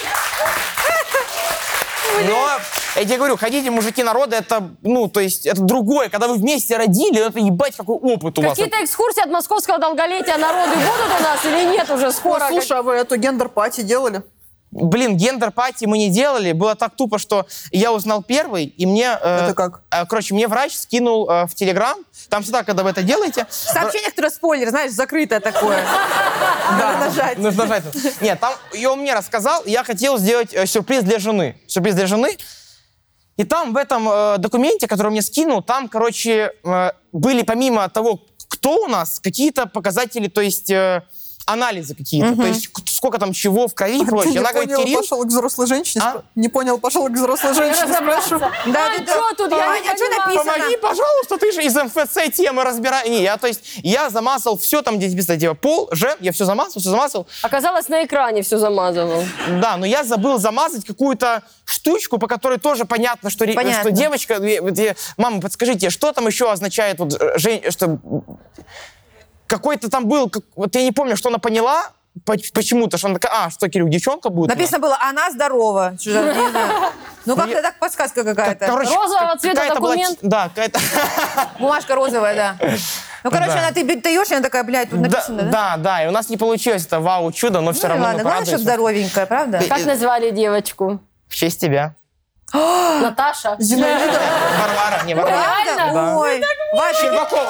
[SPEAKER 5] Но, я тебе говорю, ходите, мужики народа, это, ну, то есть, это другое. Когда вы вместе родили, это ебать, какой опыт у вас.
[SPEAKER 1] Какие-то экскурсии от московского долголетия народы будут у нас или нет уже скоро?
[SPEAKER 4] Слушай, а вы эту гендер-пати делали?
[SPEAKER 5] Блин, гендер-пати мы не делали. Было так тупо, что я узнал первый, и мне...
[SPEAKER 4] Это как?
[SPEAKER 5] Короче, мне врач скинул в Телеграм. Там всегда, когда вы это делаете...
[SPEAKER 2] Сообщение, которое спойлер, знаешь, закрытое такое. Надо нажать.
[SPEAKER 5] Нужно нажать. Нет, там, и он мне рассказал, я хотел сделать сюрприз для жены. Сюрприз для жены. И там в этом документе, который он мне скинул, там, короче, были помимо того, кто у нас, какие-то показатели, то есть... анализы какие-то, то есть сколько там чего в крови и прочее. Она говорит: Кирилл...
[SPEAKER 4] пошел к взрослой женщине?
[SPEAKER 5] А?
[SPEAKER 4] Не понял, пошел к взрослой женщине, спрашиваю.
[SPEAKER 2] Да,
[SPEAKER 1] А что тут? Я не
[SPEAKER 2] что
[SPEAKER 1] понимаю.
[SPEAKER 2] написано?
[SPEAKER 5] Помоги, пожалуйста, ты же из МФЦ темы разбираешь. Не, я, то есть, я замазал все там, где написано, типа, пол, жен, я все замазал.
[SPEAKER 1] Оказалось, на экране все замазывал.
[SPEAKER 5] Да, но я забыл замазать какую-то штучку, по которой тоже понятно, что,
[SPEAKER 2] Понятно.
[SPEAKER 5] что девочка... Мама, подскажите, что там еще означает, вот, что... Какой-то там был, вот я не помню, что она поняла, почему-то, что она такая: что, Кирилл, девчонка будет?
[SPEAKER 2] Написано было: она здорова. Что-то, не знаю. Ну, как-то так подсказка какая-то.
[SPEAKER 5] Короче,
[SPEAKER 1] Розового цвета
[SPEAKER 5] какая-то была
[SPEAKER 1] документ.
[SPEAKER 5] да, какая-то...
[SPEAKER 2] Бумажка розовая, да. Ну, короче,
[SPEAKER 5] Да.
[SPEAKER 2] она, ты даешь, и она такая: блядь, тут написано, да?
[SPEAKER 5] Да, и у нас не получилось это вау-чудо, но все
[SPEAKER 2] Ну, и
[SPEAKER 5] равно
[SPEAKER 2] ладно,
[SPEAKER 5] мы
[SPEAKER 2] главное, чтобы
[SPEAKER 5] порадуемся.
[SPEAKER 2] здоровенькая, правда?
[SPEAKER 1] Как назвали девочку?
[SPEAKER 5] В честь тебя.
[SPEAKER 1] Наташа?
[SPEAKER 4] Зинаида.
[SPEAKER 5] Варвара, не Варвара.
[SPEAKER 2] Правда?
[SPEAKER 5] Да.
[SPEAKER 2] Ой. Варя
[SPEAKER 5] Щербакова.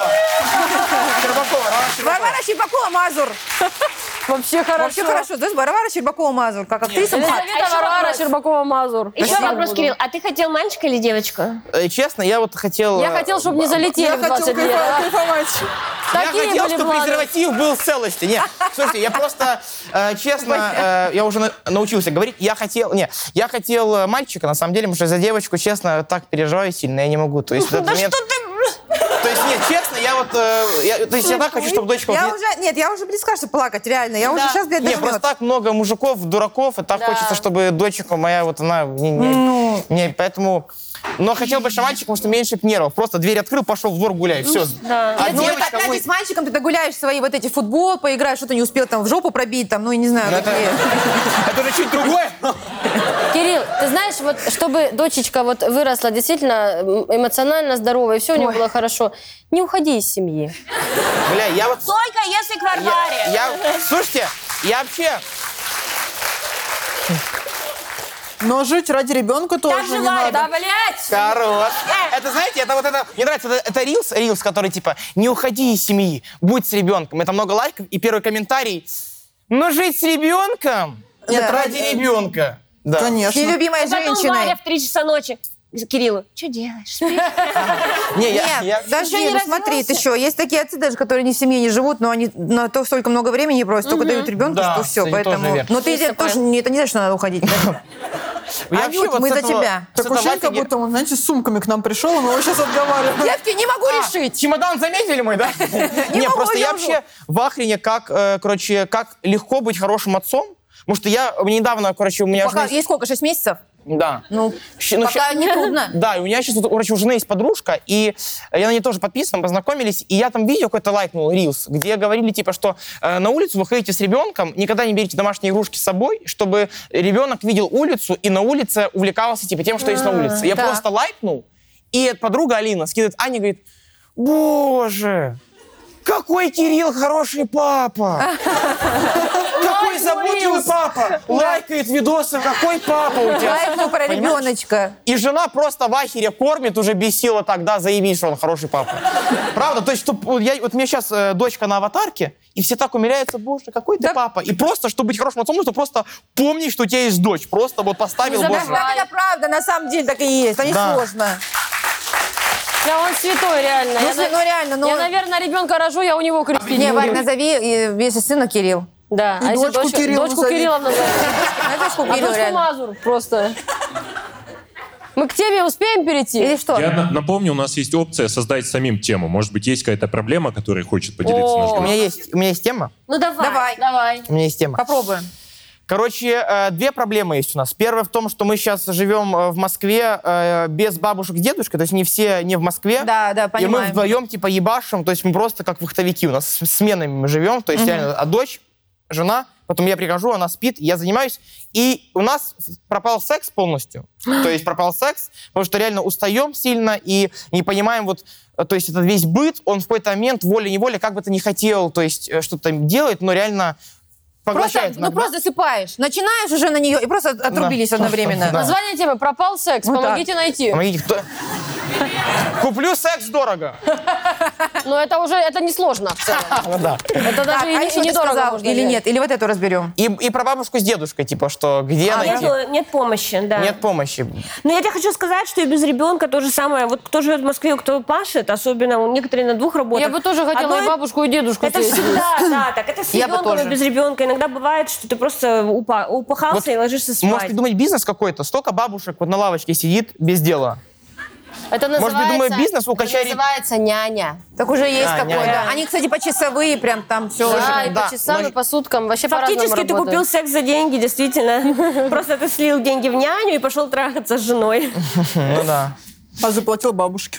[SPEAKER 2] Варвара Щербакова-Мазур.
[SPEAKER 1] Вообще хорошо.
[SPEAKER 2] Вообще хорошо. То есть Варвара Щербакова-Мазур, как актриса.
[SPEAKER 1] Елизавета Варвара Щербакова-Мазур.
[SPEAKER 3] Еще
[SPEAKER 1] Спасибо
[SPEAKER 3] вопрос,
[SPEAKER 1] буду.
[SPEAKER 3] Кирилл. А ты хотел мальчика или девочку?
[SPEAKER 5] Честно, я вот хотел...
[SPEAKER 1] Я хотел, чтобы не залетели
[SPEAKER 4] Я
[SPEAKER 1] в
[SPEAKER 4] хотел
[SPEAKER 1] 20 лет. а?
[SPEAKER 4] кайфовать.
[SPEAKER 5] Я
[SPEAKER 1] Такие
[SPEAKER 5] хотел,
[SPEAKER 1] были
[SPEAKER 5] чтобы
[SPEAKER 1] планы.
[SPEAKER 5] презерватив был в целости. Нет, слушайте, я просто, честно, я уже научился говорить, я хотел мальчика, на самом деле, потому что за девочку, честно, так переживаю сильно, я не могу. То есть, в этот момент... То есть, нет, честно, я вот... то есть, я так хочу, чтобы дочка...
[SPEAKER 2] Я уже близка, чтобы плакать, реально. Я уже сейчас, блядь,
[SPEAKER 5] Нет, просто
[SPEAKER 2] дожмёт.
[SPEAKER 5] так много мужиков, дураков, и так
[SPEAKER 1] Да.
[SPEAKER 5] хочется, чтобы дочка моя, вот она... поэтому... Но хотел больше мальчика, потому что меньше нервов. Просто дверь открыл, пошел в двор гулять, все.
[SPEAKER 3] Да.
[SPEAKER 5] А
[SPEAKER 2] Ну, это
[SPEAKER 5] девочка...
[SPEAKER 2] опять
[SPEAKER 5] ой,
[SPEAKER 2] же с мальчиком ты гуляешь свои вот эти футбол, поиграешь, что-то не успел там в жопу пробить, там, ну, я не знаю,
[SPEAKER 5] это
[SPEAKER 2] какие.
[SPEAKER 5] это уже чуть другое.
[SPEAKER 1] Кирилл, ты знаешь, вот чтобы дочечка вот выросла действительно эмоционально здоровой, и все у нее было хорошо, не уходи из семьи.
[SPEAKER 5] Бля, я вот...
[SPEAKER 3] Только если к Варваре.
[SPEAKER 5] Слушайте, я вообще...
[SPEAKER 4] Но жить ради ребенка тоже
[SPEAKER 3] Так же,
[SPEAKER 4] не
[SPEAKER 3] Варя,
[SPEAKER 4] надо.
[SPEAKER 3] да, блядь.
[SPEAKER 5] Хорош. Это, знаете, это вот это... Мне нравится, это рилс, который типа «Не уходи из семьи, будь с ребенком». Это много лайков, и первый комментарий «Но жить с ребенком? Нет,
[SPEAKER 2] Да.
[SPEAKER 5] ради ребенка». Да.
[SPEAKER 4] Конечно.
[SPEAKER 2] Нелюбимой
[SPEAKER 3] Потом
[SPEAKER 2] женщиной.
[SPEAKER 3] Варя в 3 часа ночи. Кириллу, что делаешь? Спишь?
[SPEAKER 5] Не,
[SPEAKER 2] Нет,
[SPEAKER 5] я...
[SPEAKER 2] подожди,
[SPEAKER 3] Еще не
[SPEAKER 2] ну смотри,
[SPEAKER 3] развелся?
[SPEAKER 2] ты что, есть такие отцы даже, которые не в семье не живут, но они на то столько много времени просят, только дают ребенку,
[SPEAKER 5] Да,
[SPEAKER 2] что все,
[SPEAKER 5] кстати, тоже
[SPEAKER 2] поэтому...
[SPEAKER 5] верно.
[SPEAKER 2] Но ты
[SPEAKER 1] Есть
[SPEAKER 2] тоже,
[SPEAKER 1] такое.
[SPEAKER 2] это не значит, что надо уходить.
[SPEAKER 5] Я
[SPEAKER 2] Анют,
[SPEAKER 5] вообще
[SPEAKER 2] мы
[SPEAKER 5] с
[SPEAKER 2] за
[SPEAKER 5] этого-
[SPEAKER 2] тебя.
[SPEAKER 5] с этого
[SPEAKER 4] Такой Женька,
[SPEAKER 5] офигел.
[SPEAKER 4] будто он, знаете, с сумками к нам пришел, и мы его сейчас отговариваем.
[SPEAKER 2] Девки, не могу решить.
[SPEAKER 5] Чемодан заметили мой, да? Не,
[SPEAKER 2] могу,
[SPEAKER 5] просто
[SPEAKER 2] я
[SPEAKER 5] я вообще в ахрене, как легко быть хорошим отцом. Потому что недавно, у меня
[SPEAKER 2] Пока,
[SPEAKER 5] жена...
[SPEAKER 2] ей сколько, 6 месяцев?
[SPEAKER 5] Да.
[SPEAKER 2] Ну,
[SPEAKER 5] Ну,
[SPEAKER 2] пока не трудно.
[SPEAKER 5] Да, и у меня сейчас, у жены есть подружка, и я на ней тоже подписан, познакомились, и я там видео какое-то лайкнул, рилс, где говорили, типа, что на улицу вы ходите с ребенком, никогда не берите домашние игрушки с собой, чтобы ребенок видел улицу и на улице увлекался, типа, тем, что есть на улице. Я
[SPEAKER 2] да.
[SPEAKER 5] просто лайкнул, и подруга Алина скидывает Аня, говорит, боже, какой Кирилл хороший папа! Какой заботливый папа! Лайкает видосы, какой папа у тебя!
[SPEAKER 2] Лайкну про
[SPEAKER 5] Понимаешь?
[SPEAKER 2] ребеночка.
[SPEAKER 5] И жена просто в ахере кормит, уже без силы тогда заявить, что он хороший папа. Правда? То есть, вот у меня сейчас дочка на аватарке, и все так умиляются, боже, какой ты папа. И просто, чтобы быть хорошим отцом, нужно просто помнить, что у тебя есть дочь. Просто вот поставил,
[SPEAKER 1] Не
[SPEAKER 5] боже.
[SPEAKER 1] забывай.
[SPEAKER 2] Так это правда, на самом деле так и есть, а не
[SPEAKER 5] Да.
[SPEAKER 2] сложно.
[SPEAKER 1] Да, он святой, реально.
[SPEAKER 2] Ну, реально, ну...
[SPEAKER 1] Я, наверное, ребенка рожу, я у него крестить
[SPEAKER 2] Не,
[SPEAKER 1] буду.
[SPEAKER 2] Варь, назови, если сына Кирилл.
[SPEAKER 1] Да,
[SPEAKER 4] И
[SPEAKER 1] а если
[SPEAKER 4] дочку Кирилла
[SPEAKER 1] дочку
[SPEAKER 4] назови.
[SPEAKER 1] Кирилла назови.
[SPEAKER 2] На дочку
[SPEAKER 1] А
[SPEAKER 2] Кирилл,
[SPEAKER 1] дочку
[SPEAKER 2] реально.
[SPEAKER 1] Мазур просто. Мы к тебе успеем перейти?
[SPEAKER 2] Или что?
[SPEAKER 6] Я напомню, у нас есть опция создать самим тему. Может быть, есть какая-то проблема, которой хочет поделиться наш
[SPEAKER 1] О,
[SPEAKER 5] У
[SPEAKER 6] гость?
[SPEAKER 5] меня есть тема.
[SPEAKER 3] Ну давай.
[SPEAKER 1] Давай.
[SPEAKER 5] У меня есть тема.
[SPEAKER 2] Попробуем.
[SPEAKER 5] Короче, две проблемы есть у нас. Первая в том, что мы сейчас живем в Москве без бабушек с дедушкой, то есть не все не в Москве.
[SPEAKER 2] Да,
[SPEAKER 5] И мы
[SPEAKER 2] понимаем.
[SPEAKER 5] вдвоем типа ебашим, то есть мы просто как вахтовики, у нас с сменами мы живем, то есть реально, а дочь, жена, потом я прихожу, она спит, я занимаюсь, и у нас пропал секс полностью. То есть пропал секс, потому что реально устаем сильно и не понимаем вот, то есть этот весь быт, он в какой-то момент волей-неволей как бы ты не хотел, то есть что-то делать, но реально поглощает.
[SPEAKER 2] Просто, просто засыпаешь. Начинаешь уже на нее и просто отрубились
[SPEAKER 5] Да.
[SPEAKER 2] одновременно.
[SPEAKER 5] Да.
[SPEAKER 1] Название темы «Пропал секс».
[SPEAKER 2] Вот
[SPEAKER 1] Помогите найти.
[SPEAKER 5] Помогите, кто... Куплю секс дорого.
[SPEAKER 1] Но это уже это несложно в целом.
[SPEAKER 5] Ну да.
[SPEAKER 1] Это
[SPEAKER 2] Так,
[SPEAKER 1] даже
[SPEAKER 2] а
[SPEAKER 1] и
[SPEAKER 2] еще ты
[SPEAKER 1] недорого
[SPEAKER 2] сказал,
[SPEAKER 1] можно
[SPEAKER 2] или
[SPEAKER 1] взять.
[SPEAKER 2] нет? Или вот эту разберем?
[SPEAKER 5] И про бабушку с дедушкой, типа, что где найти?
[SPEAKER 3] Нет помощи, да.
[SPEAKER 5] Нет помощи.
[SPEAKER 3] Но я тебе хочу сказать, что и без ребенка то же самое. Вот кто живет в Москве, кто пашет, особенно некоторые на 2 работах.
[SPEAKER 1] Я бы тоже хотела
[SPEAKER 3] Одно
[SPEAKER 1] и бабушку, и дедушку
[SPEAKER 3] Это
[SPEAKER 1] съесть.
[SPEAKER 3] всегда, да, так. Это с
[SPEAKER 2] Я бы
[SPEAKER 3] ребенком и
[SPEAKER 2] тоже.
[SPEAKER 3] без ребенка. Иногда бывает, что ты просто упахался
[SPEAKER 5] Вот
[SPEAKER 3] и ложишься спать.
[SPEAKER 5] Может придумать бизнес какой-то? Столько бабушек вот на лавочке сидит без дела.
[SPEAKER 1] Это
[SPEAKER 5] Может,
[SPEAKER 1] называется...
[SPEAKER 5] придумаю бизнес, укачай
[SPEAKER 1] это называется няня.
[SPEAKER 2] Так уже есть
[SPEAKER 5] А,
[SPEAKER 2] такое,
[SPEAKER 5] няня.
[SPEAKER 2] да. Они, кстати, почасовые, прям там все.
[SPEAKER 1] Да, и
[SPEAKER 5] да,
[SPEAKER 1] по часам,
[SPEAKER 5] но-
[SPEAKER 1] и по суткам. Вообще по-разному
[SPEAKER 3] Фактически ты
[SPEAKER 1] работает.
[SPEAKER 3] купил секс за деньги, действительно. Просто ты слил деньги в няню и пошел трахаться с женой.
[SPEAKER 5] Ну да.
[SPEAKER 4] А заплатил бабушке.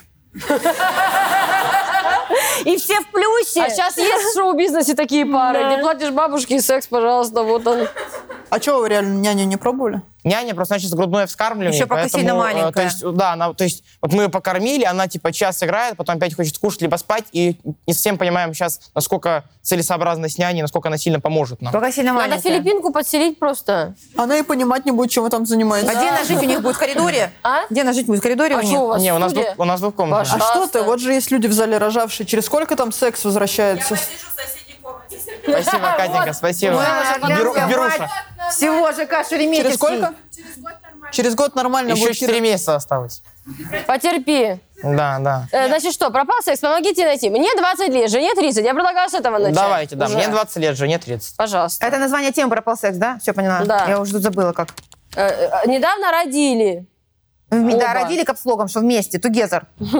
[SPEAKER 3] И все в плюсе.
[SPEAKER 1] А сейчас есть в шоу-бизнесе такие пары.
[SPEAKER 3] Да.
[SPEAKER 1] Не платишь бабушке, секс, пожалуйста, вот он.
[SPEAKER 4] А что, вы реально няню не пробовали?
[SPEAKER 5] Няня просто, значит, грудное вскармливание.
[SPEAKER 2] Еще пока
[SPEAKER 5] поэтому,
[SPEAKER 2] сильно маленькая.
[SPEAKER 5] То есть, да, то есть вот мы ее покормили, она типа час играет, потом опять хочет кушать либо спать, и не совсем понимаем сейчас, насколько целесообразность няни, насколько она сильно поможет нам.
[SPEAKER 2] Пока сильно
[SPEAKER 1] Надо
[SPEAKER 2] маленькая.
[SPEAKER 1] филиппинку подселить просто.
[SPEAKER 4] Она и понимать не будет, чем вы там занимаетесь.
[SPEAKER 2] А где она жить у них будет? В коридоре?
[SPEAKER 1] А?
[SPEAKER 2] Где она жить будет? В коридоре
[SPEAKER 1] А
[SPEAKER 2] у них?
[SPEAKER 1] что у вас
[SPEAKER 5] Не, у нас,
[SPEAKER 1] студия?
[SPEAKER 5] у нас двухкомнатная.
[SPEAKER 4] А что ты? Вот же есть люди в зале рожавшие. Через сколько там секс возвращается?
[SPEAKER 5] Спасибо, Катенька, спасибо.
[SPEAKER 2] Ой,
[SPEAKER 5] Беруша.
[SPEAKER 2] Всего ЖК Шереметьевский.
[SPEAKER 4] Через сколько? Через год нормально
[SPEAKER 5] Еще
[SPEAKER 4] будет.
[SPEAKER 5] 4 месяца осталось.
[SPEAKER 1] Потерпи.
[SPEAKER 5] Да.
[SPEAKER 1] Значит что, пропал секс, помогите найти. Мне 20 лет, жене 30. Я предлагаю с этого начать.
[SPEAKER 5] Давайте, да.
[SPEAKER 1] Уже.
[SPEAKER 5] Мне 20 лет, жене 30.
[SPEAKER 1] Пожалуйста.
[SPEAKER 2] Это название темы «Пропал секс», да? Все поняла?
[SPEAKER 1] Да.
[SPEAKER 2] Я уже тут забыла как.
[SPEAKER 1] Недавно родили. Оба.
[SPEAKER 2] Да, родили капслогом, что вместе, together.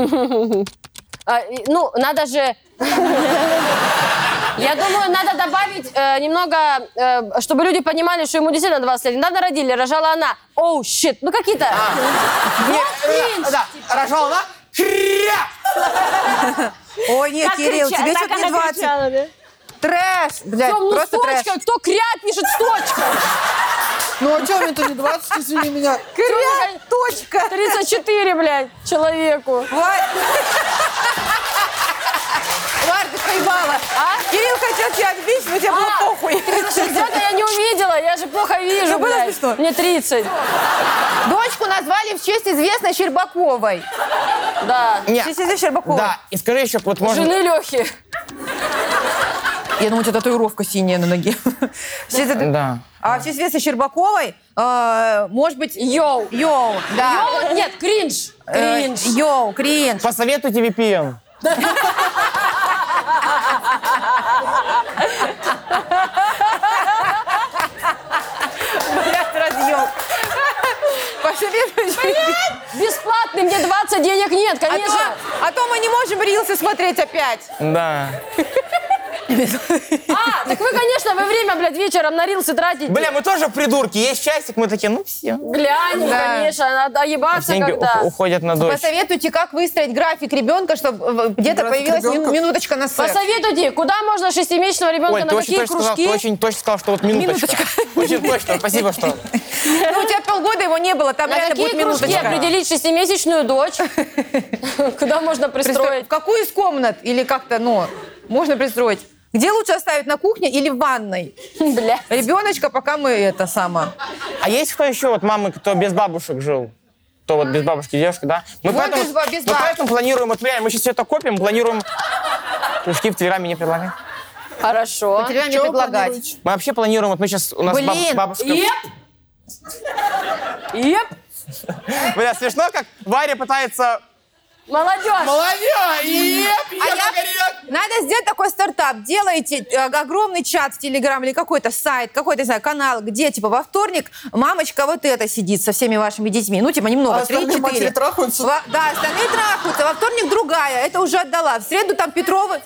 [SPEAKER 1] Ну, надо же... Я думаю, надо добавить немного, чтобы люди понимали, что ему действительно 20 лет. Недавно родили, рожала она. Оу, щит. Ну, какие-то...
[SPEAKER 5] Да, рожала она.
[SPEAKER 2] Ой, нет,
[SPEAKER 3] Так
[SPEAKER 2] Кирилл, тебе
[SPEAKER 3] так
[SPEAKER 2] что-то не
[SPEAKER 3] она
[SPEAKER 2] 20.
[SPEAKER 3] кричала, да?
[SPEAKER 2] Трэш, блядь,
[SPEAKER 1] Ну,
[SPEAKER 2] просто
[SPEAKER 1] с
[SPEAKER 2] трэш.
[SPEAKER 1] точкой. Кто кря пишет с точкой?
[SPEAKER 4] Ну, а чё мне-то не 20, извини меня?
[SPEAKER 2] Кря, точка.
[SPEAKER 1] 34, блядь, человеку.
[SPEAKER 2] Варь, ты поебала. Кирилл хотел тебя отбить, но тебе было похуй.
[SPEAKER 1] Это я не увидела, я же плохо вижу,
[SPEAKER 2] Ну, было
[SPEAKER 1] блядь.
[SPEAKER 2] смешно.
[SPEAKER 1] Мне 30.
[SPEAKER 2] Дочку назвали в честь известной Щербаковой.
[SPEAKER 1] Да.
[SPEAKER 2] В честь известной Щербаковой.
[SPEAKER 5] Да, и скажи еще, вот можно...
[SPEAKER 1] Жены Лехи.
[SPEAKER 2] Я думаю, у тебя татуировка синяя на ноге.
[SPEAKER 5] Да.
[SPEAKER 2] А в честь известной Щербаковой, может быть...
[SPEAKER 1] Йоу.
[SPEAKER 2] Йоу, да.
[SPEAKER 1] Йоу, нет, кринж. Кринж.
[SPEAKER 2] Йоу, кринж.
[SPEAKER 5] Посоветуйте VPN.
[SPEAKER 2] Блядь, разъем. Посоветуй.
[SPEAKER 1] Бесплатный, мне 20, денег нет, конечно.
[SPEAKER 2] А то мы не можем рилсы смотреть опять.
[SPEAKER 5] Да.
[SPEAKER 1] Так вы, конечно, вы время, блядь, вечером на рилсы тратите.
[SPEAKER 5] Бля, мы тоже придурки. Есть часик, мы такие, ну все.
[SPEAKER 1] Глянем,
[SPEAKER 2] Да.
[SPEAKER 1] конечно, надо ебаться
[SPEAKER 5] Деньги
[SPEAKER 1] когда.
[SPEAKER 5] уходят на дочь.
[SPEAKER 2] Посоветуйте, как выстроить график ребенка, чтобы где-то
[SPEAKER 4] График
[SPEAKER 2] появилась
[SPEAKER 4] ребенка?
[SPEAKER 2] минуточка на секс.
[SPEAKER 1] Посоветуйте, куда можно 6-месячного ребенка,
[SPEAKER 5] Оль,
[SPEAKER 1] на
[SPEAKER 5] ты очень
[SPEAKER 1] какие
[SPEAKER 5] точно сказал,
[SPEAKER 1] кружки?
[SPEAKER 5] ты очень точно сказал, что вот минуточка. Очень точно, спасибо, что...
[SPEAKER 2] Ну, у тебя полгода его не было, там
[SPEAKER 1] На
[SPEAKER 2] реально
[SPEAKER 1] какие
[SPEAKER 2] будет
[SPEAKER 1] кружки
[SPEAKER 2] минуточка.
[SPEAKER 1] определить 6-месячную дочь? Куда можно
[SPEAKER 2] В
[SPEAKER 1] пристроить?
[SPEAKER 2] какую из комнат или как-то, ну, можно пристроить? Где лучше оставить, на кухне или в ванной?
[SPEAKER 1] Бля.
[SPEAKER 2] Ребеночка, пока мы это само.
[SPEAKER 5] А есть кто еще, вот мамы, кто без бабушек жил? Кто вот без бабушки девушка, да? Мы
[SPEAKER 2] Вот
[SPEAKER 5] поэтому,
[SPEAKER 2] без
[SPEAKER 5] мы
[SPEAKER 2] бабушки.
[SPEAKER 5] поэтому планируем, вот реально, мы сейчас все это копим, планируем кружки в Телеграме не предлагать.
[SPEAKER 1] Хорошо.
[SPEAKER 2] Тебе не
[SPEAKER 4] Чё вы
[SPEAKER 2] предлагать.
[SPEAKER 4] планируете?
[SPEAKER 5] Мы вообще планируем, вот мы сейчас, у нас
[SPEAKER 2] Блин,
[SPEAKER 5] бабушка...
[SPEAKER 1] Еп! Еп!
[SPEAKER 5] Бля, смешно, как Варя пытается...
[SPEAKER 1] Молодежь!
[SPEAKER 5] Молодец!
[SPEAKER 2] Надо сделать такой стартап. Делаете огромный чат в Телеграм или какой-то сайт, какой-то, не знаю, канал, где, типа, во вторник мамочка вот это сидит со всеми вашими детьми. Ну, типа, немного,
[SPEAKER 4] А остальные
[SPEAKER 2] 3-4.
[SPEAKER 4] матери трахаются?
[SPEAKER 2] Да, остальные трахаются. Во вторник другая, это уже отдала. В среду там Петровы...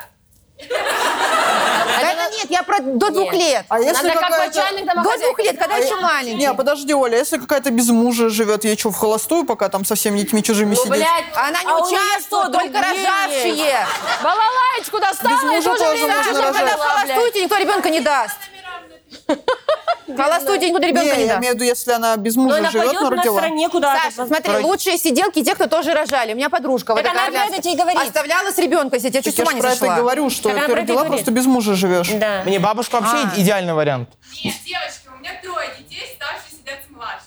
[SPEAKER 2] Да это нет, я про до 2 лет.
[SPEAKER 4] А если
[SPEAKER 1] Надо как
[SPEAKER 4] какая-то...
[SPEAKER 1] начальник
[SPEAKER 2] До 2
[SPEAKER 1] домохозяйки.
[SPEAKER 2] лет, когда еще маленький.
[SPEAKER 4] Не, подожди, Оля, если какая-то без мужа живет, ей что, в холостую, пока там со всеми детьми чужими
[SPEAKER 1] Ну,
[SPEAKER 4] сидеть?
[SPEAKER 1] блядь,
[SPEAKER 2] Она не
[SPEAKER 1] а у неё
[SPEAKER 2] участвует,
[SPEAKER 1] что,
[SPEAKER 2] только
[SPEAKER 1] другие
[SPEAKER 2] рожавшие.
[SPEAKER 1] есть? Балалайку достала
[SPEAKER 4] Без
[SPEAKER 1] и
[SPEAKER 4] мужа
[SPEAKER 1] тоже
[SPEAKER 4] тоже
[SPEAKER 1] время
[SPEAKER 4] можно
[SPEAKER 1] чужого
[SPEAKER 4] рожать.
[SPEAKER 2] Когда
[SPEAKER 1] была, блядь.
[SPEAKER 2] холостуете, никто ребенка не даст. Холостуете, никто ребенка
[SPEAKER 4] Не,
[SPEAKER 2] не
[SPEAKER 4] я
[SPEAKER 2] даст.
[SPEAKER 4] имею в виду, если она без
[SPEAKER 3] Но
[SPEAKER 4] мужа
[SPEAKER 3] она
[SPEAKER 4] живет,
[SPEAKER 3] пойдет
[SPEAKER 4] но
[SPEAKER 3] на
[SPEAKER 4] родила.
[SPEAKER 3] стороне куда-то.
[SPEAKER 2] Саша, смотри, лучшие сиделки те, кто тоже рожали. У меня подружка, вот
[SPEAKER 3] Так она
[SPEAKER 2] такая
[SPEAKER 3] про это тебе и говорит.
[SPEAKER 2] оставляла с ребенком, если я чуть с
[SPEAKER 4] Я
[SPEAKER 2] ума
[SPEAKER 4] же
[SPEAKER 2] не
[SPEAKER 4] про это и
[SPEAKER 2] сошла.
[SPEAKER 4] говорю, что
[SPEAKER 3] Так она
[SPEAKER 4] ты
[SPEAKER 3] про это и
[SPEAKER 4] родила,
[SPEAKER 3] говорит.
[SPEAKER 4] просто без мужа живешь.
[SPEAKER 3] Да.
[SPEAKER 5] Мне бабушка вообще идеальный вариант.
[SPEAKER 7] Нет, девочки, у меня 3 детей, старшие сидят с младшим.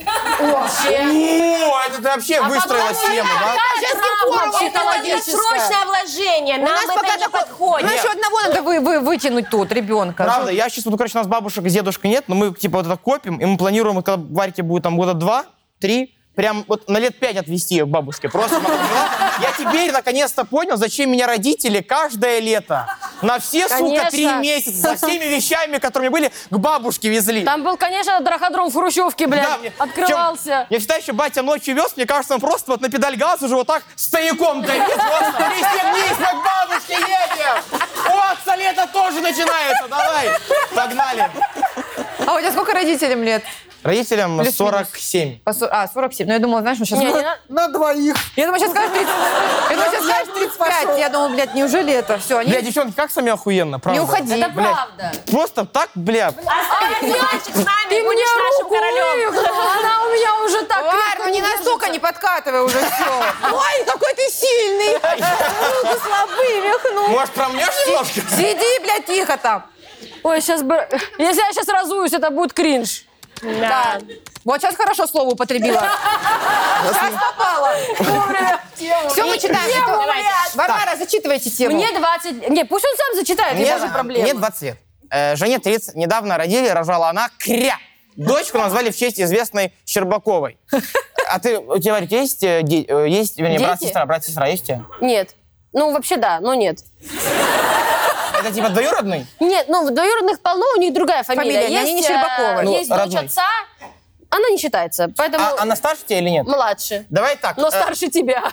[SPEAKER 5] О, это ты вообще выстроила схему, да?
[SPEAKER 3] Это срочное вложение.
[SPEAKER 2] У
[SPEAKER 3] Нам
[SPEAKER 2] нас
[SPEAKER 3] это
[SPEAKER 2] пока
[SPEAKER 3] не
[SPEAKER 2] такой...
[SPEAKER 3] подходит.
[SPEAKER 2] Ну, еще одного надо вытянуть тут, ребенка.
[SPEAKER 5] Правда, я сейчас, вот, короче, у нас бабушек с дедушкой нет, но мы, типа, вот это копим, и мы планируем, вот, когда Варьке будет там года 2-3, прям вот на лет 5 отвезти ее к бабушке. Просто она поняла. Я теперь наконец-то понял, зачем меня родители каждое лето на все, сука, 3
[SPEAKER 1] Конечно.
[SPEAKER 5] месяца со всеми вещами, которые были, к бабушке везли.
[SPEAKER 1] Там был, конечно, траходром в Хрущевке, блядь,
[SPEAKER 5] Да, мне-
[SPEAKER 1] открывался.
[SPEAKER 5] Я всегда еще батя ночью вез, мне кажется, он просто вот на педаль газа уже вот так стояком давит. Просто пристегнись, мы к бабушке едем. Вот, лето тоже начинается, давай. Погнали.
[SPEAKER 2] А у тебя сколько родителям лет?
[SPEAKER 5] Родителям
[SPEAKER 2] Плюс-минус.
[SPEAKER 5] 47.
[SPEAKER 2] 47. Ну, я думала, знаешь, он сейчас...
[SPEAKER 1] Не, не на-
[SPEAKER 4] На двоих.
[SPEAKER 2] Я думаю, сейчас скажешь 30... Я думаю, сейчас скажешь 35. Я думаю, блядь, неужели это? Все, они...
[SPEAKER 5] Бля, девчонки, как сами охуенно, правда?
[SPEAKER 2] Не уходи.
[SPEAKER 1] Это
[SPEAKER 5] Блядь.
[SPEAKER 1] правда.
[SPEAKER 5] Просто так, бля.
[SPEAKER 3] Оставь мальчик с нами,
[SPEAKER 1] Ты мне
[SPEAKER 3] будешь нашим
[SPEAKER 1] руку
[SPEAKER 3] королем.
[SPEAKER 1] вывихнула, она у меня уже так
[SPEAKER 2] Варь,
[SPEAKER 1] крепко
[SPEAKER 2] ну не настолько не подкатывай уже все. Ой, какой ты сильный. Руку слабый вихнул.
[SPEAKER 5] Может, про мне немножко?
[SPEAKER 2] Сиди, блядь, тихо там.
[SPEAKER 1] Ой, сейчас бы... Если я сейчас разуюсь, это будет кринж.
[SPEAKER 3] Да.
[SPEAKER 2] Вот сейчас хорошо слово употребила. Сейчас попала.
[SPEAKER 1] Вовремя в тему.
[SPEAKER 2] Все, мы читаем.
[SPEAKER 1] Тему,
[SPEAKER 2] Давайте.
[SPEAKER 1] блядь.
[SPEAKER 2] Варвара, зачитывайте тему.
[SPEAKER 1] Мне 20... Не, пусть он сам зачитает, не ваши проблемы.
[SPEAKER 5] Мне 20 лет. Жене 30. Недавно родили, рожала она Кря. Дочку назвали в честь известной Щербаковой. А ты, у тебя, Варя, есть, вернее,
[SPEAKER 1] Дети?
[SPEAKER 5] брат, сестра, есть у тебя?
[SPEAKER 1] Нет. Ну, вообще да, но нет.
[SPEAKER 5] Это типа двоюродный?
[SPEAKER 1] Нет, ну, в двоюродных полно, у них другая фамилия.
[SPEAKER 2] Фамилия, они не
[SPEAKER 1] Есть,
[SPEAKER 2] Щербаковы.
[SPEAKER 5] Ну,
[SPEAKER 1] есть дочь
[SPEAKER 5] родной.
[SPEAKER 1] отца, она не считается, поэтому
[SPEAKER 5] А она старше тебя или нет?
[SPEAKER 1] младше.
[SPEAKER 5] Давай так.
[SPEAKER 1] Но старше тебя.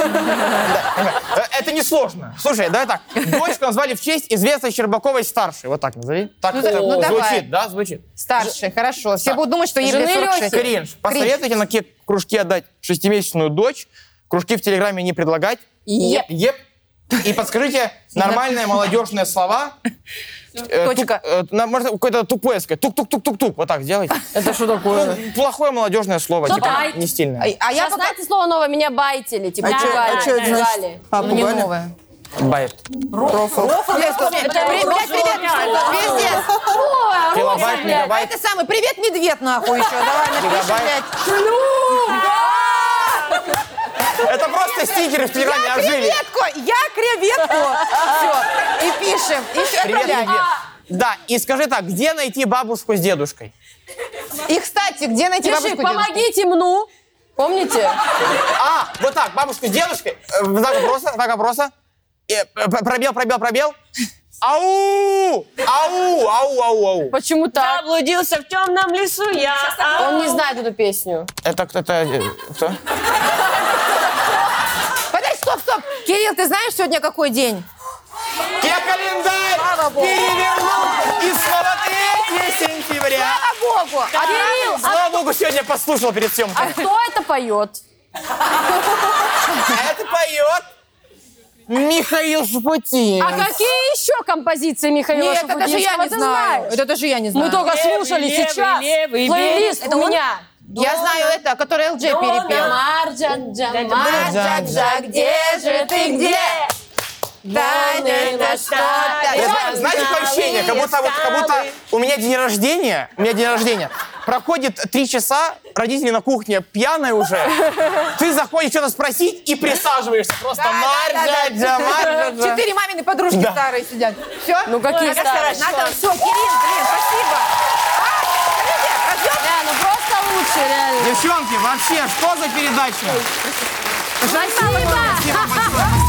[SPEAKER 5] Это несложно. Слушай, давай так. Дочку назвали в честь известной Щербаковой старшей. Вот так назови. Так
[SPEAKER 2] Ну, давай.
[SPEAKER 5] звучит, да, звучит.
[SPEAKER 2] Старший, хорошо. Все будут думать, что ей
[SPEAKER 1] Жены
[SPEAKER 2] 46.
[SPEAKER 1] Лёхи.
[SPEAKER 5] Кринж. Посоветуйте, на какие кружки отдать 6-месячную дочь. Кружки в Телеграме не предлагать.
[SPEAKER 1] Еп.
[SPEAKER 5] Еп. И подскажите нормальные молодежные слова.
[SPEAKER 2] Точка.
[SPEAKER 5] Можно какое-то тупое сказать. Тук-тук-тук-тук-тук. Вот так сделайте.
[SPEAKER 1] Это что такое?
[SPEAKER 5] Ну, плохое молодежное слово,
[SPEAKER 1] Что
[SPEAKER 5] типа,
[SPEAKER 1] байт?
[SPEAKER 5] не стильное.
[SPEAKER 2] А я
[SPEAKER 1] Сейчас
[SPEAKER 2] пока...
[SPEAKER 1] знаете слово новое? Меня байтили. Типа,
[SPEAKER 4] А чё это значит?
[SPEAKER 1] пугали.
[SPEAKER 4] А,
[SPEAKER 2] Ну, не
[SPEAKER 4] пугали?
[SPEAKER 2] новое.
[SPEAKER 5] Байт.
[SPEAKER 2] Привет, пиздец.
[SPEAKER 5] Килобайт,
[SPEAKER 2] А
[SPEAKER 5] мегабайт.
[SPEAKER 2] это самый, привет, медведь, нахуй, еще. Давай, напиши,
[SPEAKER 5] Гигабайт.
[SPEAKER 2] блядь.
[SPEAKER 5] Это просто стикеры в Телеграме ожили.
[SPEAKER 2] Я креветку. Все, и пишем, и все,
[SPEAKER 5] Привет,
[SPEAKER 2] отправляем.
[SPEAKER 5] привет. Да, и скажи так, где найти бабушку с дедушкой?
[SPEAKER 2] И, кстати, где найти
[SPEAKER 1] Пиши,
[SPEAKER 2] бабушку?
[SPEAKER 1] помогите мну. Помните?
[SPEAKER 5] А, вот так, бабушку с дедушкой. Знак вопроса. Пробел. Ау! Ау!
[SPEAKER 1] Почему так?
[SPEAKER 3] Заблудился в темном лесу я.
[SPEAKER 1] Он не знает эту песню.
[SPEAKER 5] Это кто-то... Кто?
[SPEAKER 2] Подожди, стоп. Кирилл, ты знаешь сегодня какой день?
[SPEAKER 5] Я календарь перевернул и снова 3 сентября.
[SPEAKER 2] Слава Богу.
[SPEAKER 1] Кирилл,
[SPEAKER 5] Слава богу, сегодня послушал перед
[SPEAKER 1] а
[SPEAKER 5] съемкой.
[SPEAKER 1] кто это поет?
[SPEAKER 5] Это поет Михаил Шуфутинский.
[SPEAKER 1] А какие еще композиции Михаила
[SPEAKER 2] Нет, это даже я
[SPEAKER 1] Шуфутинского
[SPEAKER 2] не
[SPEAKER 1] ты
[SPEAKER 2] знаю.
[SPEAKER 1] знаешь?
[SPEAKER 2] Это даже я не знаю.
[SPEAKER 1] Мы только слушали
[SPEAKER 3] Левый,
[SPEAKER 1] сейчас.
[SPEAKER 3] левый,
[SPEAKER 1] Плейлист
[SPEAKER 3] левый.
[SPEAKER 1] у меня.
[SPEAKER 2] Я знаю это, который ЛД перепел.
[SPEAKER 1] Марджа, где же ты, где?
[SPEAKER 2] Да, это что-то.
[SPEAKER 5] Знаете, какое ощущение? Как будто у меня день рождения. Проходит 3 часа, родители на кухне пьяные уже. Ты заходишь что-то спросить и присаживаешься. Просто Марджа.
[SPEAKER 2] 4 мамины подружки
[SPEAKER 5] Да.
[SPEAKER 2] старые сидят. Все?
[SPEAKER 1] Ну какие старые?
[SPEAKER 2] Надо, все, Кирилл, спасибо.
[SPEAKER 1] Бля, ну просто лучше, реально.
[SPEAKER 5] Девчонки, вообще, что за передача?
[SPEAKER 1] Спасибо.
[SPEAKER 5] Спасибо большое.